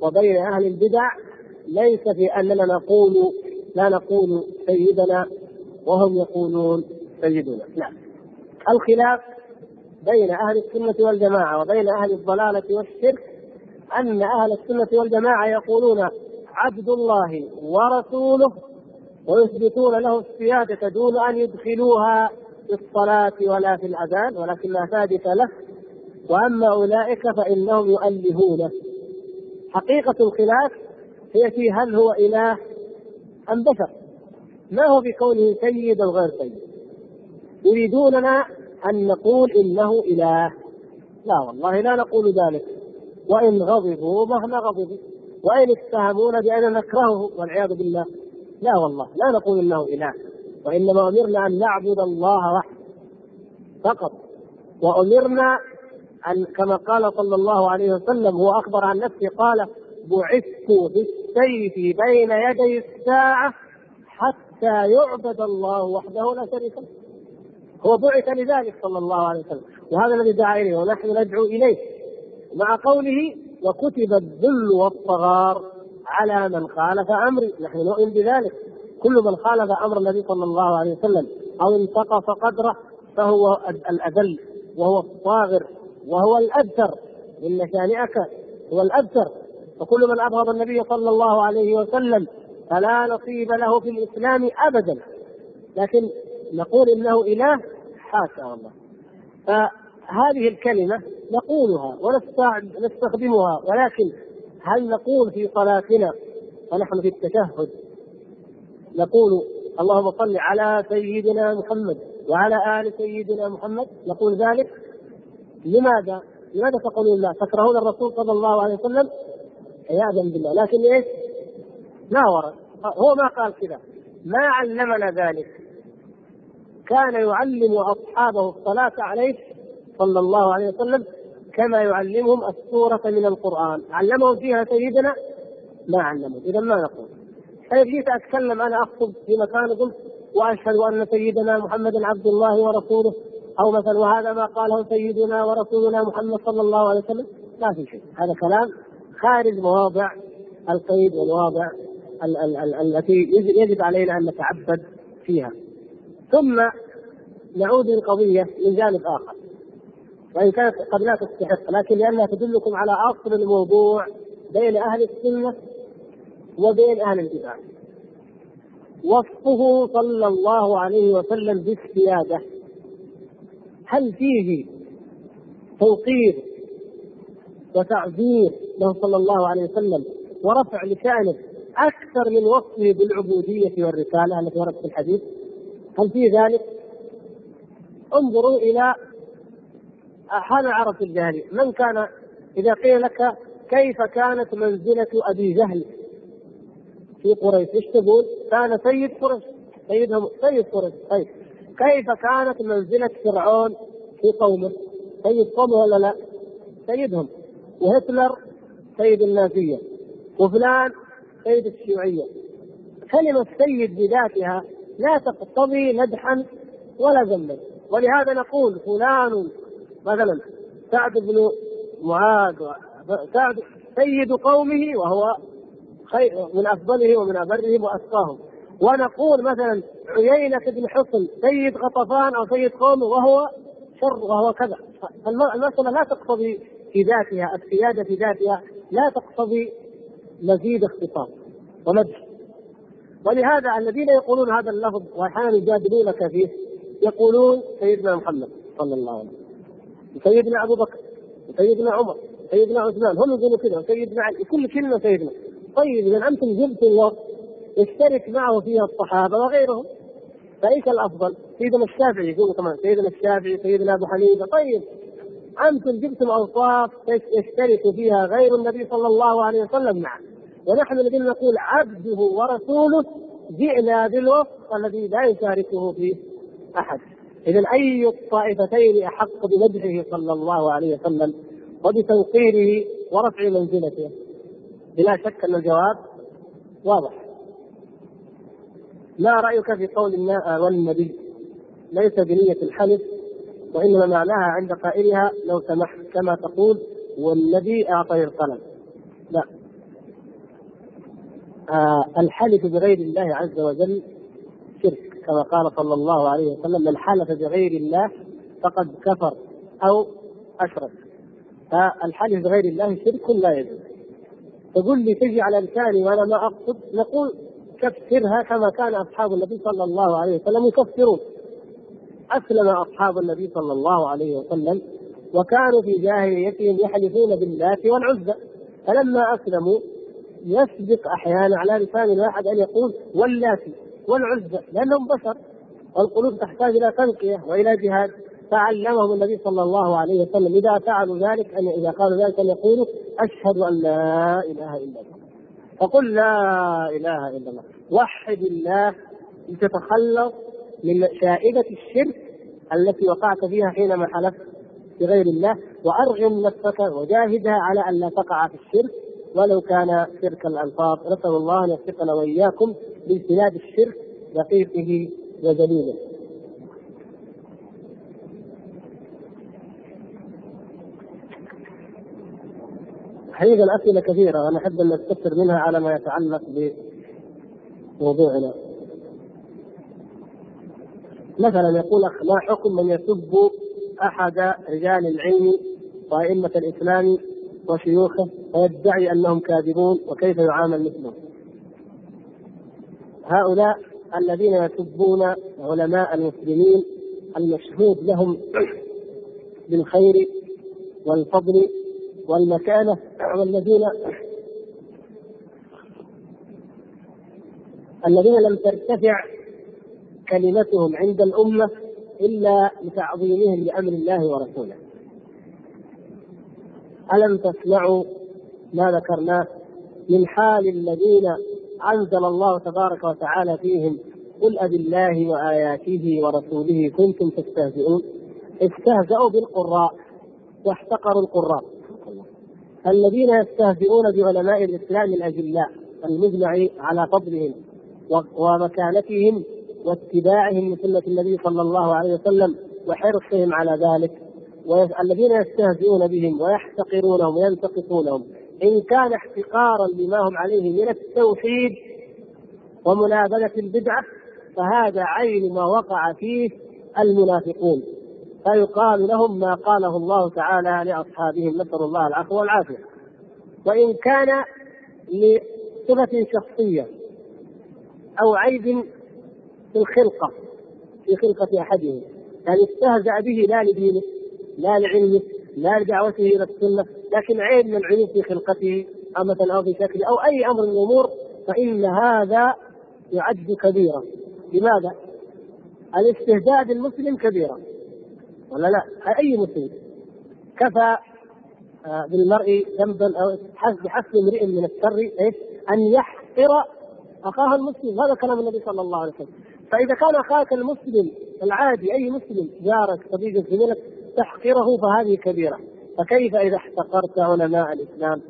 وبين أهل البدع ليس في أننا لا نقول سيدنا وهم يقولون سيدنا، لا. الخلاف بين أهل السنة والجماعة وبين أهل الضلالة والشرك أن أهل السنة والجماعة يقولون عبد الله ورسوله ويثبتون له السيادة دون أن يدخلوها في الصلاة ولا في الأذان ولكنها ثابتة له، وأما أولئك فإنهم يؤلهونه. حقيقة الخلاف هي في هل هو إله أم بشر، ما هو في كونه سيد أو غير سيد. يريدوننا أن نقول إنه إله، لا والله لا نقول ذلك، وإن غضبوا مهما غضبوا، وإن اتهمونا بأن نكرهه والعياذ بالله، لا والله لا نقول إنه إله، وإنما أمرنا أن نعبد الله وحده فقط. وأمرنا أن كما قال صلى الله عليه وسلم، هو أخبر عن نفسه قال: بعثت بالسيف بين يدي الساعة حتى يعبد الله وحده لا شريك له. هو بعث لذلك صلى الله عليه وسلم، وهذا الذي دعا إليه ونحن ندعو إليه، مع قوله: وكتب الذل والصغار على من خالف أمري. نحن نؤمن بذلك، كل من خالف أمر النبي صلى الله عليه وسلم أو انتقص قدره فهو الأذل وهو الصاغر وهو الأبتر، إن شانئك هو الأبتر. وكل من أبغض النبي صلى الله عليه وسلم فلا نصيب له في الإسلام أبدا. لكن نقول إنه إله، حاشا والله. فهذه الكلمة نقولها ونستخدمها، ولكن هل نقول في صلاتنا ونحن في التشهد نقول اللهم صل على سيدنا محمد وعلى آل سيدنا محمد؟ نقول ذلك؟ لماذا تقولون لا؟ تكرهون الرسول صلى الله عليه وسلم؟ عياذا بالله. لكن ايش؟ ما ورد، هو ما قال كذا، ما علمنا ذلك. كان يعلم أصحابه الصلاة عليه صلى الله عليه وسلم كما يعلمهم السورة من القرآن. علمهم فيها سيدنا؟ ما علمهم. إذا ما نقول. طيب جيت أتكلم أنا أخطب في مكان قلت وأشهد أن سيدنا محمد عبد الله ورسوله، أو مثلا وهذا ما قاله سيدنا ورسولنا محمد صلى الله عليه وسلم، ما في شيء. هذا كلام خارج مواضع القيد والمواضع التي يجب علينا أن نتعبد فيها. ثم نعود للقضية من جانب آخر، وإن كانت قد لا تستحق، لكن لأنها تدلكم على أصل الموضوع بين أهل السنة وبين أهل البدع. وصفه صلى الله عليه وسلم بالسيادة، هل فيه توقير وتعذير له صلى الله عليه وسلم ورفع لشأنه أكثر من وصفه بالعبودية والرسالة التي وردت في الحديث؟ هل فيه ذلك؟ انظروا إلى حال العرب في الجاهلية. من كان إذا قيل لك كيف كانت منزلة أبي جهل في قريش، ايش تقول؟ كان سيد قريش، سيدهم سيد قريش. طيب كيف كانت منزلة فرعون في قومه؟ سيد قومه ولا لا؟ سيدهم. وهتلر سيد النازية، وفلان سيد الشيوعية. كلمة سيد بذاتها لا تقتضي مدحا ولا ذما، ولهذا نقول فلان مثلا سعد بن معاذ سعد سيد قومه وهو من أفضلهم ومن أبرهم وأتقاهم، ونقول مثلا عيينة بن حصن سيد غطفان أو سيد قومه وهو شر وهو كذا. المسألة لا تقتضي في ذاتها، السيادة في ذاتها لا تقتضي مزيد اختصاص ومدح. ولهذا الذين يقولون هذا اللفظ وأحيانا يجادلونك فيه يقولون سيدنا محمد صلى الله عليه وسلم، سيدنا أبو بكر، سيدنا عمر، سيدنا عثمان، هم يقولوا كذا، سيدنا علي، كل كلمة سيدنا. طيب إذا أنتم جبتوا الوصف يشترك معه فيها الصحابة وغيرهم، فأيك الأفضل؟ سيدنا الشافعي يقولوا كمان سيدنا الشافعي، سيدنا أبو حنيفة. طيب أنتم جبتم أوصاف يشترك فيها غير النبي صلى الله عليه وسلم. نعم، ونحن الذين نقول عبده ورسوله جئنا بالوصف الذي لا يشاركه فيه أحد. إذن أي الطائفتين أحق بمدحه صلى الله عليه وسلم وبتوقيره ورفع منزلته؟ بلا شك أن الجواب واضح. ما رأيك في قول والنبي ليس بنية الحلف، وإنما معناها عند قائلها لو سمحت، كما تقول والذي أعطيه القلم؟ لا، الحلف بغير الله عز وجل شرك، كما قال صلى الله عليه وسلم: من حلف بغير الله فقد كفر أو أشرك. فالحلف بغير الله شرك لا يجوز. تقول لي تجي على لساني وأنا ما أقصد، نقول كفرها كما كان أصحاب النبي صلى الله عليه وسلم يكفرون. أسلم أصحاب النبي صلى الله عليه وسلم وكانوا في جاهليتهم يحلفون باللات والعزى، فلما أسلموا يسبق أحيانا على لسان الواحد أن يقول واللاتي والعزى، لأنهم بشر والقلوب تحتاج إلى تنقية وإلى جهاد. فعلمهم النبي صلى الله عليه وسلم إذا فعلوا ذلك إذا قالوا ذلك أن يقولوا: أشهد أن لا إله إلا الله. فقل لا إله إلا الله، وحد الله لتتخلص من شائبة الشرك التي وقعت فيها حينما حلفت بغير الله، وأرغم نفسك وجاهدها على أن لا تقع في الشرك ولو كان شرك الألفاظ. نسأل الله أن يوفقنا وإياكم باجتناب الشرك دقيقه وجليله. حقيقة الأسئلة كثيرة وأنا أحب أن نستفسر منها على ما يتعلق بموضوعنا. مثلا يقول: ما حكم من يسب أحد رجال العلم وأئمة الإسلام وشيوخه ويدعي أنهم كاذبون، وكيف يعامل مثلهم؟ هؤلاء الذين يسبون علماء المسلمين المشهود لهم بالخير والفضل والمكانة، الذين لم ترتفع كلمتهم عند الأمة إلا لتعظيمهم لأمر الله ورسوله. ألم تسمعوا ما ذكرناه من حال الذين أنزل الله تبارك وتعالى فيهم: قل أبالله وآياته ورسوله كنتم تستهزئون؟ استهزأوا بالقراء واحتقروا القراء. الذين يستهزئون بعلماء الإسلام الأجلاء المجمع على فضلهم ومكانتهم واتباعهم لسنة النبي صلى الله عليه وسلم وحرصهم على ذلك، والذين يستهزئون بهم ويحتقرونهم وينتقصونهم، إن كان احتقارا لما هم عليه من التوحيد ومنابذة البدعة فهذا عين ما وقع فيه المنافقون، فيقال لهم ما قاله الله تعالى لأصحابهم، نسأل الله العفو والعافية. وإن كان لصفة شخصية أو عيب في الخلقة، في خلقة أحدهم، يعني استهزأ به لا لدينه لا لعلمه لا لدعوته إلى السنة، لكن عيب من العيوب في خلقته أو مثلا أو في شكله أو أي أمر من الأمور، فإن هذا يعد كبيرا. لماذا؟ الاستهزاء بالمسلم كبيرا ولا لا؟ أي مسلم كفى بالمرء ذنبا أو بحسب امرئ من الشر أن يحقر أخاه المسلم. هذا كلام النبي صلى الله عليه وسلم. فإذا كان أخاك المسلم العادي أي مسلم جارك صديقك زميلك تحقره فهذه كبيرة، فكيف إذا احتقرت علماء الإسلام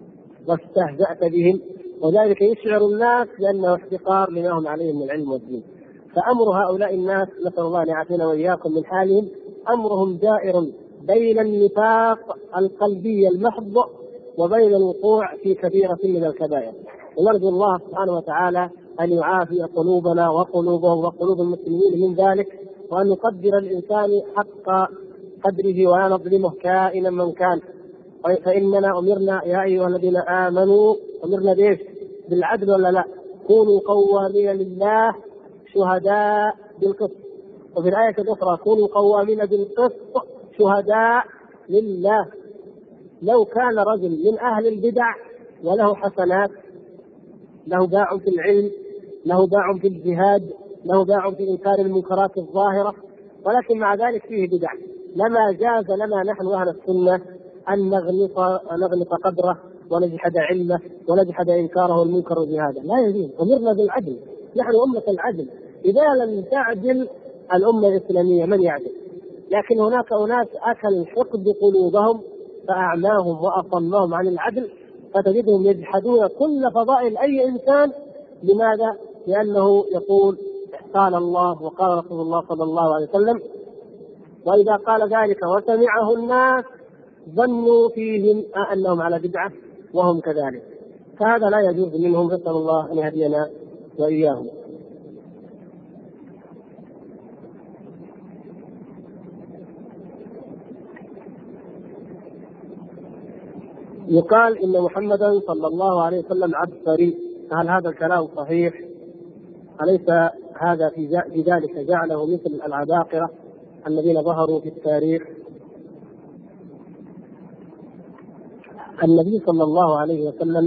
واستهزأت بهم؟ وذلك يشعر الناس بأنه احتقار لما هم عليه من العلم والدين. فأمر هؤلاء الناس نسأل الله أن يعافينا وإياكم من حالهم، أمرهم دائر بين النفاق القلبي المحض وبين الوقوع في كبيرة من الكبائر. ونرجو الله سبحانه وتعالى أن يعافي قلوبنا وقلوبهم وقلوب المسلمين من ذلك، وأن يقدر الإنسان حق قدره ولا نظلمه كائنا من كان. فإننا أمرنا يا أيها الذين آمنوا، أمرنا بإيش؟ بالعدل ولا لا؟ كونوا قوامين لله شهداء بالقسط. وفي الآية الأخرى كونوا قوامين بالقسط شهداء لله. لو كان رجل من أهل البدع وله حسنات، له باع في العلم، له باع في الجهاد، له باع في إنكار المنكرات الظاهرة، ولكن مع ذلك فيه بدع، لما جاز لنا نحن أهل السنة أن نغلط قدره ونجحد علمه ونجحد إنكاره المنكر بهذا. لا يجوز. أمرنا بالعدل، نحن أمة العدل. إذا لم تعدل الأمة الإسلامية من يعدل؟ لكن هناك أناس أكل الحقد قلوبهم فأعماهم وأصمهم عن العدل، فتجدهم يجحدون كل فضائل أي إنسان. لماذا؟ لأنه يقول قال الله وقال رسول الله صلى الله عليه وسلم، وإذا قال ذلك وسمعه الناس ظنوا فيهم أنهم على بدعة وهم كذلك. فهذا لا يجوز منهم، نسأل الله أن يهدينا وإياهم. يقال إن محمدا صلى الله عليه وسلم عبقري، هل هذا الكلام صحيح؟ أليس هذا في ذلك جعله مثل العباقرة الذين ظهروا في التاريخ؟ النبي صلى الله عليه وسلم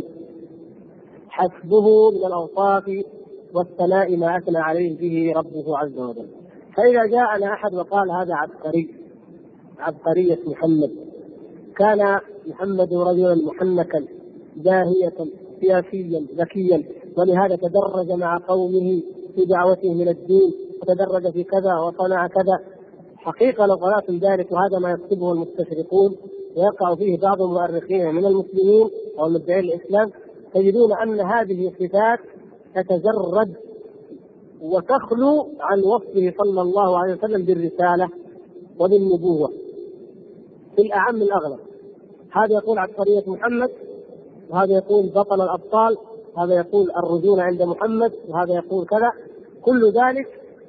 حسبه من الأوصاف والثناء ما أثنى عليه به ربه عز وجل. فإذا جاءنا أحد وقال هذا عبقري، عبقرية محمد، كان محمد رجلا محنكا داهية سياسيا ذكيا، ولهذا تدرج مع قومه في دعوته من الدين، وتدرج في كذا وصنع كذا. حقيقة لو قرأتم ذلك، وهذا ما يكتبه المستشرقون ويقع فيه بعض المؤرخين من المسلمين أو المدعين الإسلام، تجدون أن هذه الصفات تتجرد وتخلو عن وصفه صلى الله عليه وسلم بالرسالة وبالنبوة في الأعم الأغلب. هذا يقول عبقرية محمد، وهذا يقول بطل الأبطال، هذا يقول الرجولة عند محمد، وهذا يقول كذا. كل ذلك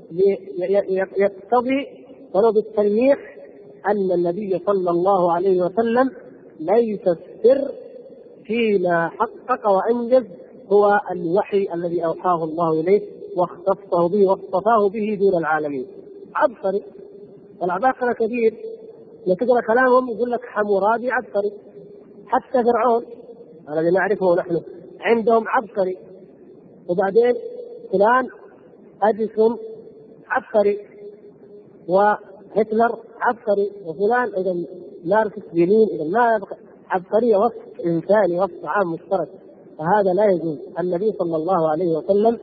يقتضي ولو بالتلميح أن النبي صلى الله عليه وسلم ليس السر فيما حقق وأنجز هو الوحي الذي أوحاه الله إليه واختصه به واصطفاه به دون العالمين. عبقري، والعباقرة كثير، لتقرأ كلامهم يقول لك حمورابي عبقري، حتى فرعون الذي نعرفه نحن عندهم عبقري، وبعدين فلان أديسون عبقري، وهتلر عبقري، وفلان إذا ماركس لينين، إذا ما يبقى عبقرية وصف إنساني، وصف عام مشترك، فهذا لا يجوز. النبي صلى الله عليه وسلم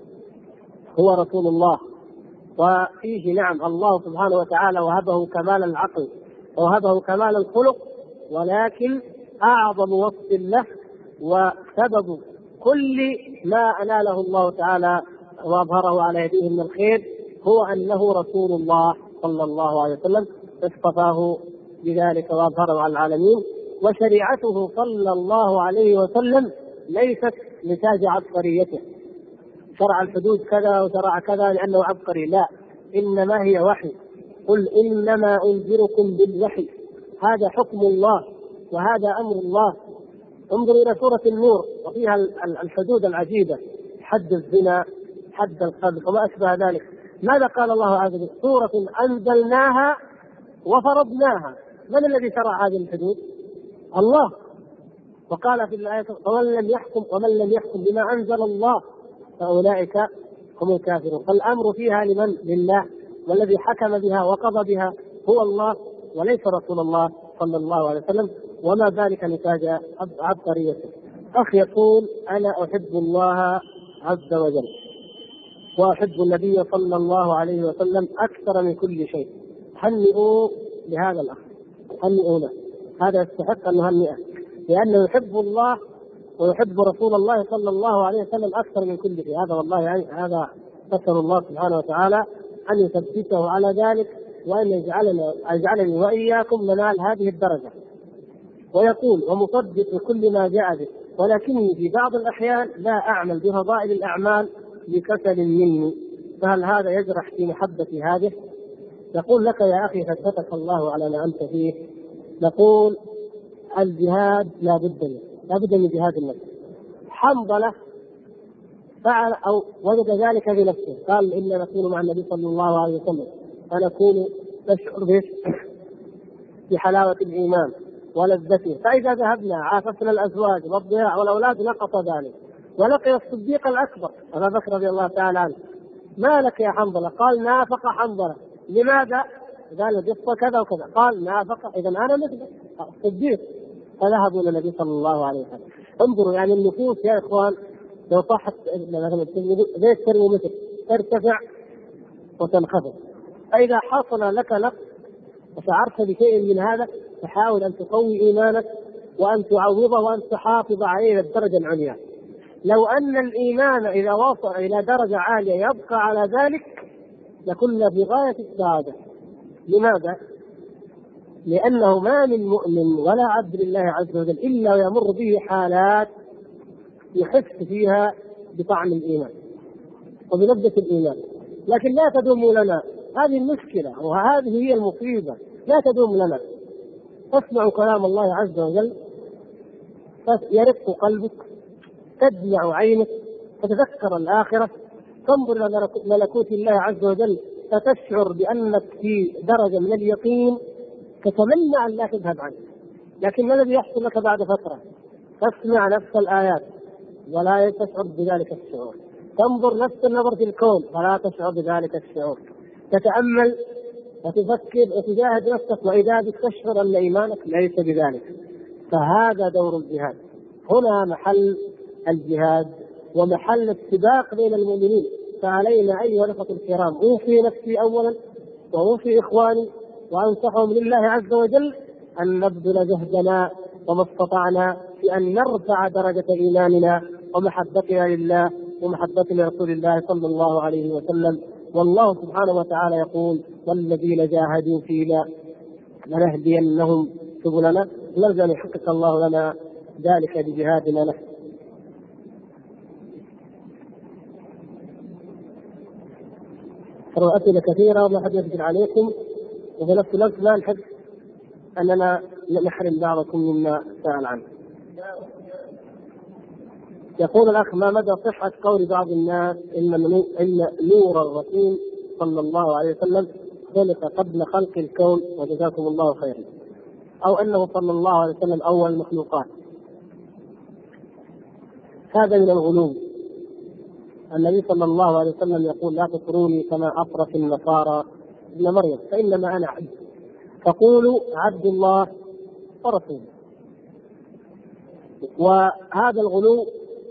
هو رسول الله، وفيه نعم الله سبحانه وتعالى وهبه كمال العقل وهبه كمال الخلق، ولكن أعظم وصف له وسبب كل ما أناله الله تعالى وأظهره على يديه من الخير هو أنه رسول الله صلى الله عليه وسلم، اصطفاه بذلك وأظهره على العالمين. وشريعته صلى الله عليه وسلم ليست نتاج عبقريته، شرع الحدود كذا وشرع كذا لأنه عبقري، لا، إنما هي وحي. قل إنما أنذركم بالوحي، هذا حكم الله وهذا أمر الله. انظر إلى سورة النور وفيها الحدود العجيبة، حد الزنا، حد القذف وما أشبه ذلك. ماذا قال الله عز وجل؟ سورة أنزلناها وفرضناها. من الذي شرع هذه الحدود؟ الله. وقال في الآية ومن لم يحكم بما أنزل الله فأولئك هم الكافرون. فالأمر فيها لمن؟ لله، والذي حكم بها وقضى بها هو الله وليس رسول الله صلى الله عليه وسلم، وما ذلك نتاج عبقريته. أخ يقول أنا أحب الله عز وجل وأحب النبي صلى الله عليه وسلم أكثر من كل شيء، هنئوا لهذا الأخ، هنئوا له، هذا يستحق أن نهنئه، لأنه يحب الله ويحب رسول الله صلى الله عليه وسلم أكثر من كل شيء. هذا والله يعني هذا نسأل الله سبحانه وتعالى أن يثبته على ذلك، وأن يجعلني وإياكم ننال هذه الدرجة. ويقول ومصدق كل ما جاء به، ولكني في بعض الأحيان لا أعمل بفضائل الأعمال لكسل مني، فهل هذا يجرح في محبة هذه؟ يقول لك يا أخي ثبتك الله على ما أنت فيه. نقول الجهاد لا بد من جهاد النفس. حنظلة فعل أو وجد ذلك في نفسه، قال إن نكون مع النبي صلى الله عليه وسلم فنكون نشعر بحلاوة الإيمان ولذته، فإذا ذهبنا عاففنا الأزواج والضياع والأولاد نقص ذلك. ولقي الصديق الأكبر أبا بكر رضي الله تعالى عنه، ما لك يا حنظلة؟ قال نافق حنظلة. لماذا؟ قال قصة كذا وكذا. قال نافق، إذا أنا مثل الصديق. فذهبوا إلى النبي صلى الله عليه وسلم. انظروا يعني النفوس يا إخوان، لو صحت زي الترمومتر ترتفع وتنخفض. فإذا حصل لك نقص وشعرت بشيء من هذا فحاول أن تقوي إيمانك وأن تعوضه وأن تحافظ عليه الدرجة العليا. لو أن الإيمان إذا وصل إلى درجة عالية يبقى على ذلك لكنا في غاية السعادة. لماذا؟ لأنه ما من مؤمن ولا عبد لله عز وجل إلا ويمر به حالات يحس فيها بطعم الإيمان وبلذة الإيمان، لكن لا تدوم لنا. هذه المشكلة وهذه هي المصيبة، لا تدوم لنا. تسمع كلام الله عز وجل يرق قلبك، تدمع عينك، تتذكر الآخرة، تنظر إلى ملكوت الله عز وجل، فتشعر بأنك في درجة من اليقين تتمنى أن لا تذهب عنه. لكن ما الذي يحصل لك بعد فترة؟ تسمع نفس الآيات ولا تشعر بذلك الشعور، تنظر نفس النظر في الكون ولا تشعر بذلك الشعور، تتأمل وتفكر وتجاهد نفسك وإذا بك تشعر أن إيمانك ليس بذلك. فهذا دور الجهاد، هنا محل الجهاد ومحل السباق بين المؤمنين. فعلينا أيها الأخوة الكرام أوصي نفسي أولا وأوصي إخواني وأنصحهم لله عز وجل أن نبذل جهدنا وما استطعنا في أن نرفع درجة إيماننا ومحبتنا لله ومحبتنا لرسول الله صلى الله عليه وسلم. والله سبحانه وتعالى يقول: والذين جاهدوا فينا لنهدينهم سبلنا. نرجو أن يحقق الله لنا ذلك بجهادنا نحن. أسئلة كثيرة وما حد يسجل عليكم، وفي نفس الوقت لا نحب أننا نحرم بعضكم مما سأل عنه. يقول الأخ: ما مدى صحة قول بعض الناس إن نور الرسول صلى الله عليه وسلم خلق قبل خلق الكون وجزاكم الله خيرا، أو أنه صلى الله عليه وسلم أول المخلوقات؟ هذا من الغلو. النبي صلى الله عليه وسلم يقول: لا تطروني كما أطرت النصارى ابن مريم فإنما أنا عبد، فقولوا عبد الله ورسوله. وهذا الغلو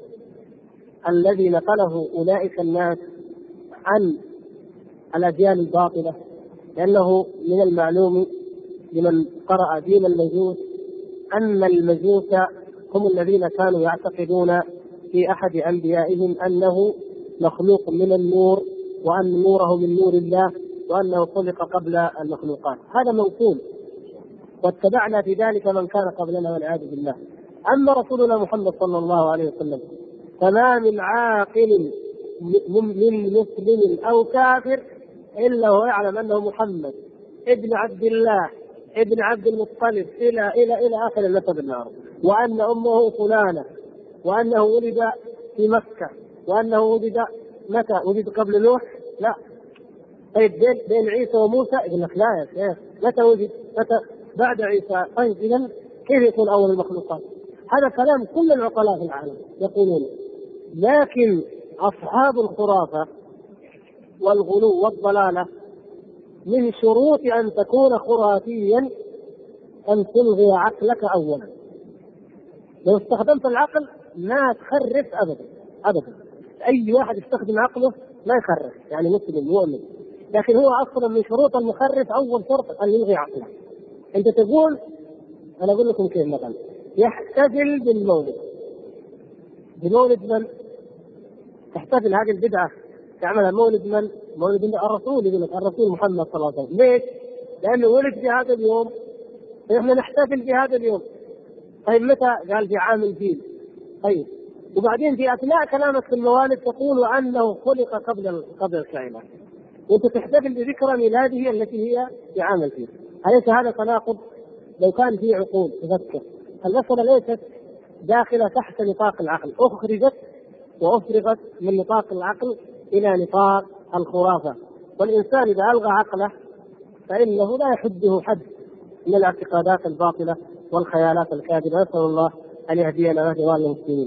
الذي نقله أولئك الناس عن الأديان الباطلة، لأنه من المعلوم لمن قرأ دين المجوس أن المجوس هم الذين كانوا يعتقدون في أحد أنبيائهم أنه مخلوق من النور، وأن نوره من نور الله، وأنه خلق قبل المخلوقات. هذا موصول، واتبعنا في ذلك من كان قبلنا والعياذ بالله. أما رسولنا محمد صلى الله عليه وسلم فما من عاقل من مسلم أو كافر إلا هو يعلم أنه محمد ابن عبد الله ابن عبد المطلب إلى آخر النسب النار، وأن أمه فلانة، وأنه ولد في مكة، وأنه ولد متى؟ ولد قبل نوح؟ لا. طيب بين عيسى وموسى؟ يقول لك لا يا شيخ، متى ولد؟ متى بعد عيسى؟ طيب إذن كيف يكون أول المخلوقات؟ هذا كلام كل العقلاء في العالم يقولون. لكن أصحاب الخرافة والغلو والضلالة من شروط أن تكون خرافيا أن تلغي عقلك أولا. لو استخدمت العقل ما تخرف أبدا. أي واحد يستخدم عقله ما يخرف، يعني مسلم مؤمن. لكن هو أصلا من شروط المخرف أول شرط أن يلغي عقله. أنت تقول، أنا أقول لكم كيف مثلا يحتفل بالمولد، بمولد من؟ تحتفل هذه البدعة تعملها مولد من؟ مولد الرسول. يقول لك الرسول محمد صلى الله عليه وسلم. ليش؟ لأنه ولد في هذا اليوم، فإحنا نحتفل بهذا اليوم. طيب متى؟ قال في عام الفيل. طيب وبعدين في أثناء كلامك في الموالد تقول عنه خلق قبل الكائنات، وأنت تحتفل بذكرى ميلاده التي هي في عام الفيل. أليس هذا تناقض؟ لو كان في عقول تذكر المسألة ليست داخلة تحت نطاق العقل، أخرجت وأفرغت من نطاق العقل إلى نطاق الخرافة. والإنسان إذا ألغى عقله فإنه لا يحده حد من الاعتقادات الباطلة والخيالات الكاذبة. نسأل الله أن يهدينا ويهدي المسلمين.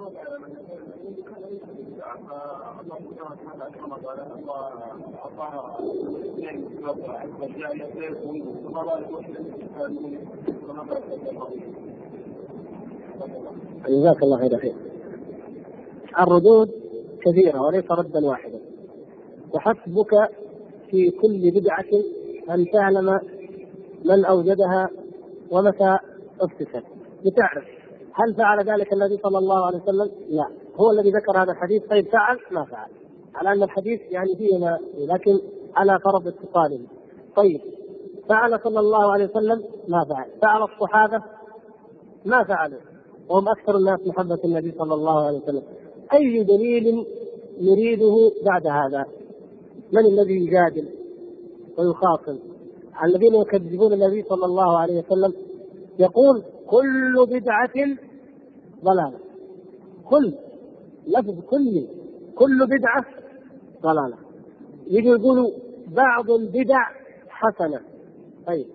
جزاك الله خير. الردود كثيرة وليس ردا واحدا، وحسبك في كل بدعة أن تعلم من أوجدها ومتى أسست، لتعرف هل فعل ذلك النبي صلى الله عليه وسلم؟ لا. هو الذي ذكر هذا الحديث. طيب فعل؟ ما فعل، على أن الحديث يعني فيه لكن على فرض اتصاله. طيب فعل صلى الله عليه وسلم؟ ما فعل. فعل الصحابة؟ ما فعلوا. وهم أكثر الناس محبة النبي صلى الله عليه وسلم. أي دليل نريده بعد هذا؟ من الذي يجادل ويخاصم؟ الذين يكذبون النبي صلى الله عليه وسلم يقول كل بدعة ضلالة، كل لفظ كل بدعة ضلالة. يجي يقولوا بعض البدع حسنة. طيب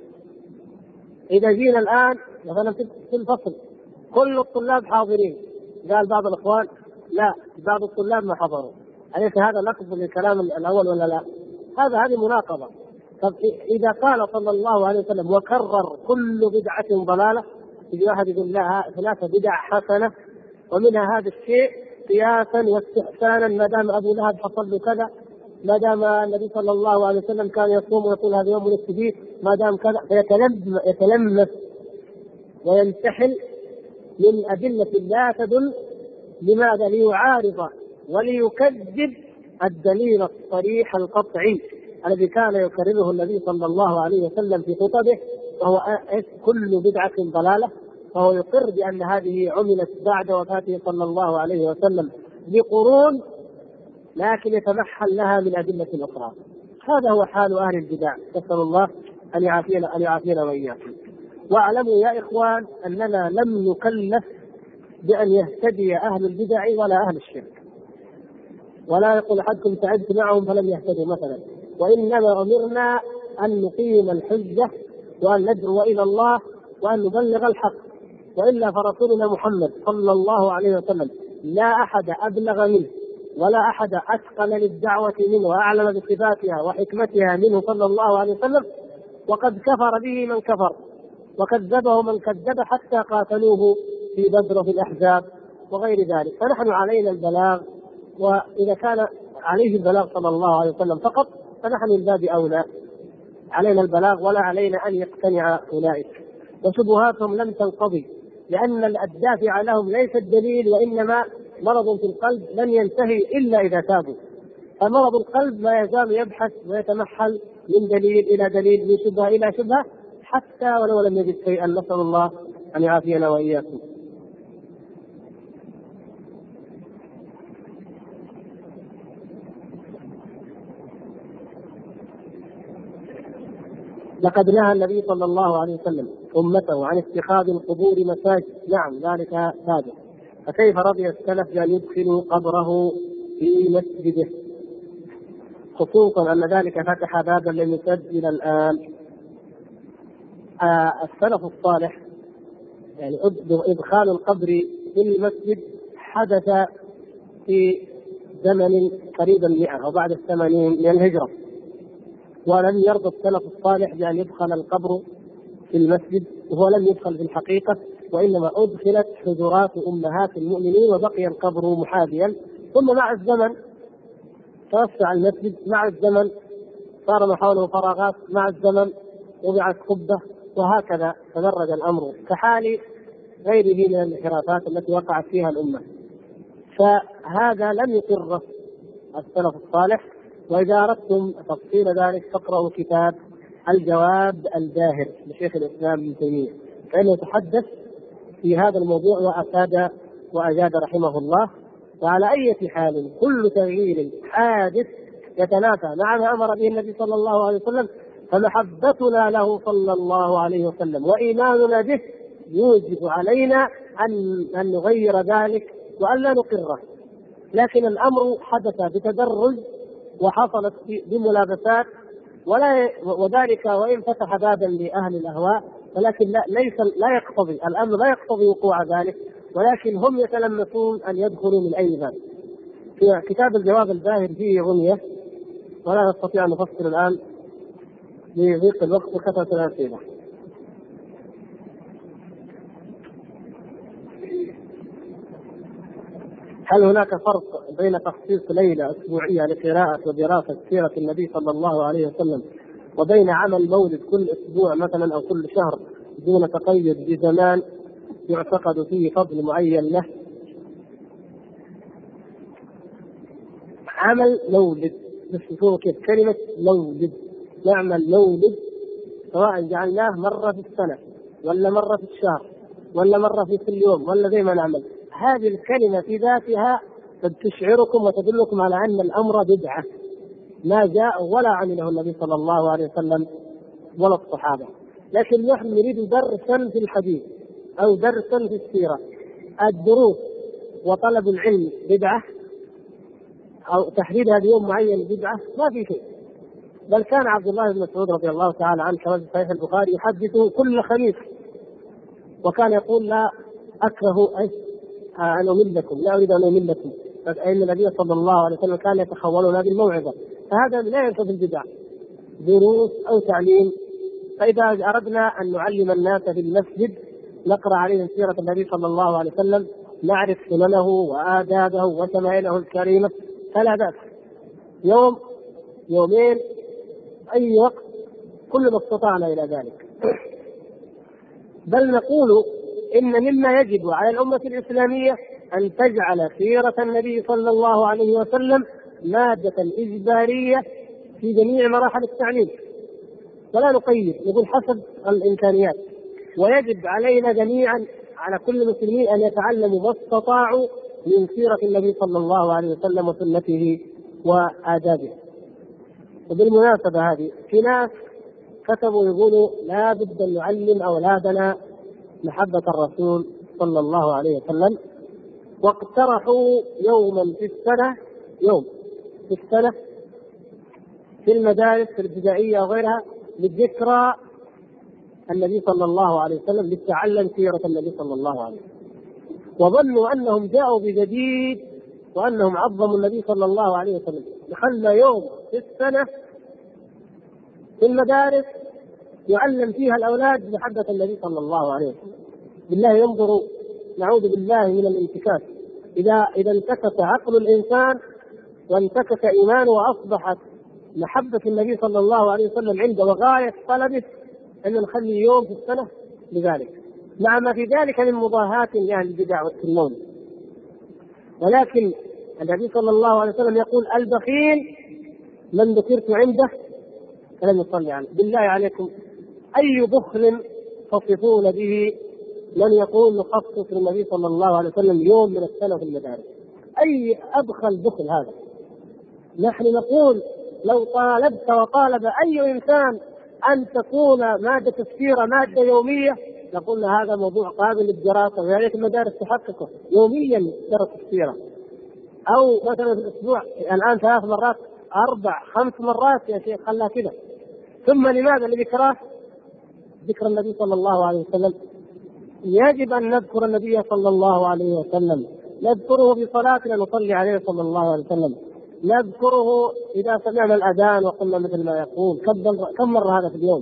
إذا جينا الآن مثلا في الفصل كل الطلاب حاضرين، قال بعض الإخوان لا بعض الطلاب ما حضروا، أليس هذا نقض للكلام الأول ولا لا؟ هذه مناقضة. طب إذا قال صلى الله عليه وسلم وكرر كل بدعة ضلالة، يجي واحد يقول لا ثلاثة بدع حسنة ومنها هذا الشيء قياسا واستحسانا، ما دام أبو لهب حصل له كذا، ما دام النبي صلى الله عليه وسلم كان يصوم ويقول هذا يوم ولدت فيه، ما دام كذا، فيتلمس وينتحل من أدلة لا تدل. لماذا؟ ليعارض وليكذب الدليل الصريح القطعي الذي كان يكرره النبي صلى الله عليه وسلم في خطبه، وهو كل بدعة ضلالة. فهو يقر بأن هذه عملت بعد وفاته صلى الله عليه وسلم بقرون، لكن يتمحل لها من أدلة أخرى. هذا هو حال أهل البدع، نسأل الله أن يعافينا وإياكم. واعلموا يا إخوان أننا لم نكلف بأن يهتدي أهل البدع ولا أهل الشرك، ولا يقول أحدكم تعبت معهم فلم يهتدوا مثلا، وإنما أمرنا أن نقيم الحجة وأن ندعو إلى الله وأن نبلغ الحق. وإلا فرسولنا محمد صلى الله عليه وسلم لا أحد أبلغ منه ولا أحد أتقن للدعوة منه وأعلم بصفاتها وحكمتها منه صلى الله عليه وسلم، وقد كفر به من كفر وكذبه من كذب حتى قاتلوه في بدر وفي الأحزاب وغير ذلك. فنحن علينا البلاغ، وإذا كان عليه البلاغ صلى الله عليه وسلم فقط فنحن من باب أولى علينا البلاغ، ولا علينا أن يقتنع أولئك. وشبهاتهم لم تنقضي، لأن الدافع لهم ليس الدليل وإنما مرض في القلب لن ينتهي إلا إذا تابوا. فمرض القلب ما يزال يبحث ويتمحل من دليل إلى دليل، من شبهة إلى شبهة، حتى ولو لم يجد شيئا. نسأل الله أن يعافينا وإياكم. لقد نهى النبي صلى الله عليه وسلم أمته عن اتخاذ القبور مساجد. نعم ذلك ثابت. فكيف رضي السلف بأن يدخلوا قبره في مسجده، خصوصا أن ذلك فتح بابا لم يسد إلى الآن. السلف الصالح يعني إدخال القبر في المسجد حدث في زمن قريبا 100 أو بعد 80 من الهجرة، ولم يرضى السلف الصالح بأن يدخل القبر في المسجد، وهو لم يدخل في الحقيقة، وإنما أدخلت حجرات أمهات المؤمنين وبقي القبر محاذيا. ثم مع الزمن توسع المسجد، مع الزمن صار ما حوله فراغات، مع الزمن وضعت قبة، وهكذا تدرج الأمر كحال غيره من الانحرافات التي وقعت فيها الأمة. فهذا لم يقره السلف الصالح. وإذا أردتم تفصيل ذلك فاقرأوا كتاب الجواب الباهر لشيخ الإسلام ابن تيمية، فإنه يتحدث في هذا الموضوع وأفاد وأجاد رحمه الله. وعلى أي حال كل تغيير حادث يتنافى مع ما أمر به النبي صلى الله عليه وسلم، فمحبتنا له صلى الله عليه وسلم وإيماننا به يوجب علينا أن نغير ذلك وأن لا نقره. لكن الأمر حدث بتدرج وحصلت بملابسات، وذلك وإن فتح بابا لأهل الأهواء، ولكن لا يقتضي الأمر، لا يقتضي وقوع ذلك، ولكن هم يتلمسون أن يدخلوا من أي باب. في كتاب الجواب الباهر فيه غنية، ولا نستطيع أن نفصل الآن لضيق الوقت وكثرة الأسئلة. هل هناك فرق بين تخصيص ليلة أسبوعية لقراءة ودراسة سيرة النبي صلى الله عليه وسلم وبين عمل مولد كل أسبوع مثلا أو كل شهر دون تقيد بزمان يعتقد فيه فضل معين له؟ عمل مولد، بس كيف كلمة مولد، نعمل مولد سواء جعلناه مرة في السنة ولا مرة في الشهر ولا مرة في كل يوم ولا زي ما نعمل. هذه الكلمة في ذاتها قد تشعركم وتدلكم على أن الأمر بدعة ما جاء ولا عمله النبي صلى الله عليه وسلم ولا الصحابة. لكن نحن نريد درسا في الحديث أو درسا في السيرة. الدروس وطلب العلم بدعة أو تحديدها بيوم معين بدعة؟ ما في شيء. بل كان عبد الله بن مسعود رضي الله تعالى عنه كما في صحيح البخاري يحدث كل خميس، وكان يقول لا أكره أن أملكم، لا أريد أن أملكم، فإن النبي صلى الله عليه وسلم كان يتخولنا بالموعظة. فهذا لا ينفذ البدع، دروس أو تعليم. فإذا أردنا أن نعلم الناس في المسجد نقرأ عليهم سيرة النبي صلى الله عليه وسلم، نعرف سننه وآدابه وشمائله الكريمة، فلا بأس يوم يومين أي وقت كل ما استطعنا إلى ذلك. بل نقول إن مما يجب على الأمة الإسلامية أن تجعل سيرة النبي صلى الله عليه وسلم مادة إجبارية في جميع مراحل التعليم، ولا نقيد، نقول حسب الإمكانيات. ويجب علينا جميعا على كل المسلمين أن يتعلموا ما استطاعوا من سيرة النبي صلى الله عليه وسلم وسنته وآدابه. وبالمناسبة هذه في ناس كتبوا يقولوا لا بد أن نعلم أولادنا محبة الرسول صلى الله عليه وسلم، واقترحوا يوما في السنة، يوم في السنة في المدارس الابتدائية وغيرها للذكرى النبي صلى الله عليه وسلم، للتعلم سيرة النبي صلى الله عليه وسلم، وظنوا أنهم جاءوا بجديد وأنهم عظموا النبي صلى الله عليه وسلم. دخلنا يوم في السنة في المدارس يعلم فيها الأولاد محبة النبي صلى الله عليه وسلم. بالله ينظروا، نعوذ بالله من الانتكاس. إذا انتكس عقل الإنسان وانتكس إيمانه وأصبحت محبة النبي صلى الله عليه وسلم عنده وغاية طلبه، أن نخلي يوم في السنة لذلك، مع ما في ذلك من مضاهاة يعني البدع والسنون. ولكن النبي صلى الله عليه وسلم يقول البخيل من ذكرت عنده فلم يصلي عنه. بالله عليكم أي بخل تصفون به من يقول نخصص للنبي صلى الله عليه وسلم يوم من السنة في المدارس؟ أي أبخل بخل هذا؟ نحن نقول لو طالبت وطالب أي إنسان أن تكون مادة السيرة مادة يومية نقول هذا موضوع قابل للدراسة ويعني المدارس تحققه يوميا درس السيرة، أو مثلا في الأسبوع الآن 3 مرات 4 5 مرات يا شيخ خلها كذا. ثم لماذا لذكراه؟ ذكر النبي صلى الله عليه وسلم. يجب أن نذكر النبي صلى الله عليه وسلم، نذكره بصلاتنا نصلي عليه صلى الله عليه وسلم، نذكره إذا سمعنا الأذان وقلنا مثل ما يقول كم مرة هذا في اليوم،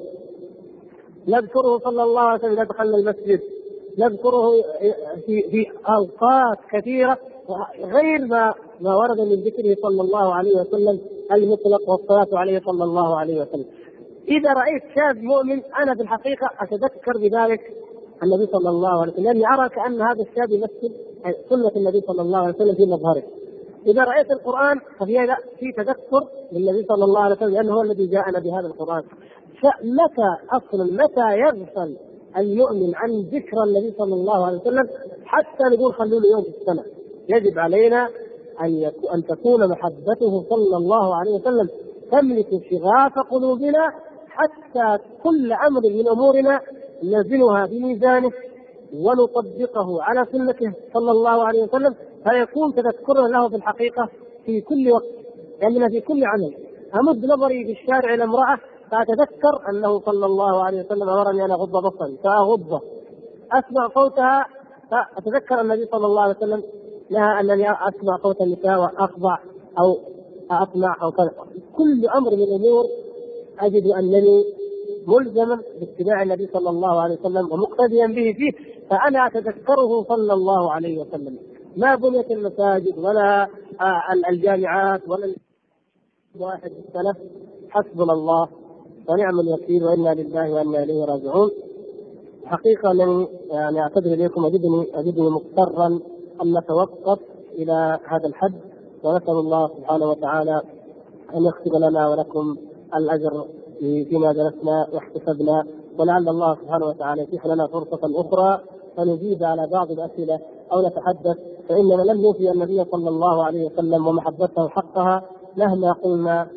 نذكره صلى الله عليه وسلم إذا دخلنا المسجد، نذكره في أوقات كثيرة غير ما ورد من ذكره صلى الله عليه وسلم المطلق والصلاة عليه صلى الله عليه وسلم. إذا رأيت شاب مؤمن أنا في الحقيقة أتذكر بذلك النبي صلى الله عليه وسلم، لأني أرى كأن هذا الشاب يمثل سنة النبي صلى الله عليه وسلم في مظهره. إذا رأيت القرآن ففي تذكر للنبي صلى الله عليه وسلم لأنه هو الذي جاءنا بهذا القرآن. متى يغفل المؤمن عن ذكر النبي صلى الله عليه وسلم حتى نقول خلوا له يوم في السنة؟ يجب علينا أن تكون محبته صلى الله عليه وسلم تملك شغاف قلوبنا، حتى كل أمر من أمورنا نزنها بميزانه ونطبقه على سنته صلى الله عليه وسلم، فيكون تذكرنا له في الحقيقة في كل وقت، يعني في كل عمل. أمد نظري في الشارع إلى امرأة فأتذكر أنه صلى الله عليه وسلم أمرني أن أغض بصري فأغضه، أسمع صوتها فأتذكر النبي صلى الله عليه وسلم لها أنني أسمع صوت النساء وأخضع أو أطمع أو كذا. كل أمر من الأمور أجد أنني ملزما باتباع النبي صلى الله عليه وسلم ومقتديا به فيه، فأنا أتذكره صلى الله عليه وسلم. ما بنيت المساجد ولا الجامعات ولا واحد السلف، حسبنا الله ونعم الوكيل وإنا لله وإنا إليه راجعون. حقيقة يعني أعتذر إليكم، أجدني مضطرا أن نتوقف إلى هذا الحد، ونسأل الله سبحانه وتعالى أن يكتب لنا ولكم الأجر فيما درسنا واحتسبنا، ولعل الله سبحانه وتعالى يتيح لنا فرصة أخرى ونجيب على بعض الأسئلة أو نتحدث، فإننا لم نوفي النبي صلى الله عليه وسلم ومحبته حقها مهما قلنا